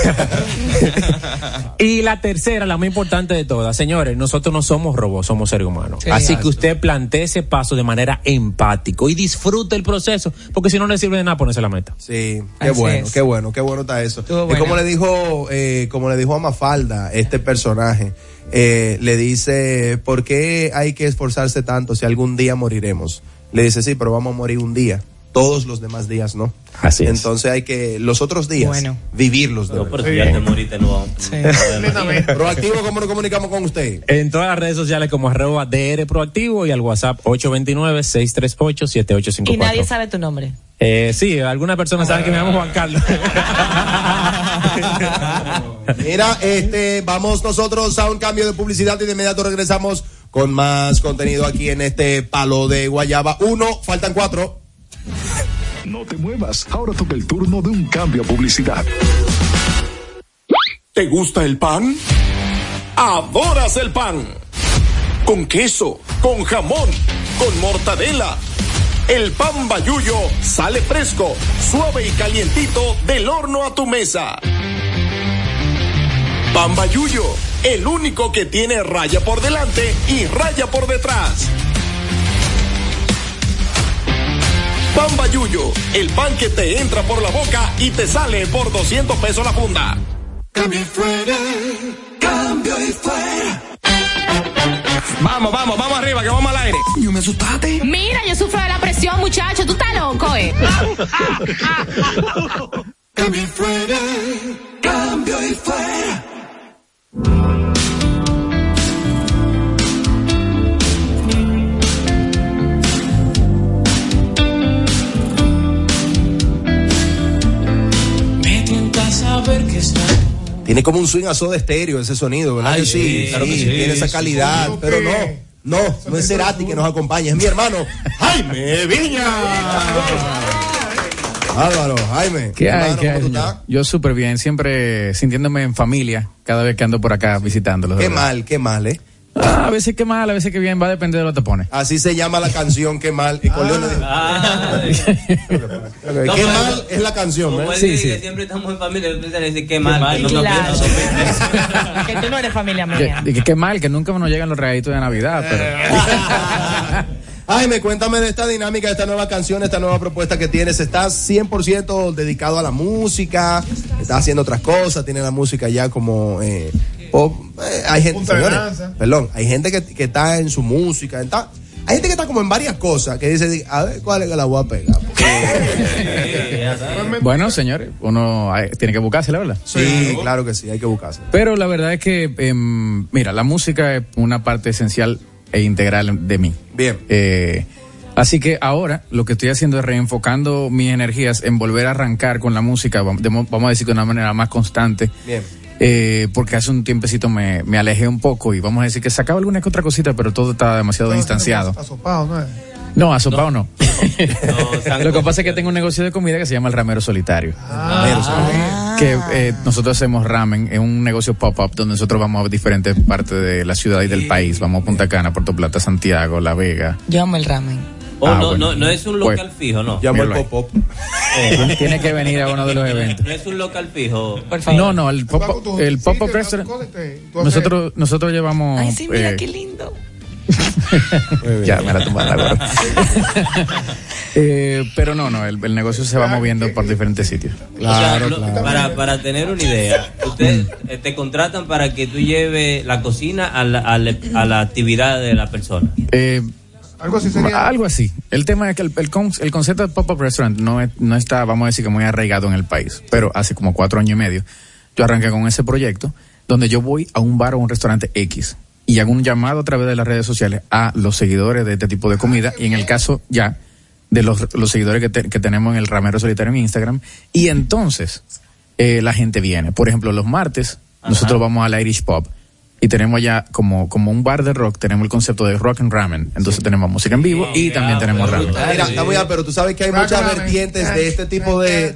Y la tercera, la más importante de todas, señores, nosotros no somos robots, somos seres humanos. Así que usted plantee ese paso de manera empático y disfrute el proceso, porque si no le sirve de nada ponerse la meta. Sí, qué bueno está eso. Como le dijo a Mafalda, este personaje, le dice, ¿por qué hay que esforzarse tanto si algún día moriremos? Le dice, sí, pero vamos a morir un día. Todos los demás días no. Así es. Entonces hay que los otros días vivirlos. Pero si ya te moriste, no vamos. Proactivo, ¿cómo nos comunicamos con usted? En todas las redes sociales como @DR Proactivo y al WhatsApp 829-638-7854. Y nadie sabe tu nombre. Sí, algunas personas saben que me llamo Juan Carlos. Mira, vamos nosotros a un cambio de publicidad y de inmediato regresamos con más contenido aquí en este Palo de Guayaba. Faltan 4. No te muevas, ahora toca el turno de un cambio a publicidad. ¿Te gusta el pan? ¿Adoras el pan? Con queso, con jamón, con mortadela. El pan Bayuyo sale fresco, suave y calientito del horno a tu mesa. Pan Bayuyo, el único que tiene raya por delante y raya por detrás. Pan Bayuyo, el pan que te entra por la boca y te sale por 200 pesos la funda. Cambio y fuera, cambio y fuera. Vamos arriba, que vamos al aire. ¿Yo me asustaste? Mira, yo sufro de la presión, muchacho. Tú estás loco, Cambio y fuera, cambio y fuera. saber que está. Tiene como un swing a Soda Stereo ese sonido, ¿verdad? Ay, que sí, claro que sí. Tiene esa calidad, pero no es Cerati que nos acompaña, es mi hermano Jaime Viña. Álvaro, Jaime. ¿Qué hay? Hermano, ¿Qué ¿cómo hay, tú señor? estás? Yo súper bien, siempre sintiéndome en familia cada vez que ando por acá visitándolos. Qué mal, ¿eh? A veces qué mal, a veces qué bien, va a depender de lo que te pones. Así se llama la canción, Qué mal. Y con León le dijo, Qué mal es la canción, Como ¿eh? él Sí, dice sí. que siempre estamos en familia, entonces le dice qué mal. Que no me Claro. ofendas. Que tú no eres familia mía. Qué mal, que nunca nos llegan los regalitos de Navidad, pero... Jaime, cuéntame de esta dinámica, de esta nueva canción, esta nueva propuesta que tienes. ¿Estás 100% dedicado a la música? ¿Estás haciendo otras cosas? ¿Tienes la música ya como pop? Hay gente, señores, hay gente que está en su música, hay gente que está como en varias cosas, que dice, a ver, ¿cuál es que la voy a pegar? Bueno, señores, uno tiene que buscarse, la verdad. Sí, claro que sí, hay que buscarse. Pero la verdad es que, mira, la música es una parte esencial e integral de mí. Bien. Así que ahora lo que estoy haciendo es reenfocando mis energías en volver a arrancar con la música, vamos a decir de una manera más constante. Bien. Porque hace un tiempecito me alejé un poco y vamos a decir que sacaba alguna que otra cosita, pero todo está demasiado distanciado. Asopado, ¿no es? No, asopado no. Lo que pasa es que tengo un negocio de comida que se llama El Ramero Solitario. Que nosotros hacemos ramen, es un negocio pop-up donde nosotros vamos a diferentes partes de la ciudad y del país. Vamos a Punta Cana, Puerto Plata, Santiago, La Vega. Yo amo el ramen. No es un local fijo, ¿no? Llamo el pop-up. Tiene que venir a uno de los eventos. No es un local fijo. Por favor. No, el pop-up restaurant. Nosotros llevamos. Ay, sí, mira qué lindo. Ya me la tumbaron la pero no, el negocio se va moviendo por diferentes sitios. Claro. Para tener una idea, ustedes te contratan para que tú lleves la cocina a la actividad de la persona. Algo así sería. Algo así. El tema es que el concepto de pop-up restaurant no está, vamos a decir que muy arraigado en el país, pero hace como 4 años y medio yo arranqué con ese proyecto donde yo voy a un bar o un restaurante X y hago un llamado a través de las redes sociales a los seguidores de este tipo de comida y en el caso ya de los seguidores que tenemos en el Ramero Solitario en Instagram y entonces la gente viene. Por ejemplo, los martes nosotros vamos al Irish Pub y tenemos ya como un bar de rock, tenemos el concepto de rock and ramen. Entonces tenemos música en vivo y también tenemos ramen. Mira, está muy bien, pero tú sabes que hay muchas vertientes de este tipo de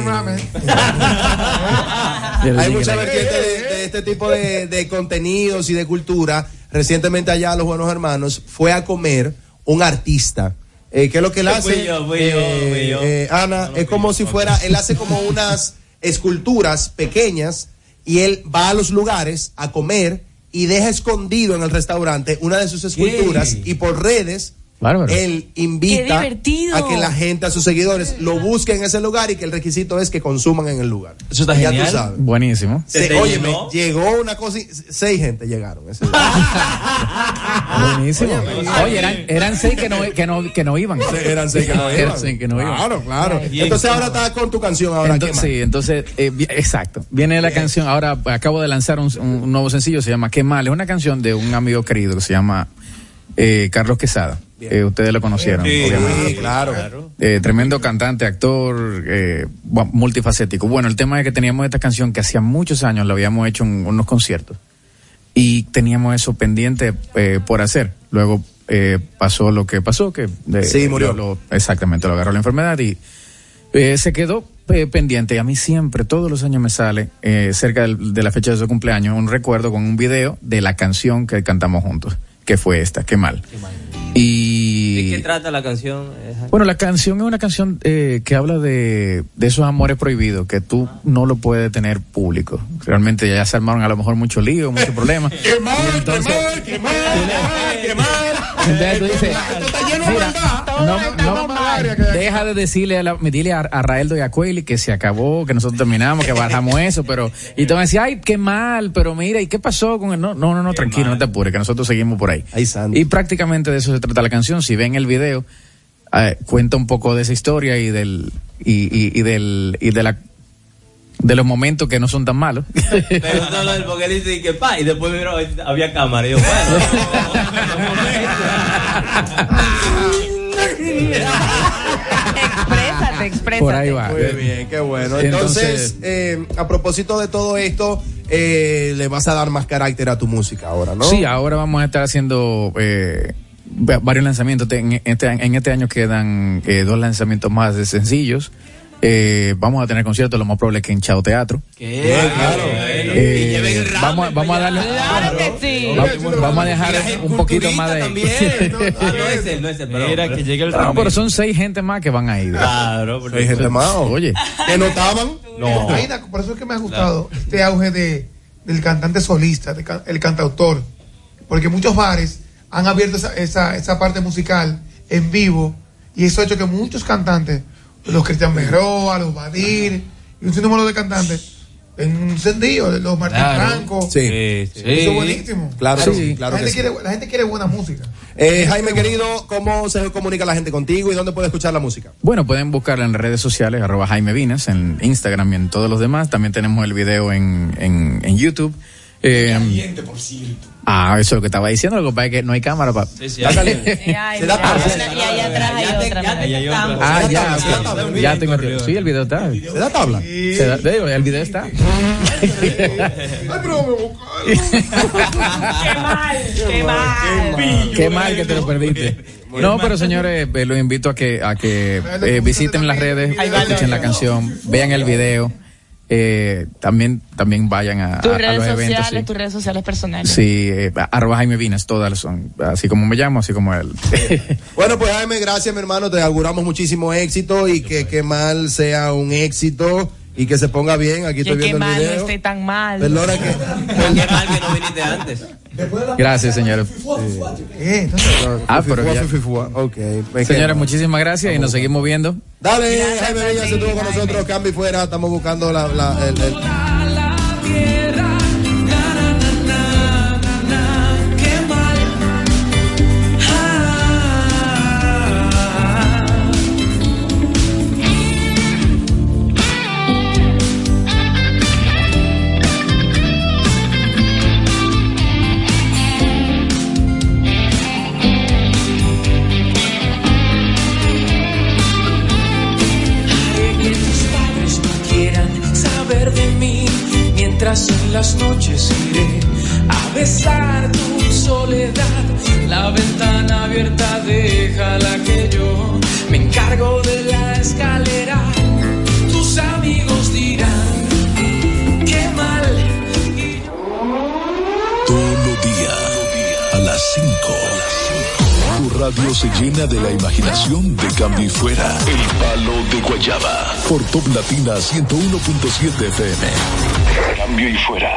hay muchas vertientes de este tipo de contenidos y de cultura. Recientemente allá Los Buenos Hermanos fue a comer un artista. ¿Qué es lo que él hace? Fui yo. Ana, es como si fuera, él hace como unas esculturas pequeñas y él va a los lugares a comer y deja escondido en el restaurante una de sus esculturas y por redes él invita a que la gente, a sus seguidores, lo busquen en ese lugar y que el requisito es que consuman en el lugar. Eso está ya genial. tú sabes. Buenísimo. Oye, me llegó una cosa y 6 gente llegaron. Ese día. Buenísimo. Oye, eran 6 que no iban. Eran 6 que no iban. Eran 6 que no iban. Claro. Entonces ahora estás con tu canción. Entonces, exacto. Viene la canción. Ahora acabo de lanzar un nuevo sencillo, se llama Qué mal. Es una canción de un amigo querido que se llama Carlos Quesada. Ustedes lo conocieron, obviamente. Sí, claro. Tremendo cantante, actor, multifacético. Bueno, el tema es que teníamos esta canción que hacía muchos años la habíamos hecho en unos conciertos y teníamos eso pendiente por hacer. Luego pasó lo que pasó, que murió. Exactamente, lo agarró la enfermedad y se quedó pendiente. Y a mí siempre, todos los años me sale cerca de la fecha de su cumpleaños un recuerdo con un video de la canción que cantamos juntos, que fue esta, Qué mal. ¿De qué trata la canción? Bueno, la canción es una canción que habla de esos amores prohibidos que tú no lo puedes tener público. Realmente ya se armaron a lo mejor mucho lío, mucho problema. ¡Qué mal, entonces, qué mal! Entonces tú dices, mira, deja de decirle dile a Raeldo y a Cueli que se acabó, que nosotros terminamos, que bajamos eso, pero y tú me decías, ay, qué mal, pero mira, ¿y qué pasó con él? No, tranquilo, no te apures, que nosotros seguimos por ahí. Y prácticamente de eso se trata la canción. Si ven el video, cuenta un poco de esa historia y de los momentos que no son tan malos. Pero solo porque él dice que y después había cámara y yo, Exprésate. exprésate. Por ahí va. Muy bien, qué bueno. Entonces, a propósito de todo esto, le vas a dar más carácter a tu música ahora, ¿no? Sí, ahora vamos a estar haciendo varios lanzamientos. En este año quedan 2 lanzamientos más de sencillos. Vamos a tener conciertos, lo más probable es que en Chao Teatro. Claro. Vamos a darle. Claro que sí. Vamos a dejar un poquito más de. No es el, Mira que llegue el No, pero son 6 gente más que van a ir. Claro, Hay gente más. Oye, ¿Que no estaban? No. Por eso es que me ha gustado este auge del cantante solista, el cantautor. Porque muchos bares han abierto esa parte musical en vivo y eso ha hecho que muchos cantantes, los Cristian Berroa, los Badir y un sinnúmero de cantantes en un encendido, los Martín Franco. Sí. Eso es buenísimo. Claro, sí. Claro La gente quiere buena música. Jaime querido, ¿cómo se comunica la gente contigo y dónde puede escuchar la música? bueno, pueden buscarla en las redes sociales, @Jaime Vinas, en Instagram y en todos los demás. También tenemos el video en YouTube. Caliente, por cierto. Eso es lo que estaba diciendo, lo que pasa es que no hay cámara, papá. Se da tarde. Y ahí atrás hay otra. Ya tengo. Sí, el video está. ¿Se da tabla? El video está. Qué mal que te lo perdiste. No, pero señores, los invito a que visiten las redes, escuchen la canción, vean el video. También vayan a Tus los redes eventos. sociales, tus redes sociales personales. Sí, @Jaime Vinas, todas son así como me llamo, así como él. Bueno, pues Jaime, gracias, mi hermano. Te auguramos muchísimo éxito y que mal sea un éxito y que se ponga bien. Aquí estoy viendo el video. No esté tan mal. Perdona que. Qué mal que no viniste antes. Gracias, señores. Señores, muchísimas gracias y nos seguimos viendo. Dale, Jaime Viñas estuvo con nosotros. Cambio y fuera. Estamos buscando En las noches iré a besar tu soledad. La ventana abierta, déjala que yo me encargo de la escalera. Tus amigos dirán, qué mal. Todos los días, a las 5. Tu radio se llena de la imaginación de Cambio y Fuera. El Palo de Guayaba. Por Top Latina 101.7 FM. Cambio y Fuera.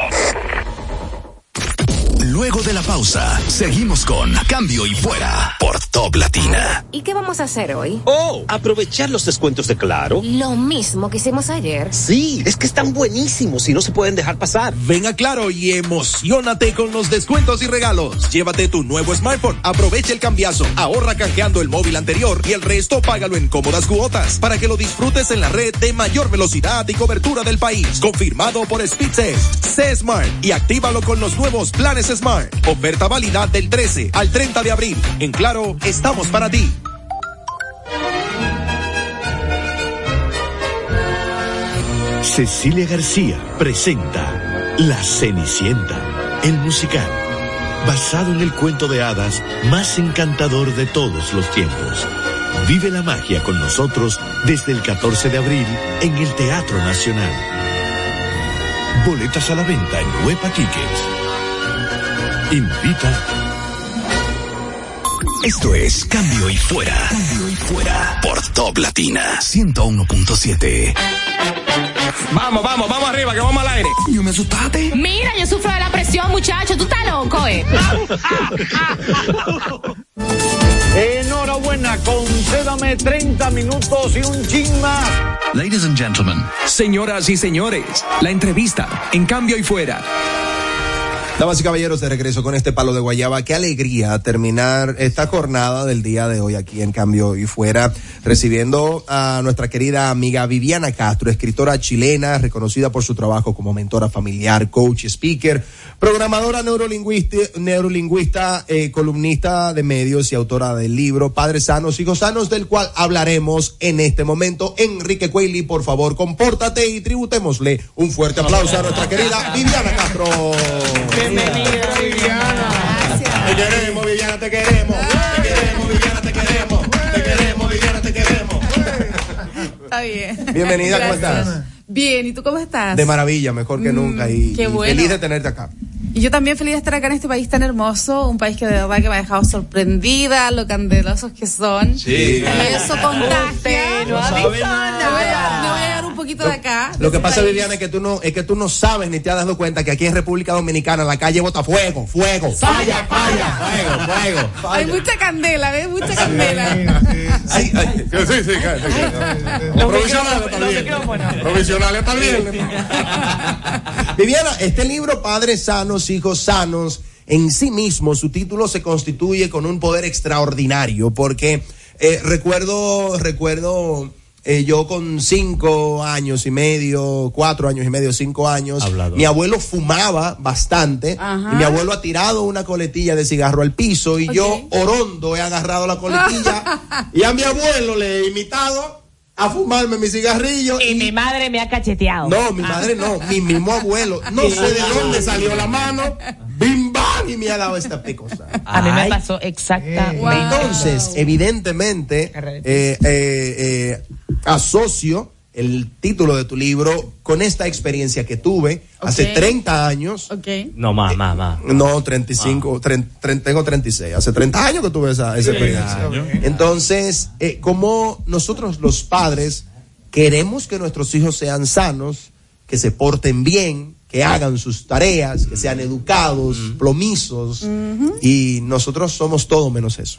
Luego de la pausa, seguimos con Cambio y Fuera por Top Latina. ¿Y qué vamos a hacer hoy? Aprovechar los descuentos de Claro. Lo mismo que hicimos ayer. Sí, es que están buenísimos y no se pueden dejar pasar. Ven a Claro y emociónate con los descuentos y regalos. Llévate tu nuevo smartphone, aprovecha el cambiazo, ahorra canjeando el móvil anterior y el resto págalo en cómodas cuotas para que lo disfrutes en la red de mayor velocidad y cobertura del país. Confirmado por SpeedTest. Sé Smart y actívalo con los nuevos planes Smart. Oferta válida del 13 al 30 de abril. En Claro, estamos para ti. Cecilia García presenta La Cenicienta, el musical, basado en el cuento de hadas más encantador de todos los tiempos. Vive la magia con nosotros desde el 14 de abril en el Teatro Nacional. Boletas a la venta en Huepa Tickets. Invita. Esto es Cambio y Fuera. Cambio y Fuera por Top Latina 101.7. Vamos arriba, que vamos al aire. ¿Yo me asustaste? Mira, yo sufro de la presión, muchacho. Tú estás loco, Enhorabuena, concédame 30 minutos y un chin más. Ladies and gentlemen. Señoras y señores, la entrevista en Cambio y Fuera. Damas y caballeros, de regreso con este palo de guayaba. Qué alegría terminar esta jornada del día de hoy aquí en Cambio y Fuera, recibiendo a nuestra querida amiga Viviana Castro, escritora chilena, reconocida por su trabajo como mentora familiar, coach, speaker, programadora neurolingüista, columnista de medios y autora del libro Padres Sanos, Hijos Sanos, del cual hablaremos en este momento. Enrique Cuelli, por favor, compórtate y tributémosle un fuerte aplauso a nuestra querida Viviana Castro. Bienvenida, Viviana. Gracias. Te queremos, Viviana, te queremos. Te queremos, Viviana, te queremos. Te queremos, Viviana, te queremos. Está bien. Bienvenida, ¿cómo estás? Bien, ¿y tú cómo estás? De maravilla, mejor que nunca. Y bueno. Feliz de tenerte acá. Y yo también feliz de estar acá en este país tan hermoso, un país que de verdad que me ha dejado sorprendida, lo candelosos que son. Sí. Y eso contagia. No sabe nada. Me voy a llevar un poquito de acá. Lo que pasa, Viviana, es que tú no sabes ni te has dado cuenta que aquí en República Dominicana la calle bota fuego. Falla. Fuego. Hay mucha candela, ¿ves? Mucha candela. Sí. Provisionales también. Viviana, este libro, Padres Sanos, Hijos Sanos, en sí mismo, su título se constituye con un poder extraordinario, porque recuerdo yo con 5 años y medio, 4 años y medio, 5 años, mi abuelo fumaba bastante. Ajá. Y mi abuelo ha tirado una coletilla de cigarro al piso y yo, orondo, he agarrado la coletilla y a mi abuelo le he imitado a fumarme mi cigarrillo. Y mi madre me ha cacheteado. No, mi madre no, mi mismo abuelo. No sé de dónde salió la mano, bim bam, y me ha dado esta picosa. A mí me pasó exactamente. Wow. Entonces, evidentemente, asocio el título de tu libro con esta experiencia que tuve hace 30 años. No, más. No, 35, tengo 36. Hace 30 años que tuve esa experiencia. Entonces, como nosotros los padres queremos que nuestros hijos sean sanos, que se porten bien, que hagan sus tareas, que sean educados, plomisos, y nosotros somos todo menos eso.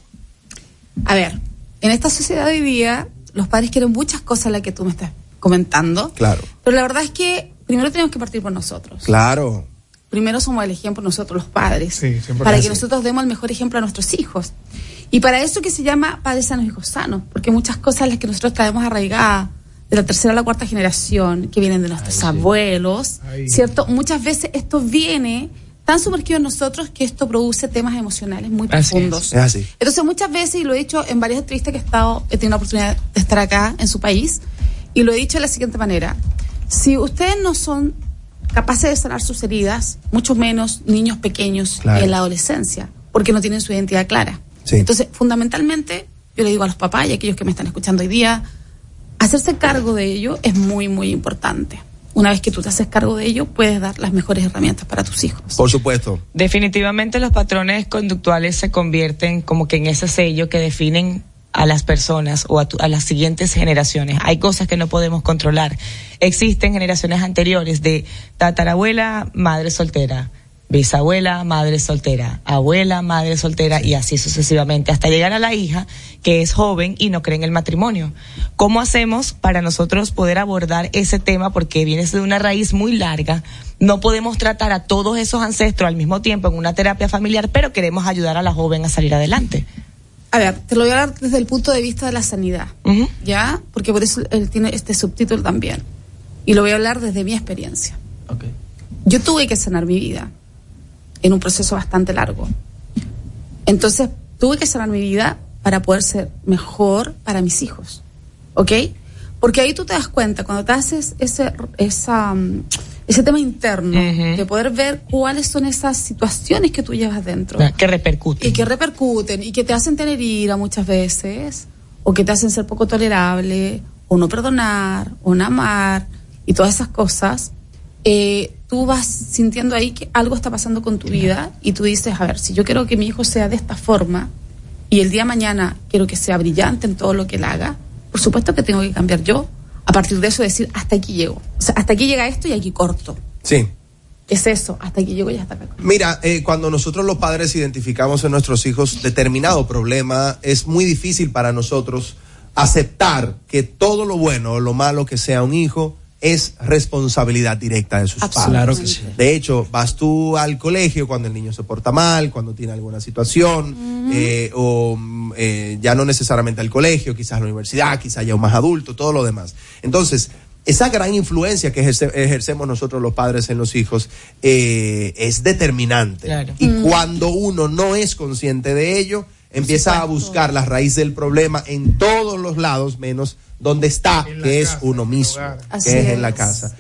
A ver, en esta sociedad de hoy día, los padres quieren muchas cosas, las que tú me estás comentando. Claro. Pero la verdad es que primero tenemos que partir por nosotros. Claro. Primero somos el ejemplo nosotros los padres. Sí, para que nosotros demos el mejor ejemplo a nuestros hijos. Y para eso que se llama Padres Sanos, Hijos Sanos. Porque muchas cosas las que nosotros traemos arraigadas de la tercera a la cuarta generación, que vienen de nuestros abuelos, ¿cierto? Muchas veces esto viene tan sumergido en nosotros que esto produce temas emocionales muy profundos. Es así. Entonces muchas veces, y lo he dicho en varias entrevistas que he tenido la oportunidad de estar acá en su país, y lo he dicho de la siguiente manera: si ustedes no son capaces de sanar sus heridas, mucho menos niños pequeños en la adolescencia, porque no tienen su identidad clara. Sí. Entonces, fundamentalmente, yo le digo a los papás y a aquellos que me están escuchando hoy día, hacerse cargo de ello es muy, muy importante. Una vez que tú te haces cargo de ello, puedes dar las mejores herramientas para tus hijos. Por supuesto. Definitivamente los patrones conductuales se convierten como que en ese sello que definen a las personas o a las siguientes generaciones. Hay cosas que no podemos controlar. Existen generaciones anteriores de tatarabuela, madre soltera, bisabuela, madre soltera, abuela, madre soltera, y así sucesivamente, hasta llegar a la hija que es joven y no cree en el matrimonio. ¿Cómo hacemos para nosotros poder abordar ese tema? Porque viene de una raíz muy larga. No podemos tratar a todos esos ancestros al mismo tiempo en una terapia familiar, pero queremos ayudar a la joven a salir adelante. A ver, te lo voy a hablar desde el punto de vista de la sanidad, ¿ya? Porque por eso él tiene este subtítulo también. Y lo voy a hablar desde mi experiencia. Yo tuve que sanar mi vida en un proceso bastante largo. Entonces, tuve que sanar mi vida para poder ser mejor para mis hijos, ¿ok? Porque ahí tú te das cuenta, cuando te haces ese tema interno, de poder ver cuáles son esas situaciones que tú llevas dentro. Que repercuten. Y que repercuten, y que te hacen tener ira muchas veces, o que te hacen ser poco tolerable, o no perdonar, o no amar, y todas esas cosas. Tú vas sintiendo ahí que algo está pasando con tu vida, y tú dices, a ver, si yo quiero que mi hijo sea de esta forma, y el día de mañana quiero que sea brillante en todo lo que él haga, por supuesto que tengo que cambiar yo. A partir de eso decir, hasta aquí llego. O sea, hasta aquí llega esto y aquí corto. Sí. Es eso, hasta aquí llego y hasta acá. Mira, cuando nosotros los padres identificamos en nuestros hijos determinado problema, es muy difícil para nosotros aceptar que todo lo bueno o lo malo que sea un hijo es responsabilidad directa de sus padres. Claro que sí. De hecho, vas tú al colegio cuando el niño se porta mal, cuando tiene alguna situación, ya no necesariamente al colegio, quizás a la universidad, quizás ya un más adulto, todo lo demás. Entonces, esa gran influencia que ejercemos nosotros los padres en los hijos es determinante. Claro. Y cuando uno no es consciente de ello, empieza a buscar la raíz del problema en todos los lados, menos donde está, que es uno mismo, que es en la casa.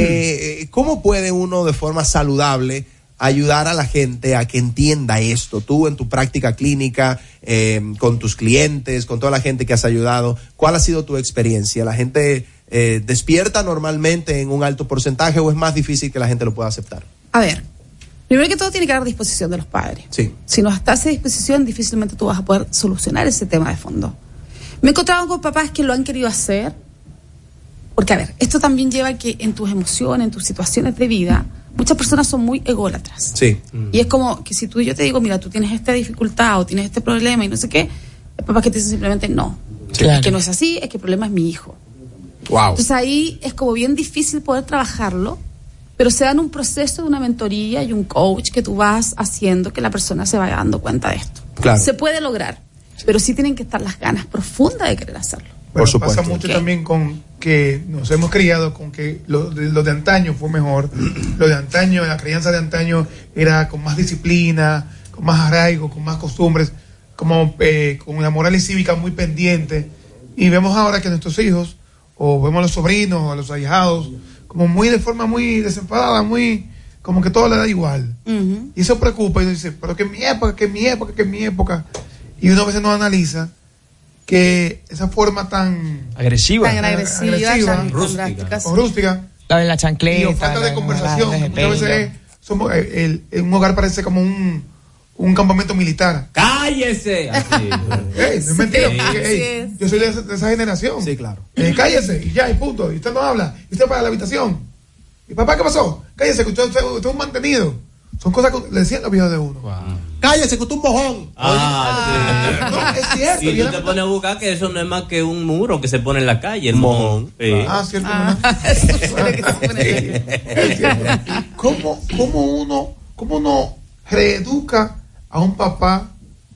¿Cómo puede uno de forma saludable ayudar a la gente a que entienda esto? Tú en tu práctica clínica, con tus clientes, con toda la gente que has ayudado, ¿cuál ha sido tu experiencia? ¿La gente despierta normalmente en un alto porcentaje o es más difícil que la gente lo pueda aceptar? A ver, primero que todo tiene que haber disposición de los padres. Sí. Si no está a esa disposición, difícilmente tú vas a poder solucionar ese tema de fondo. Me he encontrado con papás que lo han querido hacer, porque a ver, esto también lleva a que en tus emociones, en tus situaciones de vida, muchas personas son muy ególatras. Sí. Y es como que si tú y yo te digo, mira, tú tienes esta dificultad o tienes este problema y no sé qué, hay papás que te dicen simplemente no. Claro. Es que no es así, es que el problema es mi hijo. Wow. Entonces ahí es como bien difícil poder trabajarlo, pero se da en un proceso de una mentoría y un coach que tú vas haciendo que la persona se vaya dando cuenta de esto. Claro. Se puede lograr, pero sí tienen que estar las ganas profundas de querer hacerlo. Bueno, pasa mucho también con que nos hemos criado con que lo de antaño fue mejor. Lo de antaño, la crianza de antaño era con más disciplina, con más arraigo, con más costumbres, como con la moral y cívica muy pendiente. Y vemos ahora que nuestros hijos, o vemos a los sobrinos, o a los ahijados, como muy de forma muy desenfadada, muy como que todo le da igual. Uh-huh. Y eso preocupa y uno dice, pero que en mi época. Y uno a veces no analiza que esa forma tan agresiva, tan rústica, la de la chancleta, y falta de conversación, muchas veces somos un hogar parece como un campamento militar. ¡Cállese! Así. No es mentira, porque, yo soy de esa generación. Sí, claro. Cállese y ya, y punto. Y usted no habla, y usted para la habitación. ¿Y papá qué pasó? Cállese, que usted es un mantenido. Son cosas que le decían los viejos de uno. Wow. Cállese, que usted es un mojón. No, es cierto. Y tú te pones a buscar que eso no es más que un muro que se pone en la calle, el mojón. Cierto. ¿Cómo uno reeduca a un papá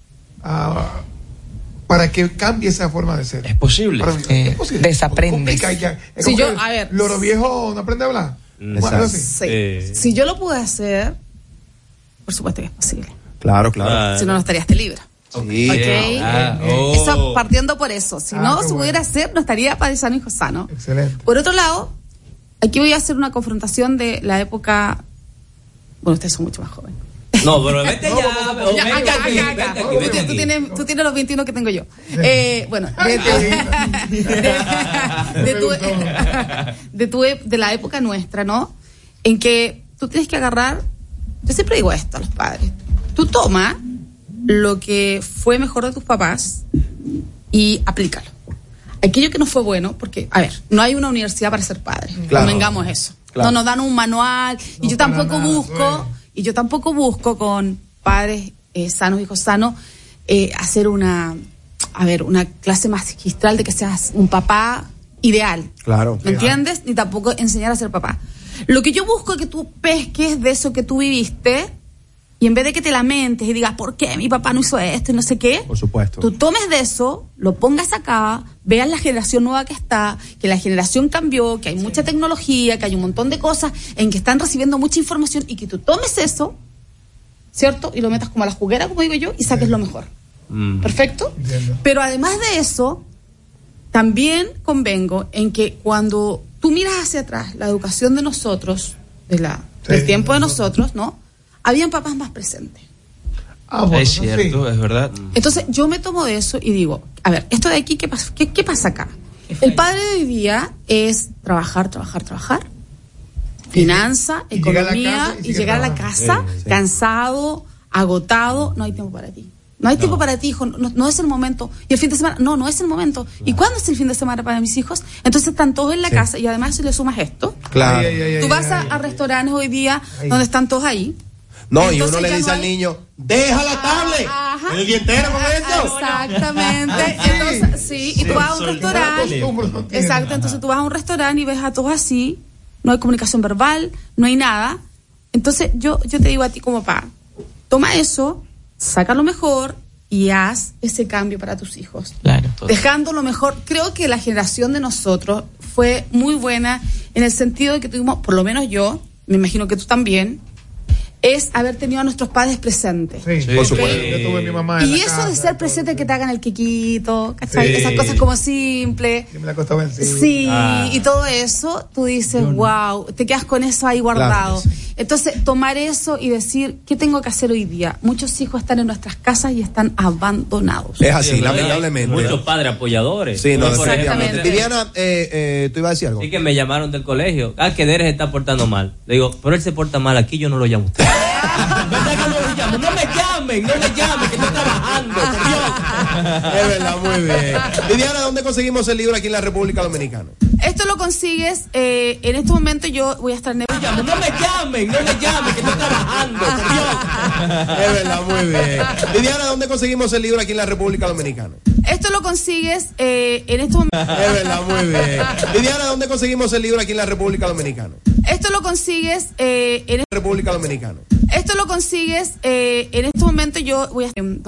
para que cambie esa forma de ser? Es posible. Es posible. Desaprendes. Si yo, a ver, loro viejo no aprende a hablar. Si yo lo pude hacer, por supuesto que es posible. Claro. Si no, no estaría este libro. Sí. Eso partiendo por eso. Si no se pudiera hacer, no estaría Padre Sano, Hijo Sano. Excelente. Por otro lado, aquí voy a hacer una confrontación de la época. Bueno, ustedes son mucho más jóvenes. No, pero vete ya. Tú tienes los 21 que tengo yo. Bueno, de la época nuestra, ¿no? En que tú tienes que agarrar. Yo siempre digo esto a los padres. Tú toma lo que fue mejor de tus papás y aplícalo. Aquello que no fue bueno, porque, a ver, no hay una universidad para ser padre. Claro. No vengamos eso. Claro. No nos dan un manual. Y yo tampoco busco con padres sanos, hijos sanos, hacer una clase magistral de que seas un papá ideal. Claro. ¿Me entiendes? Ni tampoco enseñar a ser papá. Lo que yo busco es que tú pesques de eso que tú viviste y en vez de que te lamentes y digas, ¿por qué mi papá no hizo esto y no sé qué? Por supuesto. Tú tomes de eso, lo pongas acá, veas la generación nueva que está, que la generación cambió, que hay mucha tecnología, que hay un montón de cosas en que están recibiendo mucha información y que tú tomes eso, ¿cierto? Y lo metas como a la juguera, como digo yo, y saques lo mejor. ¿Perfecto? Entiendo. Pero además de eso, también convengo en que cuando tú miras hacia atrás la educación de nosotros, del tiempo de nosotros, ¿no? Habían papás más presentes. Bueno, es cierto, es verdad. Entonces yo me tomo de eso y digo, a ver, esto de aquí, ¿qué pasa acá? El padre de hoy día es trabajar, finanza, economía, y llegar a la casa cansado, agotado. No hay tiempo para ti. No hay tiempo para ti, hijo, no es el momento. Y el fin de semana, no es el momento. ¿Y cuándo es el fin de semana para mis hijos? Entonces están todos en la casa y además si le sumas esto, Claro. tú vas a restaurantes hoy día donde están todos ahí. No, entonces y uno le dice al niño, deja la tablet. Ajá, ¿El día entero con esto? Exactamente. Entonces, sí, y tú vas a un restaurante. Exacto, entonces tú vas a un restaurante y ves a todos así, no hay comunicación verbal, no hay nada. Entonces yo te digo a ti como papá, toma eso, saca lo mejor y haz ese cambio para tus hijos. Claro. Dejando lo mejor. Creo que la generación de nosotros fue muy buena en el sentido de que tuvimos, por lo menos yo, me imagino que tú también, es haber tenido a nuestros padres presentes. Sí, por supuesto. Yo tuve a mi mamá en y la eso casa, de ser presente, que te hagan el quiquito, ¿cachai? Esas cosas como simples. Que me la costaba encima. Sí, y todo eso, tú dices, wow, te quedas con eso ahí guardado. Claro, entonces, tomar eso y decir, ¿qué tengo que hacer hoy día? Muchos hijos están en nuestras casas y están abandonados. Es así, lamentablemente. Muchos padres apoyadores. Sí, no, definitivamente. Viviana, ¿tú ibas a decir algo? Sí, que me llamaron del colegio. Que Derek se está portando mal. Le digo, pero él se porta mal aquí, yo no lo llamo a usted. ¿Verdad que no lo llamo? No me llamen, que estoy trabajando. Es verdad, muy bien. Viviana, ¿dónde conseguimos el libro aquí en la República Dominicana? Esto lo consigues, en este momento yo voy a estar en... No me llamen, que estoy trabajando. Es verdad, muy bien. Viviana, ¿dónde conseguimos el libro aquí en la República Dominicana? Esto lo consigues, en este momento... Es verdad, muy bien. Viviana, ¿dónde conseguimos el libro aquí en la República Dominicana? Esto lo consigues, en... República Dominicana. Esto lo consigues, en este momento yo voy a...